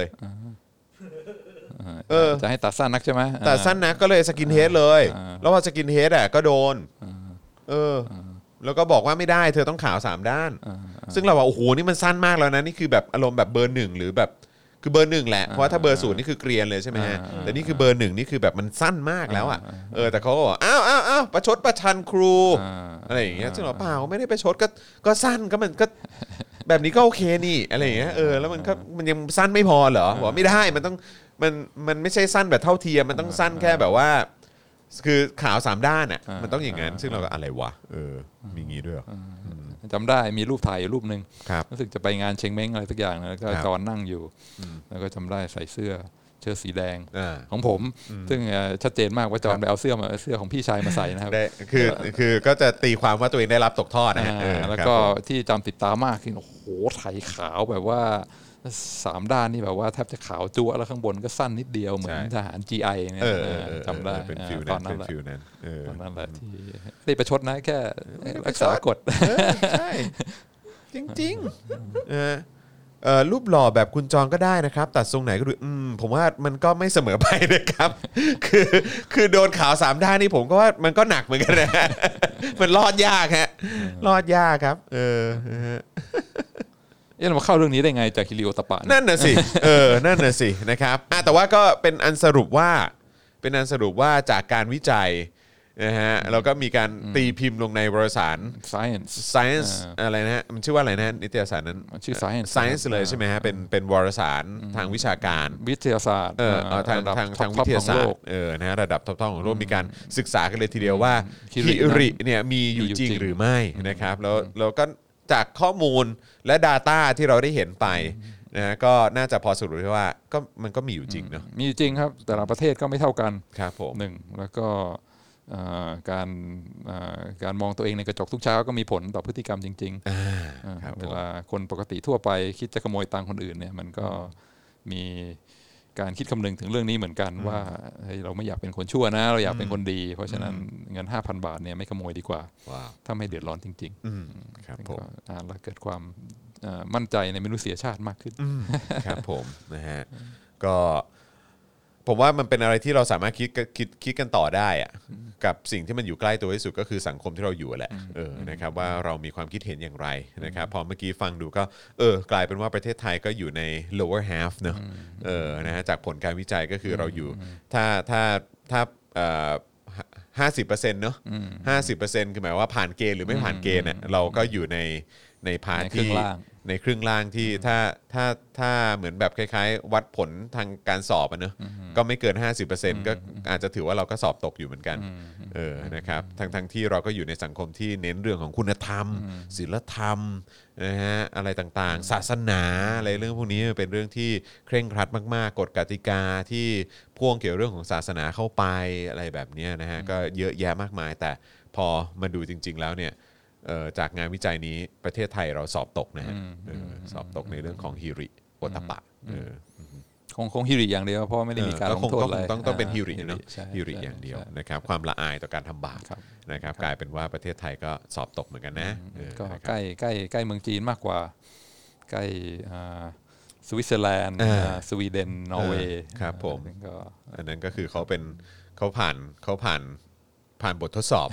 จะให้ตัดสั้นนักใช่ไหมตัดสั้นนักก็เลยสกินเฮดเลยแล้วพอสกินเฮดก็โดนแล้วก็บอกว่าไม่ได้เธอต้องขาว3ด้านซึ่งเราว่าโอ้โหนี่มันสั้นมากแล้วนะนี่คือแบบอารมณ์แบบเบอร์1หรือแบบคือเบอร์1แหละเพราะว่าถ้าเบอร์0นี่คือเกรียนเลยใช่ไหมฮะแต่นี่คือเบอร์1นี่คือแบบมันสั้นมากแล้วอ่ะแต่เขาก็บอกอ้าวประชดประชันครูอะไรอย่างเงี้ยซึ่งเราเปล่าไม่ได้ประชดก็สั้นก็มันก็แบบนี้ก็โอเคนี่อะไรอย่างเงี้ยแล้วมันยังสั้นไม่พอเหรอบอกไม่ได้มันต้องมันไม่ใช่สั้นแบบเท่าเทียมมันต้องสั้นแค่แบบว่าคือขาว3ด้านอ่ะมันต้องอย่างนั้นซึ่งเราก็อะไรวะมีงี้ด้วยจำได้มีรูปถ่ายอยู่รูปนึงรู้สึกจะไปงานเชงเม้งอะไรสักอย่างแล้วก็จอนนั่งอยู่แล้วก็จำได้ใส่เสื้อเชิ้ตสีแดงของผมซึ่งชัดเจนมากว่าจอห์นไปเอาเสื้อของพี่ชายมาใส่นะครับคือก็จะตีความว่าตัวเองได้รับตกทอดนะฮะแล้วก็ที่จำติดตามากคือโอ้โหไถขาวแบบว่า3ด้านนี่แบบว่าแทบจะขาวจั๊วแล้วข้างบนก็สั้นนิดเดียวเหมือนทหาร GI เนี่ยจำได้ตอนนั้นแหละที่ได้ประชดนะแค่รักษากฎใช่จริงๆรูปหล่อแบบคุณจองก็ได้นะครับตัดทรงไหนก็ดูผมว่ามันก็ไม่เสมอไปนะครับคือโดนขาว3ด้านนี่ผมก็ว่ามันก็หนักเหมือนกันนะมันรอดยากฮะรอดยากครับเรามาเข้าเรื่องนี้ได้ไงจากฮิริโอตปะนั่นน่ะสินั่นน่ะสินะครับแต่ว่าก็เป็นอันสรุปว่าจากการวิจัยนะฮะแล้วก็มีการตีพิมพ์ลงในวารสาร Science อะไรนะฮะมันชื่อว่าอะไรนะนิตยสารนั้นชื่อ Science เลยใช่ไหมฮะเป็นวารสารทางวิชาการวิทยาศาสตร์ทางวิทยาศาสตร์นะฮะระดับท็อปของโลกมีการศึกษากันเลยทีเดียวว่าฮิริเนี่ยมีอยู่จริงหรือไม่นะครับแล้วก็จากข้อมูลและ Data ที่เราได้เห็นไปนะก็น่าจะพอสรุปได้ว่าก็มันก็มีอยู่จริงเนาะมีอยู่จริงครับแต่ละประเทศก็ไม่เท่ากันครับผม 1แล้วก็การมองตัวเองในกระจกทุกเช้าก็มีผลต่อพฤติกรรมจริงๆเวลาคนปกติทั่วไปคิดจะขโมยตังค์คนอื่นเนี่ยมันก็มีการคิดคำนึงถึงเรื่องนี้เหมือนกันว่าเราไม่อยากเป็นคนชั่วนะเราอยากเป็นคนดีเพราะฉะนั้นเงิน 5,000 บาทเนี่ยไม่ขโมยดีกว่าถ้าไม่เดือดร้อนจริงๆครับผมแล้วเกิดความมั่นใจในมนุษยชาติมากขึ้นครับผมนะฮะก็ผมว่ามันเป็นอะไรที่เราสามารถคิดกันต่อได้อะกับสิ่งที่มันอยู่ใกล้ตัวที่สุดก็คือสังคมที่เราอยู่แหละนะครับว่าเรามีความคิดเห็นอย่างไรนะครับพอเมื่อกี้ฟังดูก็กลายเป็นว่าประเทศไทยก็อยู่ใน lower half เนอะนะฮะจากผลการวิจัยก็คือเราอยู่ถ้า50%เนอะ50%คือหมายว่าผ่านเกณฑ์หรือไม่ผ่านเกณฑ์เนี่ยเราก็อยู่ในพาร์ทที่ในครึ่งล่างที่ถ้าเหมือนแบบคล้ายๆวัดผลทางการสอบอ่ะเนอะก็ไม่เกิน 50% ก็อาจจะถือว่าเราก็สอบตกอยู่เหมือนกันนะครับทั้งที่เราก็อยู่ในสังคมที่เน้นเรื่องของคุณธรรมศีลธรรมนะฮะอะไรต่างๆศาสนาอะไรเรื่องพวกนี้เป็นเรื่องที่เคร่งครัดมากๆกฎกติกาที่พ่วงเกี่ยวเรื่องของศาสนาเข้าไปอะไรแบบนี้นะฮะก็เยอะแยะมากมายแต่พอมาดูจริงๆแล้วเนี่ยจากงานวิจัยนี้ประเทศไทยเราสอบตกนะฮะสอบตกในเรื่องของฮิริโอตปะคงฮิริอย่างเดียวเพราะไม่ได้มีการลงโทษอะไรต้องเป็นฮิริเนาะฮิริอย่างเดียวนะครับความละอายต่อการทำบาปนะครับกลายเป็นว่าประเทศไทยก็สอบตกเหมือนกันนะก็ใกล้เมืองจีนมากกว่าใกล้สวิตเซอร์แลนด์สวีเดนนอร์เวย์ครับผมอันนั้นก็คือเขาผ่านบททดสอบ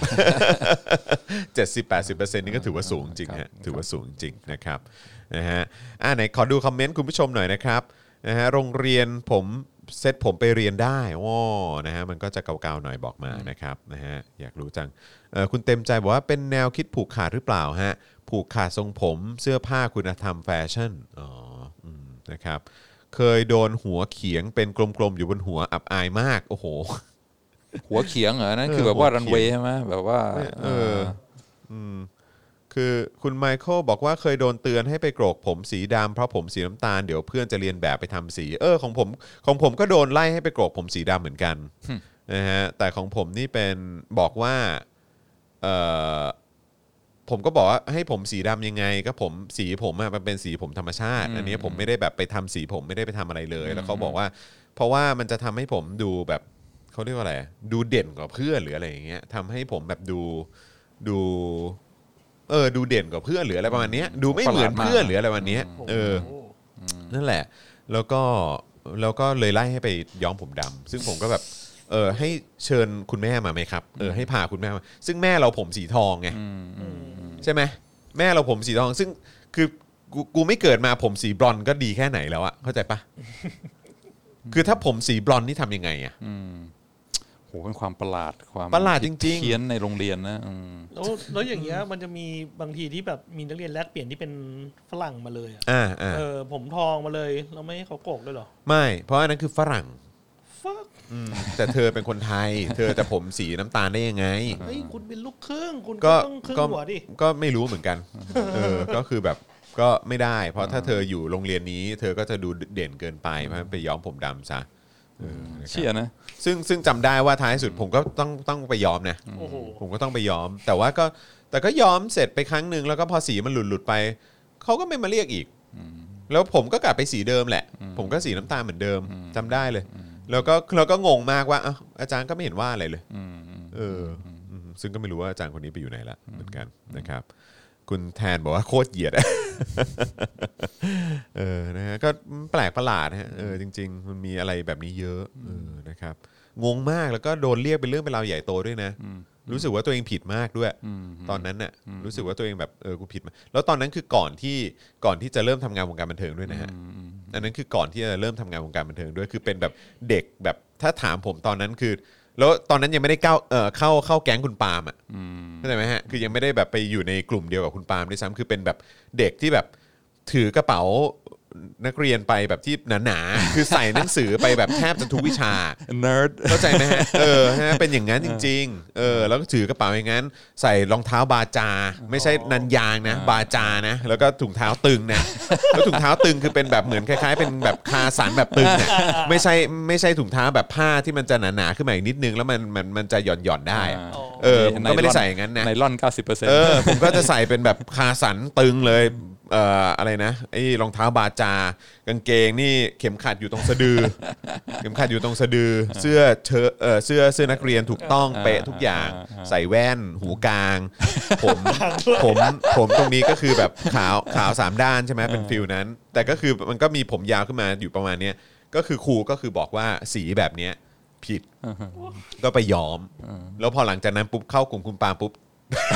70-80% นี่ก็ถือว่าสูงจริงฮะถือว่าสูงจริงนะครับนะฮะไหนขอดูคอมเมนต์คุณผู้ชมหน่อยนะครับนะฮะโรงเรียนผมเซตผมไปเรียนได้นะฮะมันก็จะเก่าๆหน่อยบอกมานะครับนะฮะอยากรู้จังคุณเต็มใจบอกว่าเป็นแนวคิดผูกขาดหรือเปล่าฮะผูกขาดทรงผมเสื้อผ้าคุณธรรมแฟชั่นนะครับเคยโดนหัวเขียงเป็นกลมๆอยู่บนหัวอับอายมากโอ้โหหัวเขียงเหรอนั่นคือแบบว่ารันเวย์ใช่ไหมแบบว่าคือคุณไมเคิลบอกว่าเคยโดนเตือนให้ไปโกรกผมสีดำเพราะผมสีน้ำตาลเดี๋ยวเพื่อนจะเรียนแบบไปทำสีของผมก็โดนไล่ให้ไปโกรกผมสีดำเหมือนกันนะฮะแต่ของผมนี่เป็นบอกว่าผมก็บอกว่าให้ผมสีดำยังไงก็สีผมมันเป็นสีผมธรรมชาติอันนี้ผมไม่ได้แบบไปทำสีผมไม่ได้ไปทำอะไรเลยแล้วเขาบอกว่าเพราะว่ามันจะทำให้ผมดูแบบเขาเรียกว่าอะไรดูเด่นกว่าเพื่อนหรืออะไรอย่างเงี้ยทำให้ผมแบบดูเด่นกว่าเพื่อนหรืออะไรประมาณนี้ดูไม่เหมือนเพื่อนหรืออะไรประมาณนี้นั่นแหละแล้วก็เลยไล่ให้ไปย้อมผมดำซึ่งผมก็แบบให้เชิญคุณแม่มาไหมครับให้พาคุณแม่มาซึ่งแม่เราผมสีทองไงใช่ไหมแม่เราผมสีทองซึ่งคือกูไม่เกิดมาผมสีบลอนด์ก็ดีแค่ไหนแล้วอะเข้าใจปะคือถ้าผมสีบลอนด์นี่ทำยังไงอะโหเป็นความประหลาดจริงๆเพี้ยนในโรงเรียนนะแล้วอย่างเงี้ยมันจะมีบางทีที่แบบมีนักเรียนแลกเปลี่ยนที่เป็นฝรั่งมาเลยผมทองมาเลยเราไม่ให้เขาโกกด้วยหรอไม่เพราะอันนั้นคือฝรั่งแต่เธอเป็นคนไทยเธอแต่ผมสีน้ำตาลได้ยังไงเฮ้ยคุณเป็นลูกครึ่งคุณก็ต้องครึ่งหัวดิก็ไม่รู้เหมือนกันก็คือแบบก็ไม่ได้เพราะถ้าเธออยู่โรงเรียนนี้เธอก็จะดูเด่นเกินไปเพราะไปย้อมผมดำซะเชี่ยนะซึ่งจำได้ว่าท้ายสุดผมก็ต้องไปยอมนะผมก็ต้องไปยอมแต่ว่าก็ยอมเสร็จไปครั้งหนึ่งแล้วก็พอสีมันหลุดไปเขาก็ไม่มาเรียกอีกแล้วผมก็กลับไปสีเดิมแหละผมก็สีน้ำตาลเหมือนเดิมจำได้เลยแล้วก็งงมากว่าอาจารย์ก็ไม่เห็นว่าอะไรเลยซึ่งก็ไม่รู้ว่าอาจารย์คนนี้ไปอยู่ไหนละเหมือนกันนะครับคุณแทนบอกว่าโคตรเหยียดนะฮะก็แปลกประหลาดฮะจริงๆมันมีอะไรแบบนี้เยอะนะครับงงมากแล้วก็โดนเรียกเป็นเรื่องเป็นราวใหญ่โตด้วยนะรู้สึกว่าตัวเองผิดมากด้วยตอนนั้นน่ะรู้สึกว่าตัวเองแบบกูผิดมาแล้วตอนนั้นคือก่อนที่จะเริ่มทำงานวงการบันเทิงด้วยนะฮะอันนั้นคือก่อนที่จะเริ่มทำงานวงการบันเทิงด้วยคือเป็นแบบเด็กแบบถ้าถามผมตอนนั้นคือแล้วตอนนั้นยังไม่ได้เข้าแก๊งคุณปาล์มอ่ะเข้าใจไหมฮะคือยังไม่ได้แบบไปอยู่ในกลุ่มเดียวกับคุณปาล์มด้วยซ้ำคือเป็นแบบเด็กที่แบบถือกระเป๋านักเรียนไปแบบที่หนาๆคือใส่หนังสือไปแบบแทบจะทุกวิชา nerd เข้าใจไหมฮะฮะเป็นอย่างนั้นจริงๆแล้วก็ถือกระเป๋าอย่างนั้นใส่รองเท้าบาจาไม่ใช่นันยางนะบาจานะแล้วก็ถุงเท้าตึงนะแล้วถุงเท้าตึงคือเป็นแบบเหมือนคล้ายๆเป็นแบบคาสันแบบตึงเนี่ยไม่ใช่ถุงเท้าแบบผ้าที่มันจะหนาๆขึ้นมาอีกนิดนึงแล้วมันจะหย่อนได้ผมก็ไม่ได้ใส่อย่างนั้นนะไนลอน 90% ผมก็จะใส่เป็นแบบคาสันตึงเลยอะไรนะไอ้รองเท้าบาจากางเกงนี่เข็มขัดอยู่ตรงสะดือเข็มขัดอยู่ตรงสะดือเสื้อนักเรียนถูกต้องเป๊ะทุกอย่างใส่แว่นหูกลางผมตรงนี้ก็คือแบบขาว3ด้านใช่ไหมเป็นฟิลนั้นแต่ก็คือมันก็มีผมยาวขึ้นมาอยู่ประมาณนี้ก็คือครูก็คือบอกว่าสีแบบเนี้ยผิดก็ไปย้อมแล้วพอหลังจากนั้นปุ๊บเข้ากลุ่มคุณปาปุ๊บ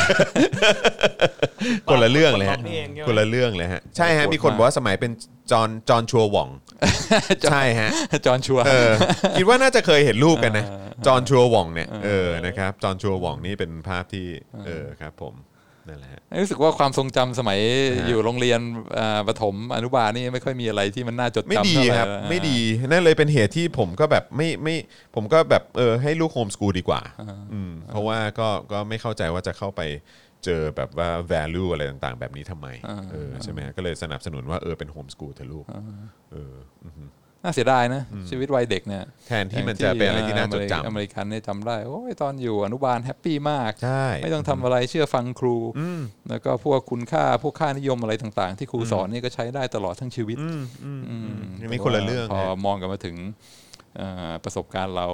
คนละเรื่องเลยฮะคนละเรื่องเลยฮะใช่ฮะมีคนบอกว่าสมัยเป็นจอนชัวหว่องใช่ฮะจอนชัวคิดว่าน่าจะเคยเห็นรูปกันนะจอนชัวหว่องเนี่ยนะครับจอนชัวหว่องนี่เป็นภาพที่ครับผมนั่นแหละรู้สึกว่าความทรงจำสมัยอยู่โรงเรียนประถมอนุบาลนี่ไม่ค่อยมีอะไรที่มันน่าจดจำไม่ดีครับไม่ดีนั่นเลยเป็นเหตุที่ผมก็แบบไม่ผมก็แบบให้ลูกโฮมสกูลดีกว่าเพราะว่าก็ไม่เข้าใจว่าจะเข้าไปเจอแบบว่า value อะไรต่างๆแบบนี้ทำไมใช่ไหมก็เลยสนับสนุนว่าเป็นโฮมสกูลเถอะลูกน่าเสียดายนะชีวิตวัยเด็กเนี่ยแทนที่มันจะเป็นอะไรที่น่าจดจำอเมริกันเนี่ยจำได้โอ้ยตอนอยู่อนุบาลแฮปปี้มากไม่ต้องทำอะไรเชื่อฟังครูแล้วก็พวกคุณค่าพวกค่านิยมอะไรต่างๆที่ครูสอนนี่ก็ใช้ได้ตลอดทั้งชีวิตมีคนละเรื่องพอมองกลับมาถึงประสบการณ์เรา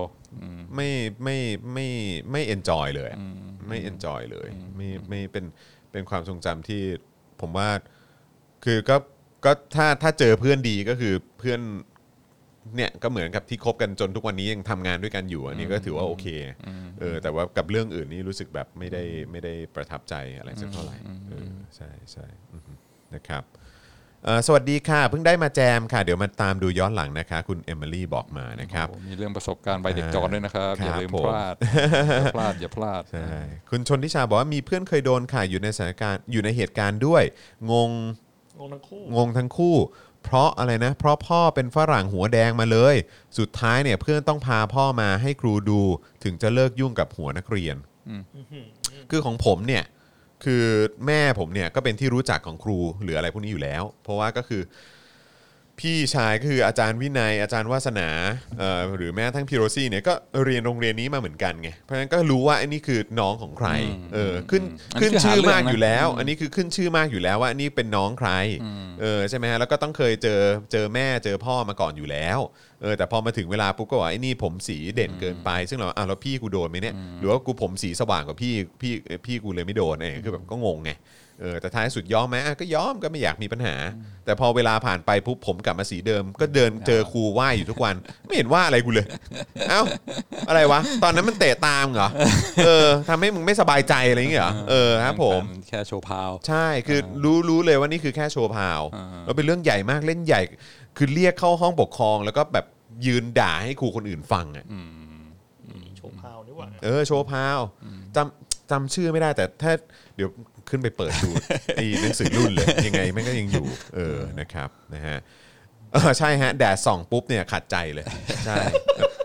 ไม่เอนจอยเลยไม่เอนจอยเลยไม่เป็นความทรงจำที่ผมว่าคือก็ถ้าเจอเพื่อนดีก็คือเพื่อนเนี่ยก็เหมือนกับที่คบกันจนทุกวันนี้ยังทำงานด้วยกันอยู่อันนี้ก็ถือว่าโอเคแต่ว่ากับเรื่องอื่นนี่รู้สึกแบบไม่ได้ประทับใจอะไรสักเท่าไหร่ใช่นะครับสวัสดีค่ะเพิ่งได้มาแจมค่ะเดี๋ยวมาตามดูย้อนหลังนะคะคุณเอมิลี่บอกมานะครับมีเรื่องประสบการณ์ใบเด็กจอนด้วยนะครับอย่าลืมพลาดอย่าพลาดใช่คุณชนทิชาบอกว่ามีเพื่อนเคยโดนค่ะอยู่ในสถานการณ์อยู่ในเหตุการณ์ด้วยงงทั้งคู่เพราะอะไรนะเพราะพ่อเป็นฝรั่งหัวแดงมาเลยสุดท้ายเนี่ยเพื่อนต้องพาพ่อมาให้ครูดูถึงจะเลิกยุ่งกับหัวนักเรียนคือของผมเนี่ยคือแม่ผมเนี่ยก็เป็นที่รู้จักของครูหรืออะไรพวกนี้อยู่แล้วเพราะว่าก็คือพี่ชายก็คืออาจารย์วินัยอาจารย์วาสนาหรือแม้ทั้งพี่โรซี่เนี่ยก็เรียนโรงเรียนนี้มาเหมือนกันไงเพราะฉะนั้นก็รู้ว่าอันนี้คือน้องของใครขึ้นชื่อมากอยู่แล้วอันนี้คือขึ้นชื่อมากอยู่แล้วว่าอันนี้เป็นน้องใครใช่ไหมฮะแล้วก็ต้องเคยเจอแม่เจอพ่อมาก่อนอยู่แล้วแต่พอมาถึงเวลาปุ๊บก็ว่าไอ้นี่ผมสีเด่นเกินไปซึ่งเราแล้วพี่กูโดนไหมเนี่ยหรือว่ากูผมสีสว่างกว่าพี่กูเลยไม่โดนคือแบบก็งงไงแต่ท้ายสุดยอมไหมก็ยอมก็ไม่อยากมีปัญหาแต่พอเวลาผ่านไปปุ๊บผมกลับมาสีเดิมก็เดินเจอครูไหว้อยู่ทุกวันไม่เห็นว่าอะไรกูเลยเอ้าอะไรวะตอนนั้นมันเตะตามเหรอทำให้มึงไม่สบายใจอะไรอย่างเงี้ยเหรอครับผมแค่โชว์พาวใช่คือรู้เลยว่านี่คือแค่โชว์พาวแล้วเป็นเรื่องใหญ่มากเล่นใหญ่คือเรียกเข้าห้องปกครองแล้วก็แบบยืนด่าให้ครูคนอื่นฟังโชว์พาวนี่หว่าโชว์พาวจำชื่อไม่ได้แต่ถ้าเดี๋ยวขึ้นไปเปิดดูไอ้หนังสือรุ่นเลยยังไงแม่งก็ยังอยู่นะครับนะฮะใช่ฮะแดดส่องปุ๊บเนี่ยขัดใจเลยใช่ผ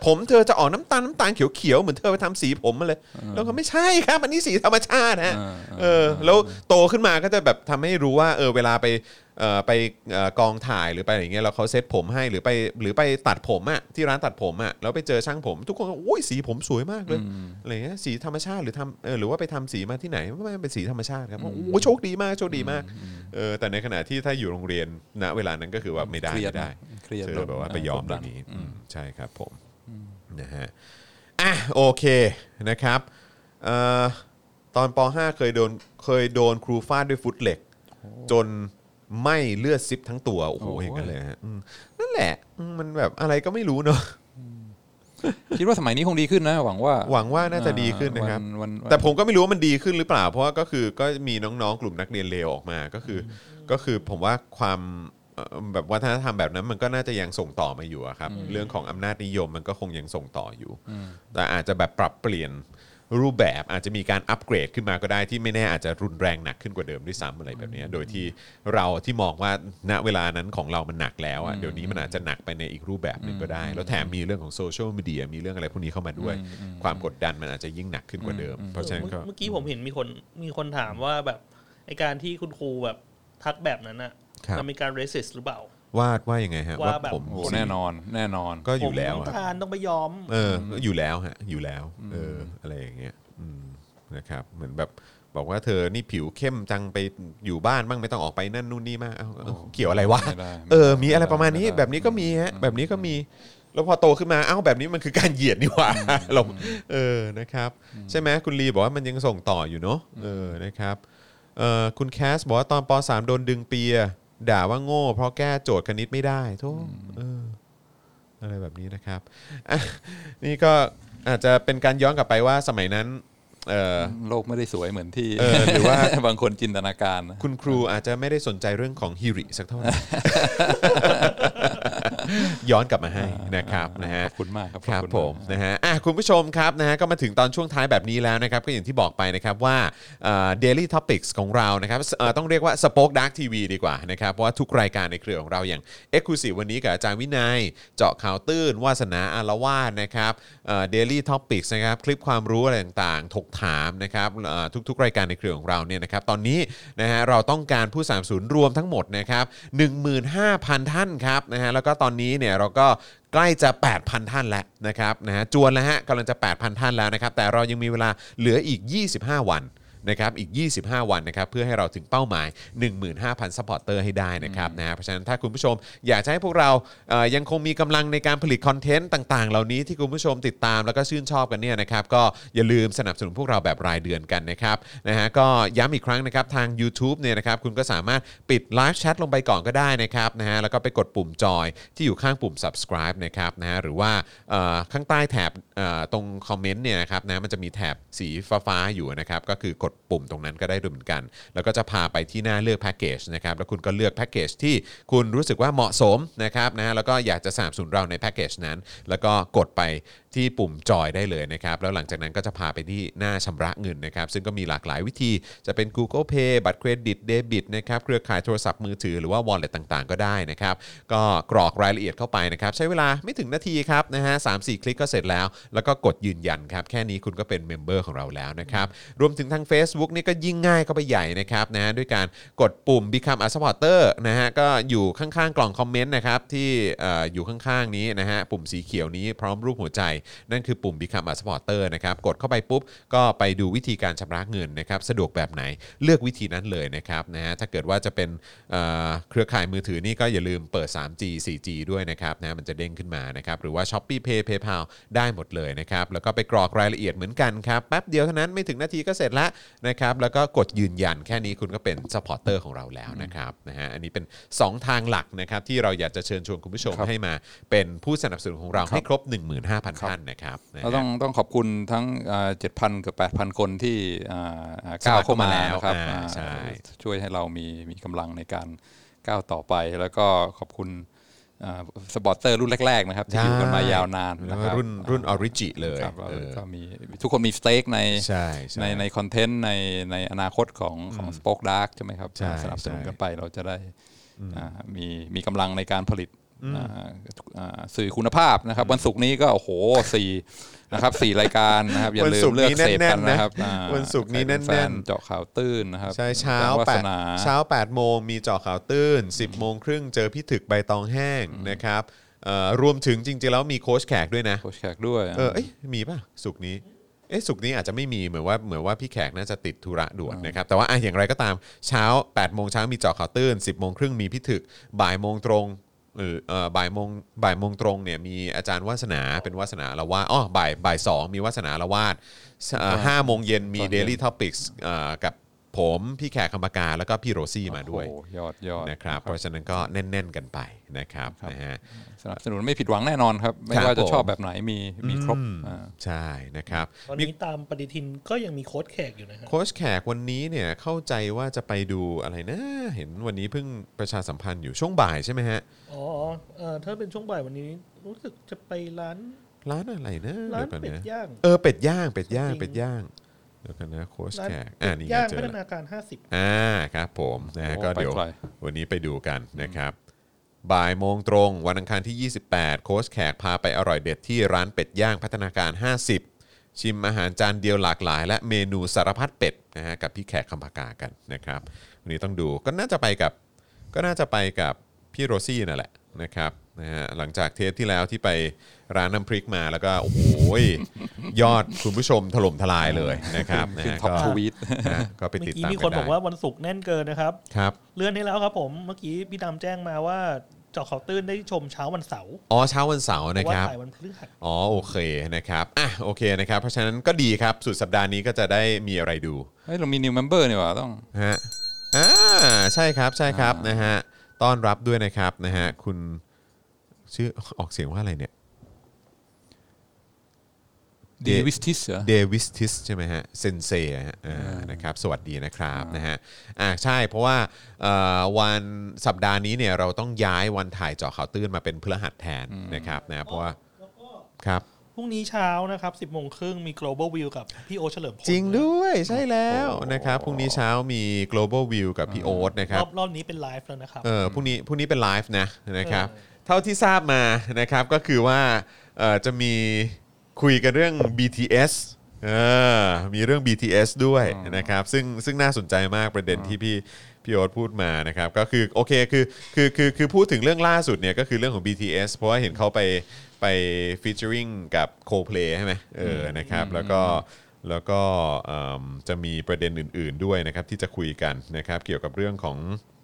ผมเธอจะออกน้ำตาลเขียวๆเหมือนเธอไปทำสีผมมาเลยแล้วก็ไม่ใช่ครับอันนี้สีธรรมชาติฮะแล้วโตขึ้นมาก็จะแบบทำให้รู้ว่าเวลาไปกองถ่ายหรือไปอย่างเงี้ยแล้วเขาเซ็ตผมให้หรือไปตัดผมอะที่ร้านตัดผมอะแล้วไปเจอช่างผมทุกคนก็โอ้ยสีผมสวยมากเลยอะไรเงี้ยสีธรรมชาติหรือว่าไปทำสีมาที่ไหนไม่เป็นสีธรรมชาติครับโอ้โชคดีมากแต่ในขณะที่ถ้าอยู่โรงเรียนณเวลานั้นก็คือว่าไม่ได้เธอแบบว่าไปยอมแบบนี้ใช่ครับผมนะฮะโอเคนะครับตอนป .5 เคยโดนครูฟาดด้วยฟุตเหล็กจนไม่เลือดซิบทั้งตัวโอ้โหอย่างนั้นเลยฮะนั่นแหละมันแบบอะไรก็ไม่รู้เนาะคิดว่าสมัยนี้คงดีขึ้นนะหวังว่าน่าจะดีขึ้นนะครับแต่ผมก็ไม่รู้ว่ามันดีขึ้นหรือเปล่าเพราะว่าก็มีน้องๆกลุ่มนักเรียนเลวออกมาก็คือผมว่าความแบบวัฒนธรรมแบบนั้นมันก็น่าจะยังส่งต่อมาอยู่ครับเรื่องของอำนาจนิยมมันก็คงยังส่งต่ออยู่แต่อาจจะแบบปรับเปลี่ยนรูปแบบอาจจะมีการอัปเกรดขึ้นมาก็ได้ที่ไม่แน่อาจจะรุนแรงหนักขึ้นกว่าเดิมด้วยซ้ำอะไรแบบนี้โดยที่เราที่มองว่าณเวลานั้นของเรามันหนักแล้วเดี๋ยวนี้มันอาจจะหนักไปในอีกรูปแบบนึงก็ได้แล้วแถมมีเรื่องของโซเชียลมีเดียมีเรื่องอะไรพวกนี้เข้ามาด้วยความกดดันมันอาจจะยิ่งหนักขึ้นกว่าเดิมเพราะฉะนั้นเมื่อกี้ผมเห็นมีคนถามว่าแบบไอการที่คุณครูแบบทักแบบนั้นน่ะมันมีการ racist หรือเปล่าว่ายังไงฮะว่าผมแน่นอนก็อยู่แล้วผมต้องไปยอมอยู่แล้วฮะอยู่แล้วอะไรอย่างเงี้ยนะครับเหมือนแบบบอกว่าเธอนี่ผิวเข้มจังไปอยู่บ้านบ้างไม่ต้องออกไปนั่นนู่นนี่มากเกี่ยวอะไรวะมีอะไรประมาณนี้แบบนี้ก็มีฮะแบบนี้ก็มีแล้วพอโตขึ้นมาแบบนี้มันคือการเหยียดนี่หว่าเรานะครับใช่ไหมคุณลีบอกว่ามันยังส่งต่ออยู่เนาะนะครับคุณแคสบอกว่าตอนป.3 โดนดึงเปียด่าว่าโง่เพราะแก้โจทย์คณิตไม่ได้โธ่อะไรแบบนี้นะครับนี่ก็อาจจะเป็นการย้อนกลับไปว่าสมัยนั้นโลกไม่ได้สวยเหมือนที่หรือว่าบางคนจินตนาการคุณครูอาจจะไม่ได้สนใจเรื่องของฮิริสักเท่าไหร่ย้อนกลับมาให้นะครับนะฮะขอบคุณมากครับผมนะฮะคุณผู้ชมครับนะฮะก็มาถึงตอนช่วงท้ายแบบนี้แล้วนะครับก็อย่างที่บอกไปนะครับว่าDaily Topics ของเรานะครับต้องเรียกว่า Spoke Dark TV ดีกว่านะครับเพราะว่าทุกรายการในเครือของเราอย่าง Exclusive วันนี้กับอาจารย์วินัยเจาะข่าวตื้นวาสนาอารวาสนะครับDaily Topics นะครับคลิปความรู้อะไรต่างๆถกถามนะครับทุกๆรายการในเครือของเราเนี่ยนะครับตอนนี้นะฮะเราต้องการผู้สนับสนุนรวมทั้งหมดนะครับ 15,000 ท่านครับนะฮะแล้วก็ตอนนี้เนี่ยเราก็ใกล้จะ 8,000 ท่านแล้วนะครับนะฮะจวนแล้วฮะกำลังจะ 8,000 ท่านแล้วนะครับแต่เรายังมีเวลาเหลืออีก25 วันนะครับอีก25วันนะครับเพื่อให้เราถึงเป้าหมาย 15,000 ซัพพอร์ตเตอร์ให้ได้นะครับนะเพราะฉะนั้นถ้าคุณผู้ชมอยากจะให้พวกเรายังคงมีกำลังในการผลิตคอนเทนต์ต่างๆเหล่านี้ที่คุณผู้ชมติดตามแล้วก็ชื่นชอบกันเนี่ยนะครับก็อย่าลืมสนับสนุนพวกเราแบบรายเดือนกันนะครับนะฮะก็ย้ำอีกครั้งนะครับทาง YouTube เนี่ยนะครับคุณก็สามารถปิดไลฟ์แชทลงไปก่อนก็ได้นะครับนะฮะแล้วก็ไปกดปุ่มจอยที่อยู่ข้างปุ่ม subscribe นะครับนะฮะหรือว่าข้างใต้แถบตรงคอมเมนต์เนี่ยนะครับนะมันจะมีแถบสีฟ้าๆอยู่นะครับก็คือกดปุ่มตรงนั้นก็ได้ด้วยเหมือนกันแล้วก็จะพาไปที่หน้าเลือกแพ็กเกจนะครับแล้วคุณก็เลือกแพ็กเกจที่คุณรู้สึกว่าเหมาะสมนะครับนะแล้วก็อยากจะสนับสนุนเราในแพ็กเกจนั้นแล้วก็กดไปที่ปุ่มจอยได้เลยนะครับแล้วหลังจากนั้นก็จะพาไปที่หน้าชำระเงินนะครับซึ่งก็มีหลากหลายวิธีจะเป็น Google Pay บัตรเครดิตเดบิตนะครับเครือข่ายโทรศัพท์มือถือหรือว่า Wallet ต่างๆก็ได้นะครับก็กรอกรายละเอียดเข้าไปนะครับใช้เวลาไม่ถึงนาทีครับนะฮะ 3-4 คลิกก็เสร็จแล้วแล้วก็กดยืนยันครับแค่นี้คุณก็เป็นเมมเบอร์ของเราแล้วนะครับรวมถึงทาง Facebook นี่ก็ยิ่งง่ายเข้าไปใหญ่นะครับนะด้วยการกดปุ่ม Become a supporter นะฮะก็อยู่ข้างๆกล่องคอมเมนต์นะครับที่อยู่ข้างๆนี้นะฮะปุ่มสีเขียวนี้พร้อมรูปหัวใจนั่นคือปุ่ม Become a supporter นะครับกดเข้าไปปุ๊บก็ไปดูวิธีการชำระเงินนะครับสะดวกแบบไหนเลือกวิธีนั้นเลยนะครับนะฮะถ้าเกิดว่าจะเป็นเครือข่ายมือถือนี่ก็อย่าลืมเปิด 3G 4G ด้วยนะครับนะมันจะเด้งขึ้นมานะครับหรือว่า Shopee Pay PayPal ได้หมดเลยนะครับแล้วก็ไปกรอกรายละเอียดเหมือนกันครับแป๊บเดียวเท่านั้นไม่ถึงนาทีก็เสร็จแล้วนะครับแล้วก็กดยืนยันแค่นี้คุณก็เป็นซัพพอร์ตเตอร์ของเราแล้วนะครับนะฮะอันนี้เป็น2ทางหลักนะครับที่เราอยากจะเชิญชวนคุณผู้ชมให้มาเป็นผู้สนับสนุนของเราให้ครบ 15,000 ท่านนะครับเราต้องขอบคุณทั้ง 7,000 กับ 8,000 คนที่ก้าวเข้ามาแล้วครับช่วยให้เรามีกำลังในการก้าวต่อไปแล้วก็ขอบคุณสปอร์ตเตอร์รุ่นแรกๆนะครับที่อยู่กันมายาวนานนะครับรุ่นออริจิเลยก็มีทุกคนมีสเต็กในคอนเทนต์ในอนาคตของ Spoke Dark ใช่ไหมครับสนับสนุนกันไปเราจะได้มีกำลังในการผลิตสื่อคุณภาพนะครับวันศุกร์นี้ก็โอ้โห4นะครับ4รายการนะครับอย่าลืมเลือกเสพกันนะครับวันศุกร์นี้แน่นๆเจาะข่าวตื้นนะครับใช่เช้า8โมงมีเจาะข่าวตื้น 10 โมงครึ่งเจอพี่ถึกใบตองแห้งนะครับรวมถึงจริงๆแล้วมีโค้ชแขกด้วยนะโค้ชแขกด้วยมีป่ะศุกร์นี้ศุกร์นี้อาจจะไม่มีเหมือนว่าพี่แขกน่าจะติดธุระด่วนนะครับแต่ว่าอย่างไรก็ตามเช้า8โมงเช้ามีเจาะข่าวตื้น 10 โมงครึ่งมีพี่ถึกบ่ายโมงตรงบ่ายโมงตรงเนี่ยมีอาจารย์วาสนาเป็นวาสนาละวาดบ่าย2มีวาสนาละวาด5 โมงเย็นมี Daily Topics กับผมพี่แขกคำปากาแล้วก็พี่โรซี่มาด้วยยอดนะครับเพราะฉะนั้นก็แน่นๆกันไปนะครับนะฮะสนับสนุนไม่ผิดหวังแน่นอนครับไม่ว่าจะชอบแบบไหนมีครบใช่นะครับตอนนี้ตามปฏิทินก็ยังมีโค้ชแขกอยู่นะครับโค้ชแขกวันนี้เนี่ยเข้าใจว่าจะไปดูอะไรนะเห็นวันนี้เพิ่งประชาสัมพันธ์อยู่ช่วงบ่ายใช่ไหมฮะถ้าเป็นช่วงบ่ายวันนี้รู้สึกจะไปร้านอะไรนะร้านเป็ดย่างเป็ดย่างเดี๋ยวกันนะโค้ชแขกนี่ย่างพัฒนาการ50 ครับผมนะก็เดี๋ยววันนี้ไปดูกันนะครับบ่ายโมงตรงวันอังคารที่28โค้ชแขกพาไปอร่อยเด็ดที่ร้านเป็ดย่างพัฒนาการ50ชิมอาหารจานเดียวหลากหลายและเมนูสารพัดเป็ดนะฮะกับพี่แขกคำปากากันนะครับวันนี้ต้องดูก็น่าจะไปกับพี่โรซี่นั่นแหละนะครับนะฮะหลังจากเทปที่แล้วที่ไปร้านน้ำพริกมาแล้วก็โอ้โหยอดคุณผู้ชมถล่มทลายเลยนะครับนะฮะก็ทวีตก็ไปติดตามกันได้มีคนบอกว่าวันศุกร์แน่นเกินนะครับครับเลื่อนให้แล้วครับผมเมื่อกี้พี่ดำแจ้งมาว่าเจาะข่าวตื้นได้ชมเช้าวันเสาร์เช้าวันเสาร์นะครับถ่ายวันพฤหัสโอเคนะครับโอเคนะครับเพราะฉะนั้นก็ดีครับสุดสัปดาห์นี้ก็จะได้มีอะไรดูเรามี new member นี่หว่าต้องใช่ครับนะฮะต้อนรับด้วยนะครับนะฮะคุณชื่อออกเสียงว่าอะไรเนี่ยเดวิสทิสใช่ไหมฮะเซนเซ่นะครับสวัสดีนะครับนะฮะใช่เพราะว่าวันสัปดาห์นี้เนี่ยเราต้องย้ายวันถ่ายเจาะข่าวตื้นมาเป็นพฤหัสแทนนะครับนะเพราะว่าครับพรุ่งนี้เช้านะครับ 10 โมงครึ่งมี Global View กับพี่โอ๊ตเฉลิมพลจริงด้วยใช่แล้วนะครับพรุ่งนี้เช้ามี Global View กับพี่โอ๊ตนะครับรอบนี้เป็นไลฟ์แล้วนะครับพรุ่งนี้เป็นไลฟ์นะครับเท่าที่ทราบมานะครับก็คือว่าจะมีคุยกันเรื่อง BTS มีเรื่อง BTS ด้วยนะครับซึ่งน่าสนใจมากประเด็นที่พี่โอ๊ตพูดมานะครับก็คือโอเคคือพูดถึงเรื่องล่าสุดเนี่ยก็คือเรื่องของ BTS เพราะว่าเห็นเขาไปฟีเจอริงกับ Coldplay ใช่ไหมนะครับแล้วก็จะมีประเด็นอื่นๆด้วยนะครับที่จะคุยกันนะครับเกี่ยวกับเรื่องของ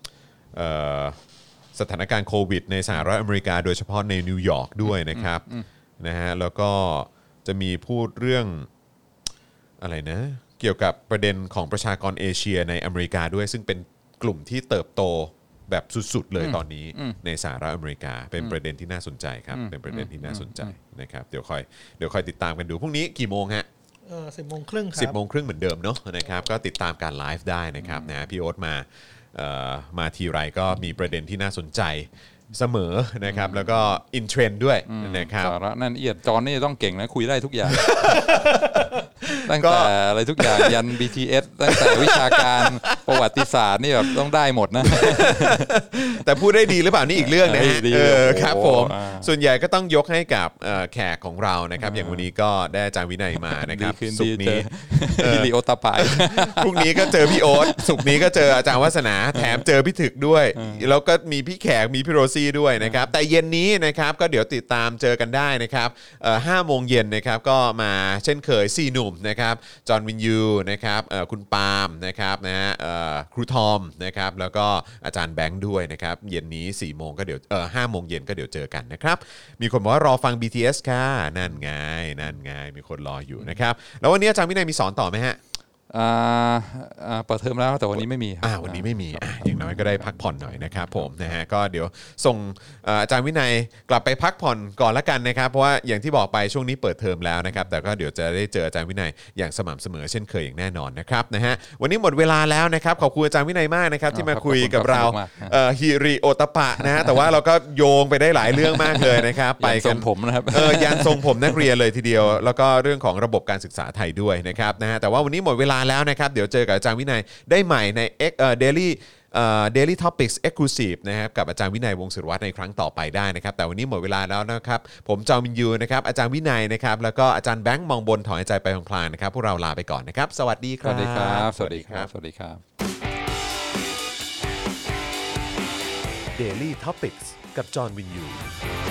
สถานการณ์โควิดในสหรัฐอเมริกาโดยเฉพาะในนิวยอร์กด้วยนะครับนะฮะแล้วก็จะมีพูดเรื่องอะไรนะเกี่ยวกับประเด็นของประชากรเอเชียในอเมริกาด้วยซึ่งเป็นกลุ่มที่เติบโตแบบสุดๆเลยตอนนี้ในสหรัฐอเมริกาเป็นประเด็นที่น่าสนใจครับเป็นประเด็นที่น่าสนใจนะครับเดี๋ยวค่อยติดตามกันดูพรุ่งนี้กี่โมงฮะ 10 โมงครึ่งครับ 10 โมงครึ่งเหมือนเดิมเนาะนะครับก็ติดตามการไลฟ์ได้นะครับนะพี่โอ๊ตมาทีไรก็มีประเด็นที่น่าสนใจเสมอนะครับแล้วก็อินเทรนด์ด้วยนะครับสาระนั่นเอียดจอนนี่ต้องเก่งนะคุยได้ทุกอย่างตั้งแต่อะไรทุกอย่างยัน BTS ตั้งแต่วิชาการประวัติศาสตร์นี่แบบต้องได้หมดนะแต่พูดได้ดีหรือเปล่านี่อีกเรื่องนะครับผมส่วนใหญ่ก็ต้องยกให้กับแขกของเรานะครับอย่างวันนี้ก็ได้อาจารย์วินัยมานะครับศุกร์นี้พี่ลีโอตาปายพรุ่งนี้ก็เจอพี่โอ๊ตศุกร์นี้ก็เจออาจารย์วาสนาแถมเจอพี่ถึกด้วยแล้วก็มีพี่แขกมีพี่โรซี่ด้วยนะครับแต่เย็นนี้นะครับก็เดี๋ยวติดตามเจอกันได้นะครับ5 โมงเย็นนะครับก็มาเช่นเคย4 หนุ่มนะครับจอห์นวินยูนะครับคุณปาล์มนะครับนะฮะครูทอมนะครับแล้วก็อาจารย์แบงค์ด้วยนะครับเย็นนี้4 โมงก็เดี๋ยว5 โมงเย็นก็เดี๋ยวเจอกันนะครับมีคนบอกว่ารอฟัง BTS ค่ะนั่นไงมีคนรออยู่นะครับแล้ววันนี้อาจารย์วินัยมีสอนต่อไหมฮะเปิดเทอมแล้วแต่วันนี้ไม่มีวันนี้ไม่มีอย่างน้อยก็ได้พักผ่อนหน่อยนะครับผมนะฮะก็เดี๋ยวส่งอาจารย์วินัยกลับไปพักผ่อนก่อนละกันนะครับเพราะว่าอย่างที่บอกไปช่วงนี้เปิดเทอมแล้วนะครับแต่ก็เดี๋ยวจะได้เจออาจารย์วินัยอย่างสม่ำเสมอเช่นเคยอย่างแน่นอนนะครับนะฮะวันนี้หมดเวลาแล้วนะครับขอบคุณอาจารย์วินัยมากนะครับที่มาคุยกับเราฮิริโอตปะนะฮะแต่ว่าเราก็โยงไปได้หลายเรื่องมากเลยนะครับไปกันผมนะครับยันทรงผมนักเรียนเลยทีเดียวแล้วก็เรื่องของระบบการศึกษาไทยด้วยนะครับนะฮะแต่ว่าวันนี้หมดเวลาแล้วนะครับเดี๋ยวเจอกับอาจารย์วินัยได้ใหม่ในDaily Daily Topics Exclusive นะครับกับอาจารย์วินัยวงศ์สุรวัฒน์ในครั้งต่อไปได้นะครับแต่วันนี้หมดเวลาแล้วนะครับผมจอมินยูนะครับอาจารย์วินัยนะครับแล้วก็อาจารย์แบงค์มองบนถอนหายใจไปพลางๆนะครับพวกเราลาไปก่อนนะครับสวัสดีครับสวัสดีครับสวัสดีครับสวัสดีครับ Daily Topics กับจอห์นวินยู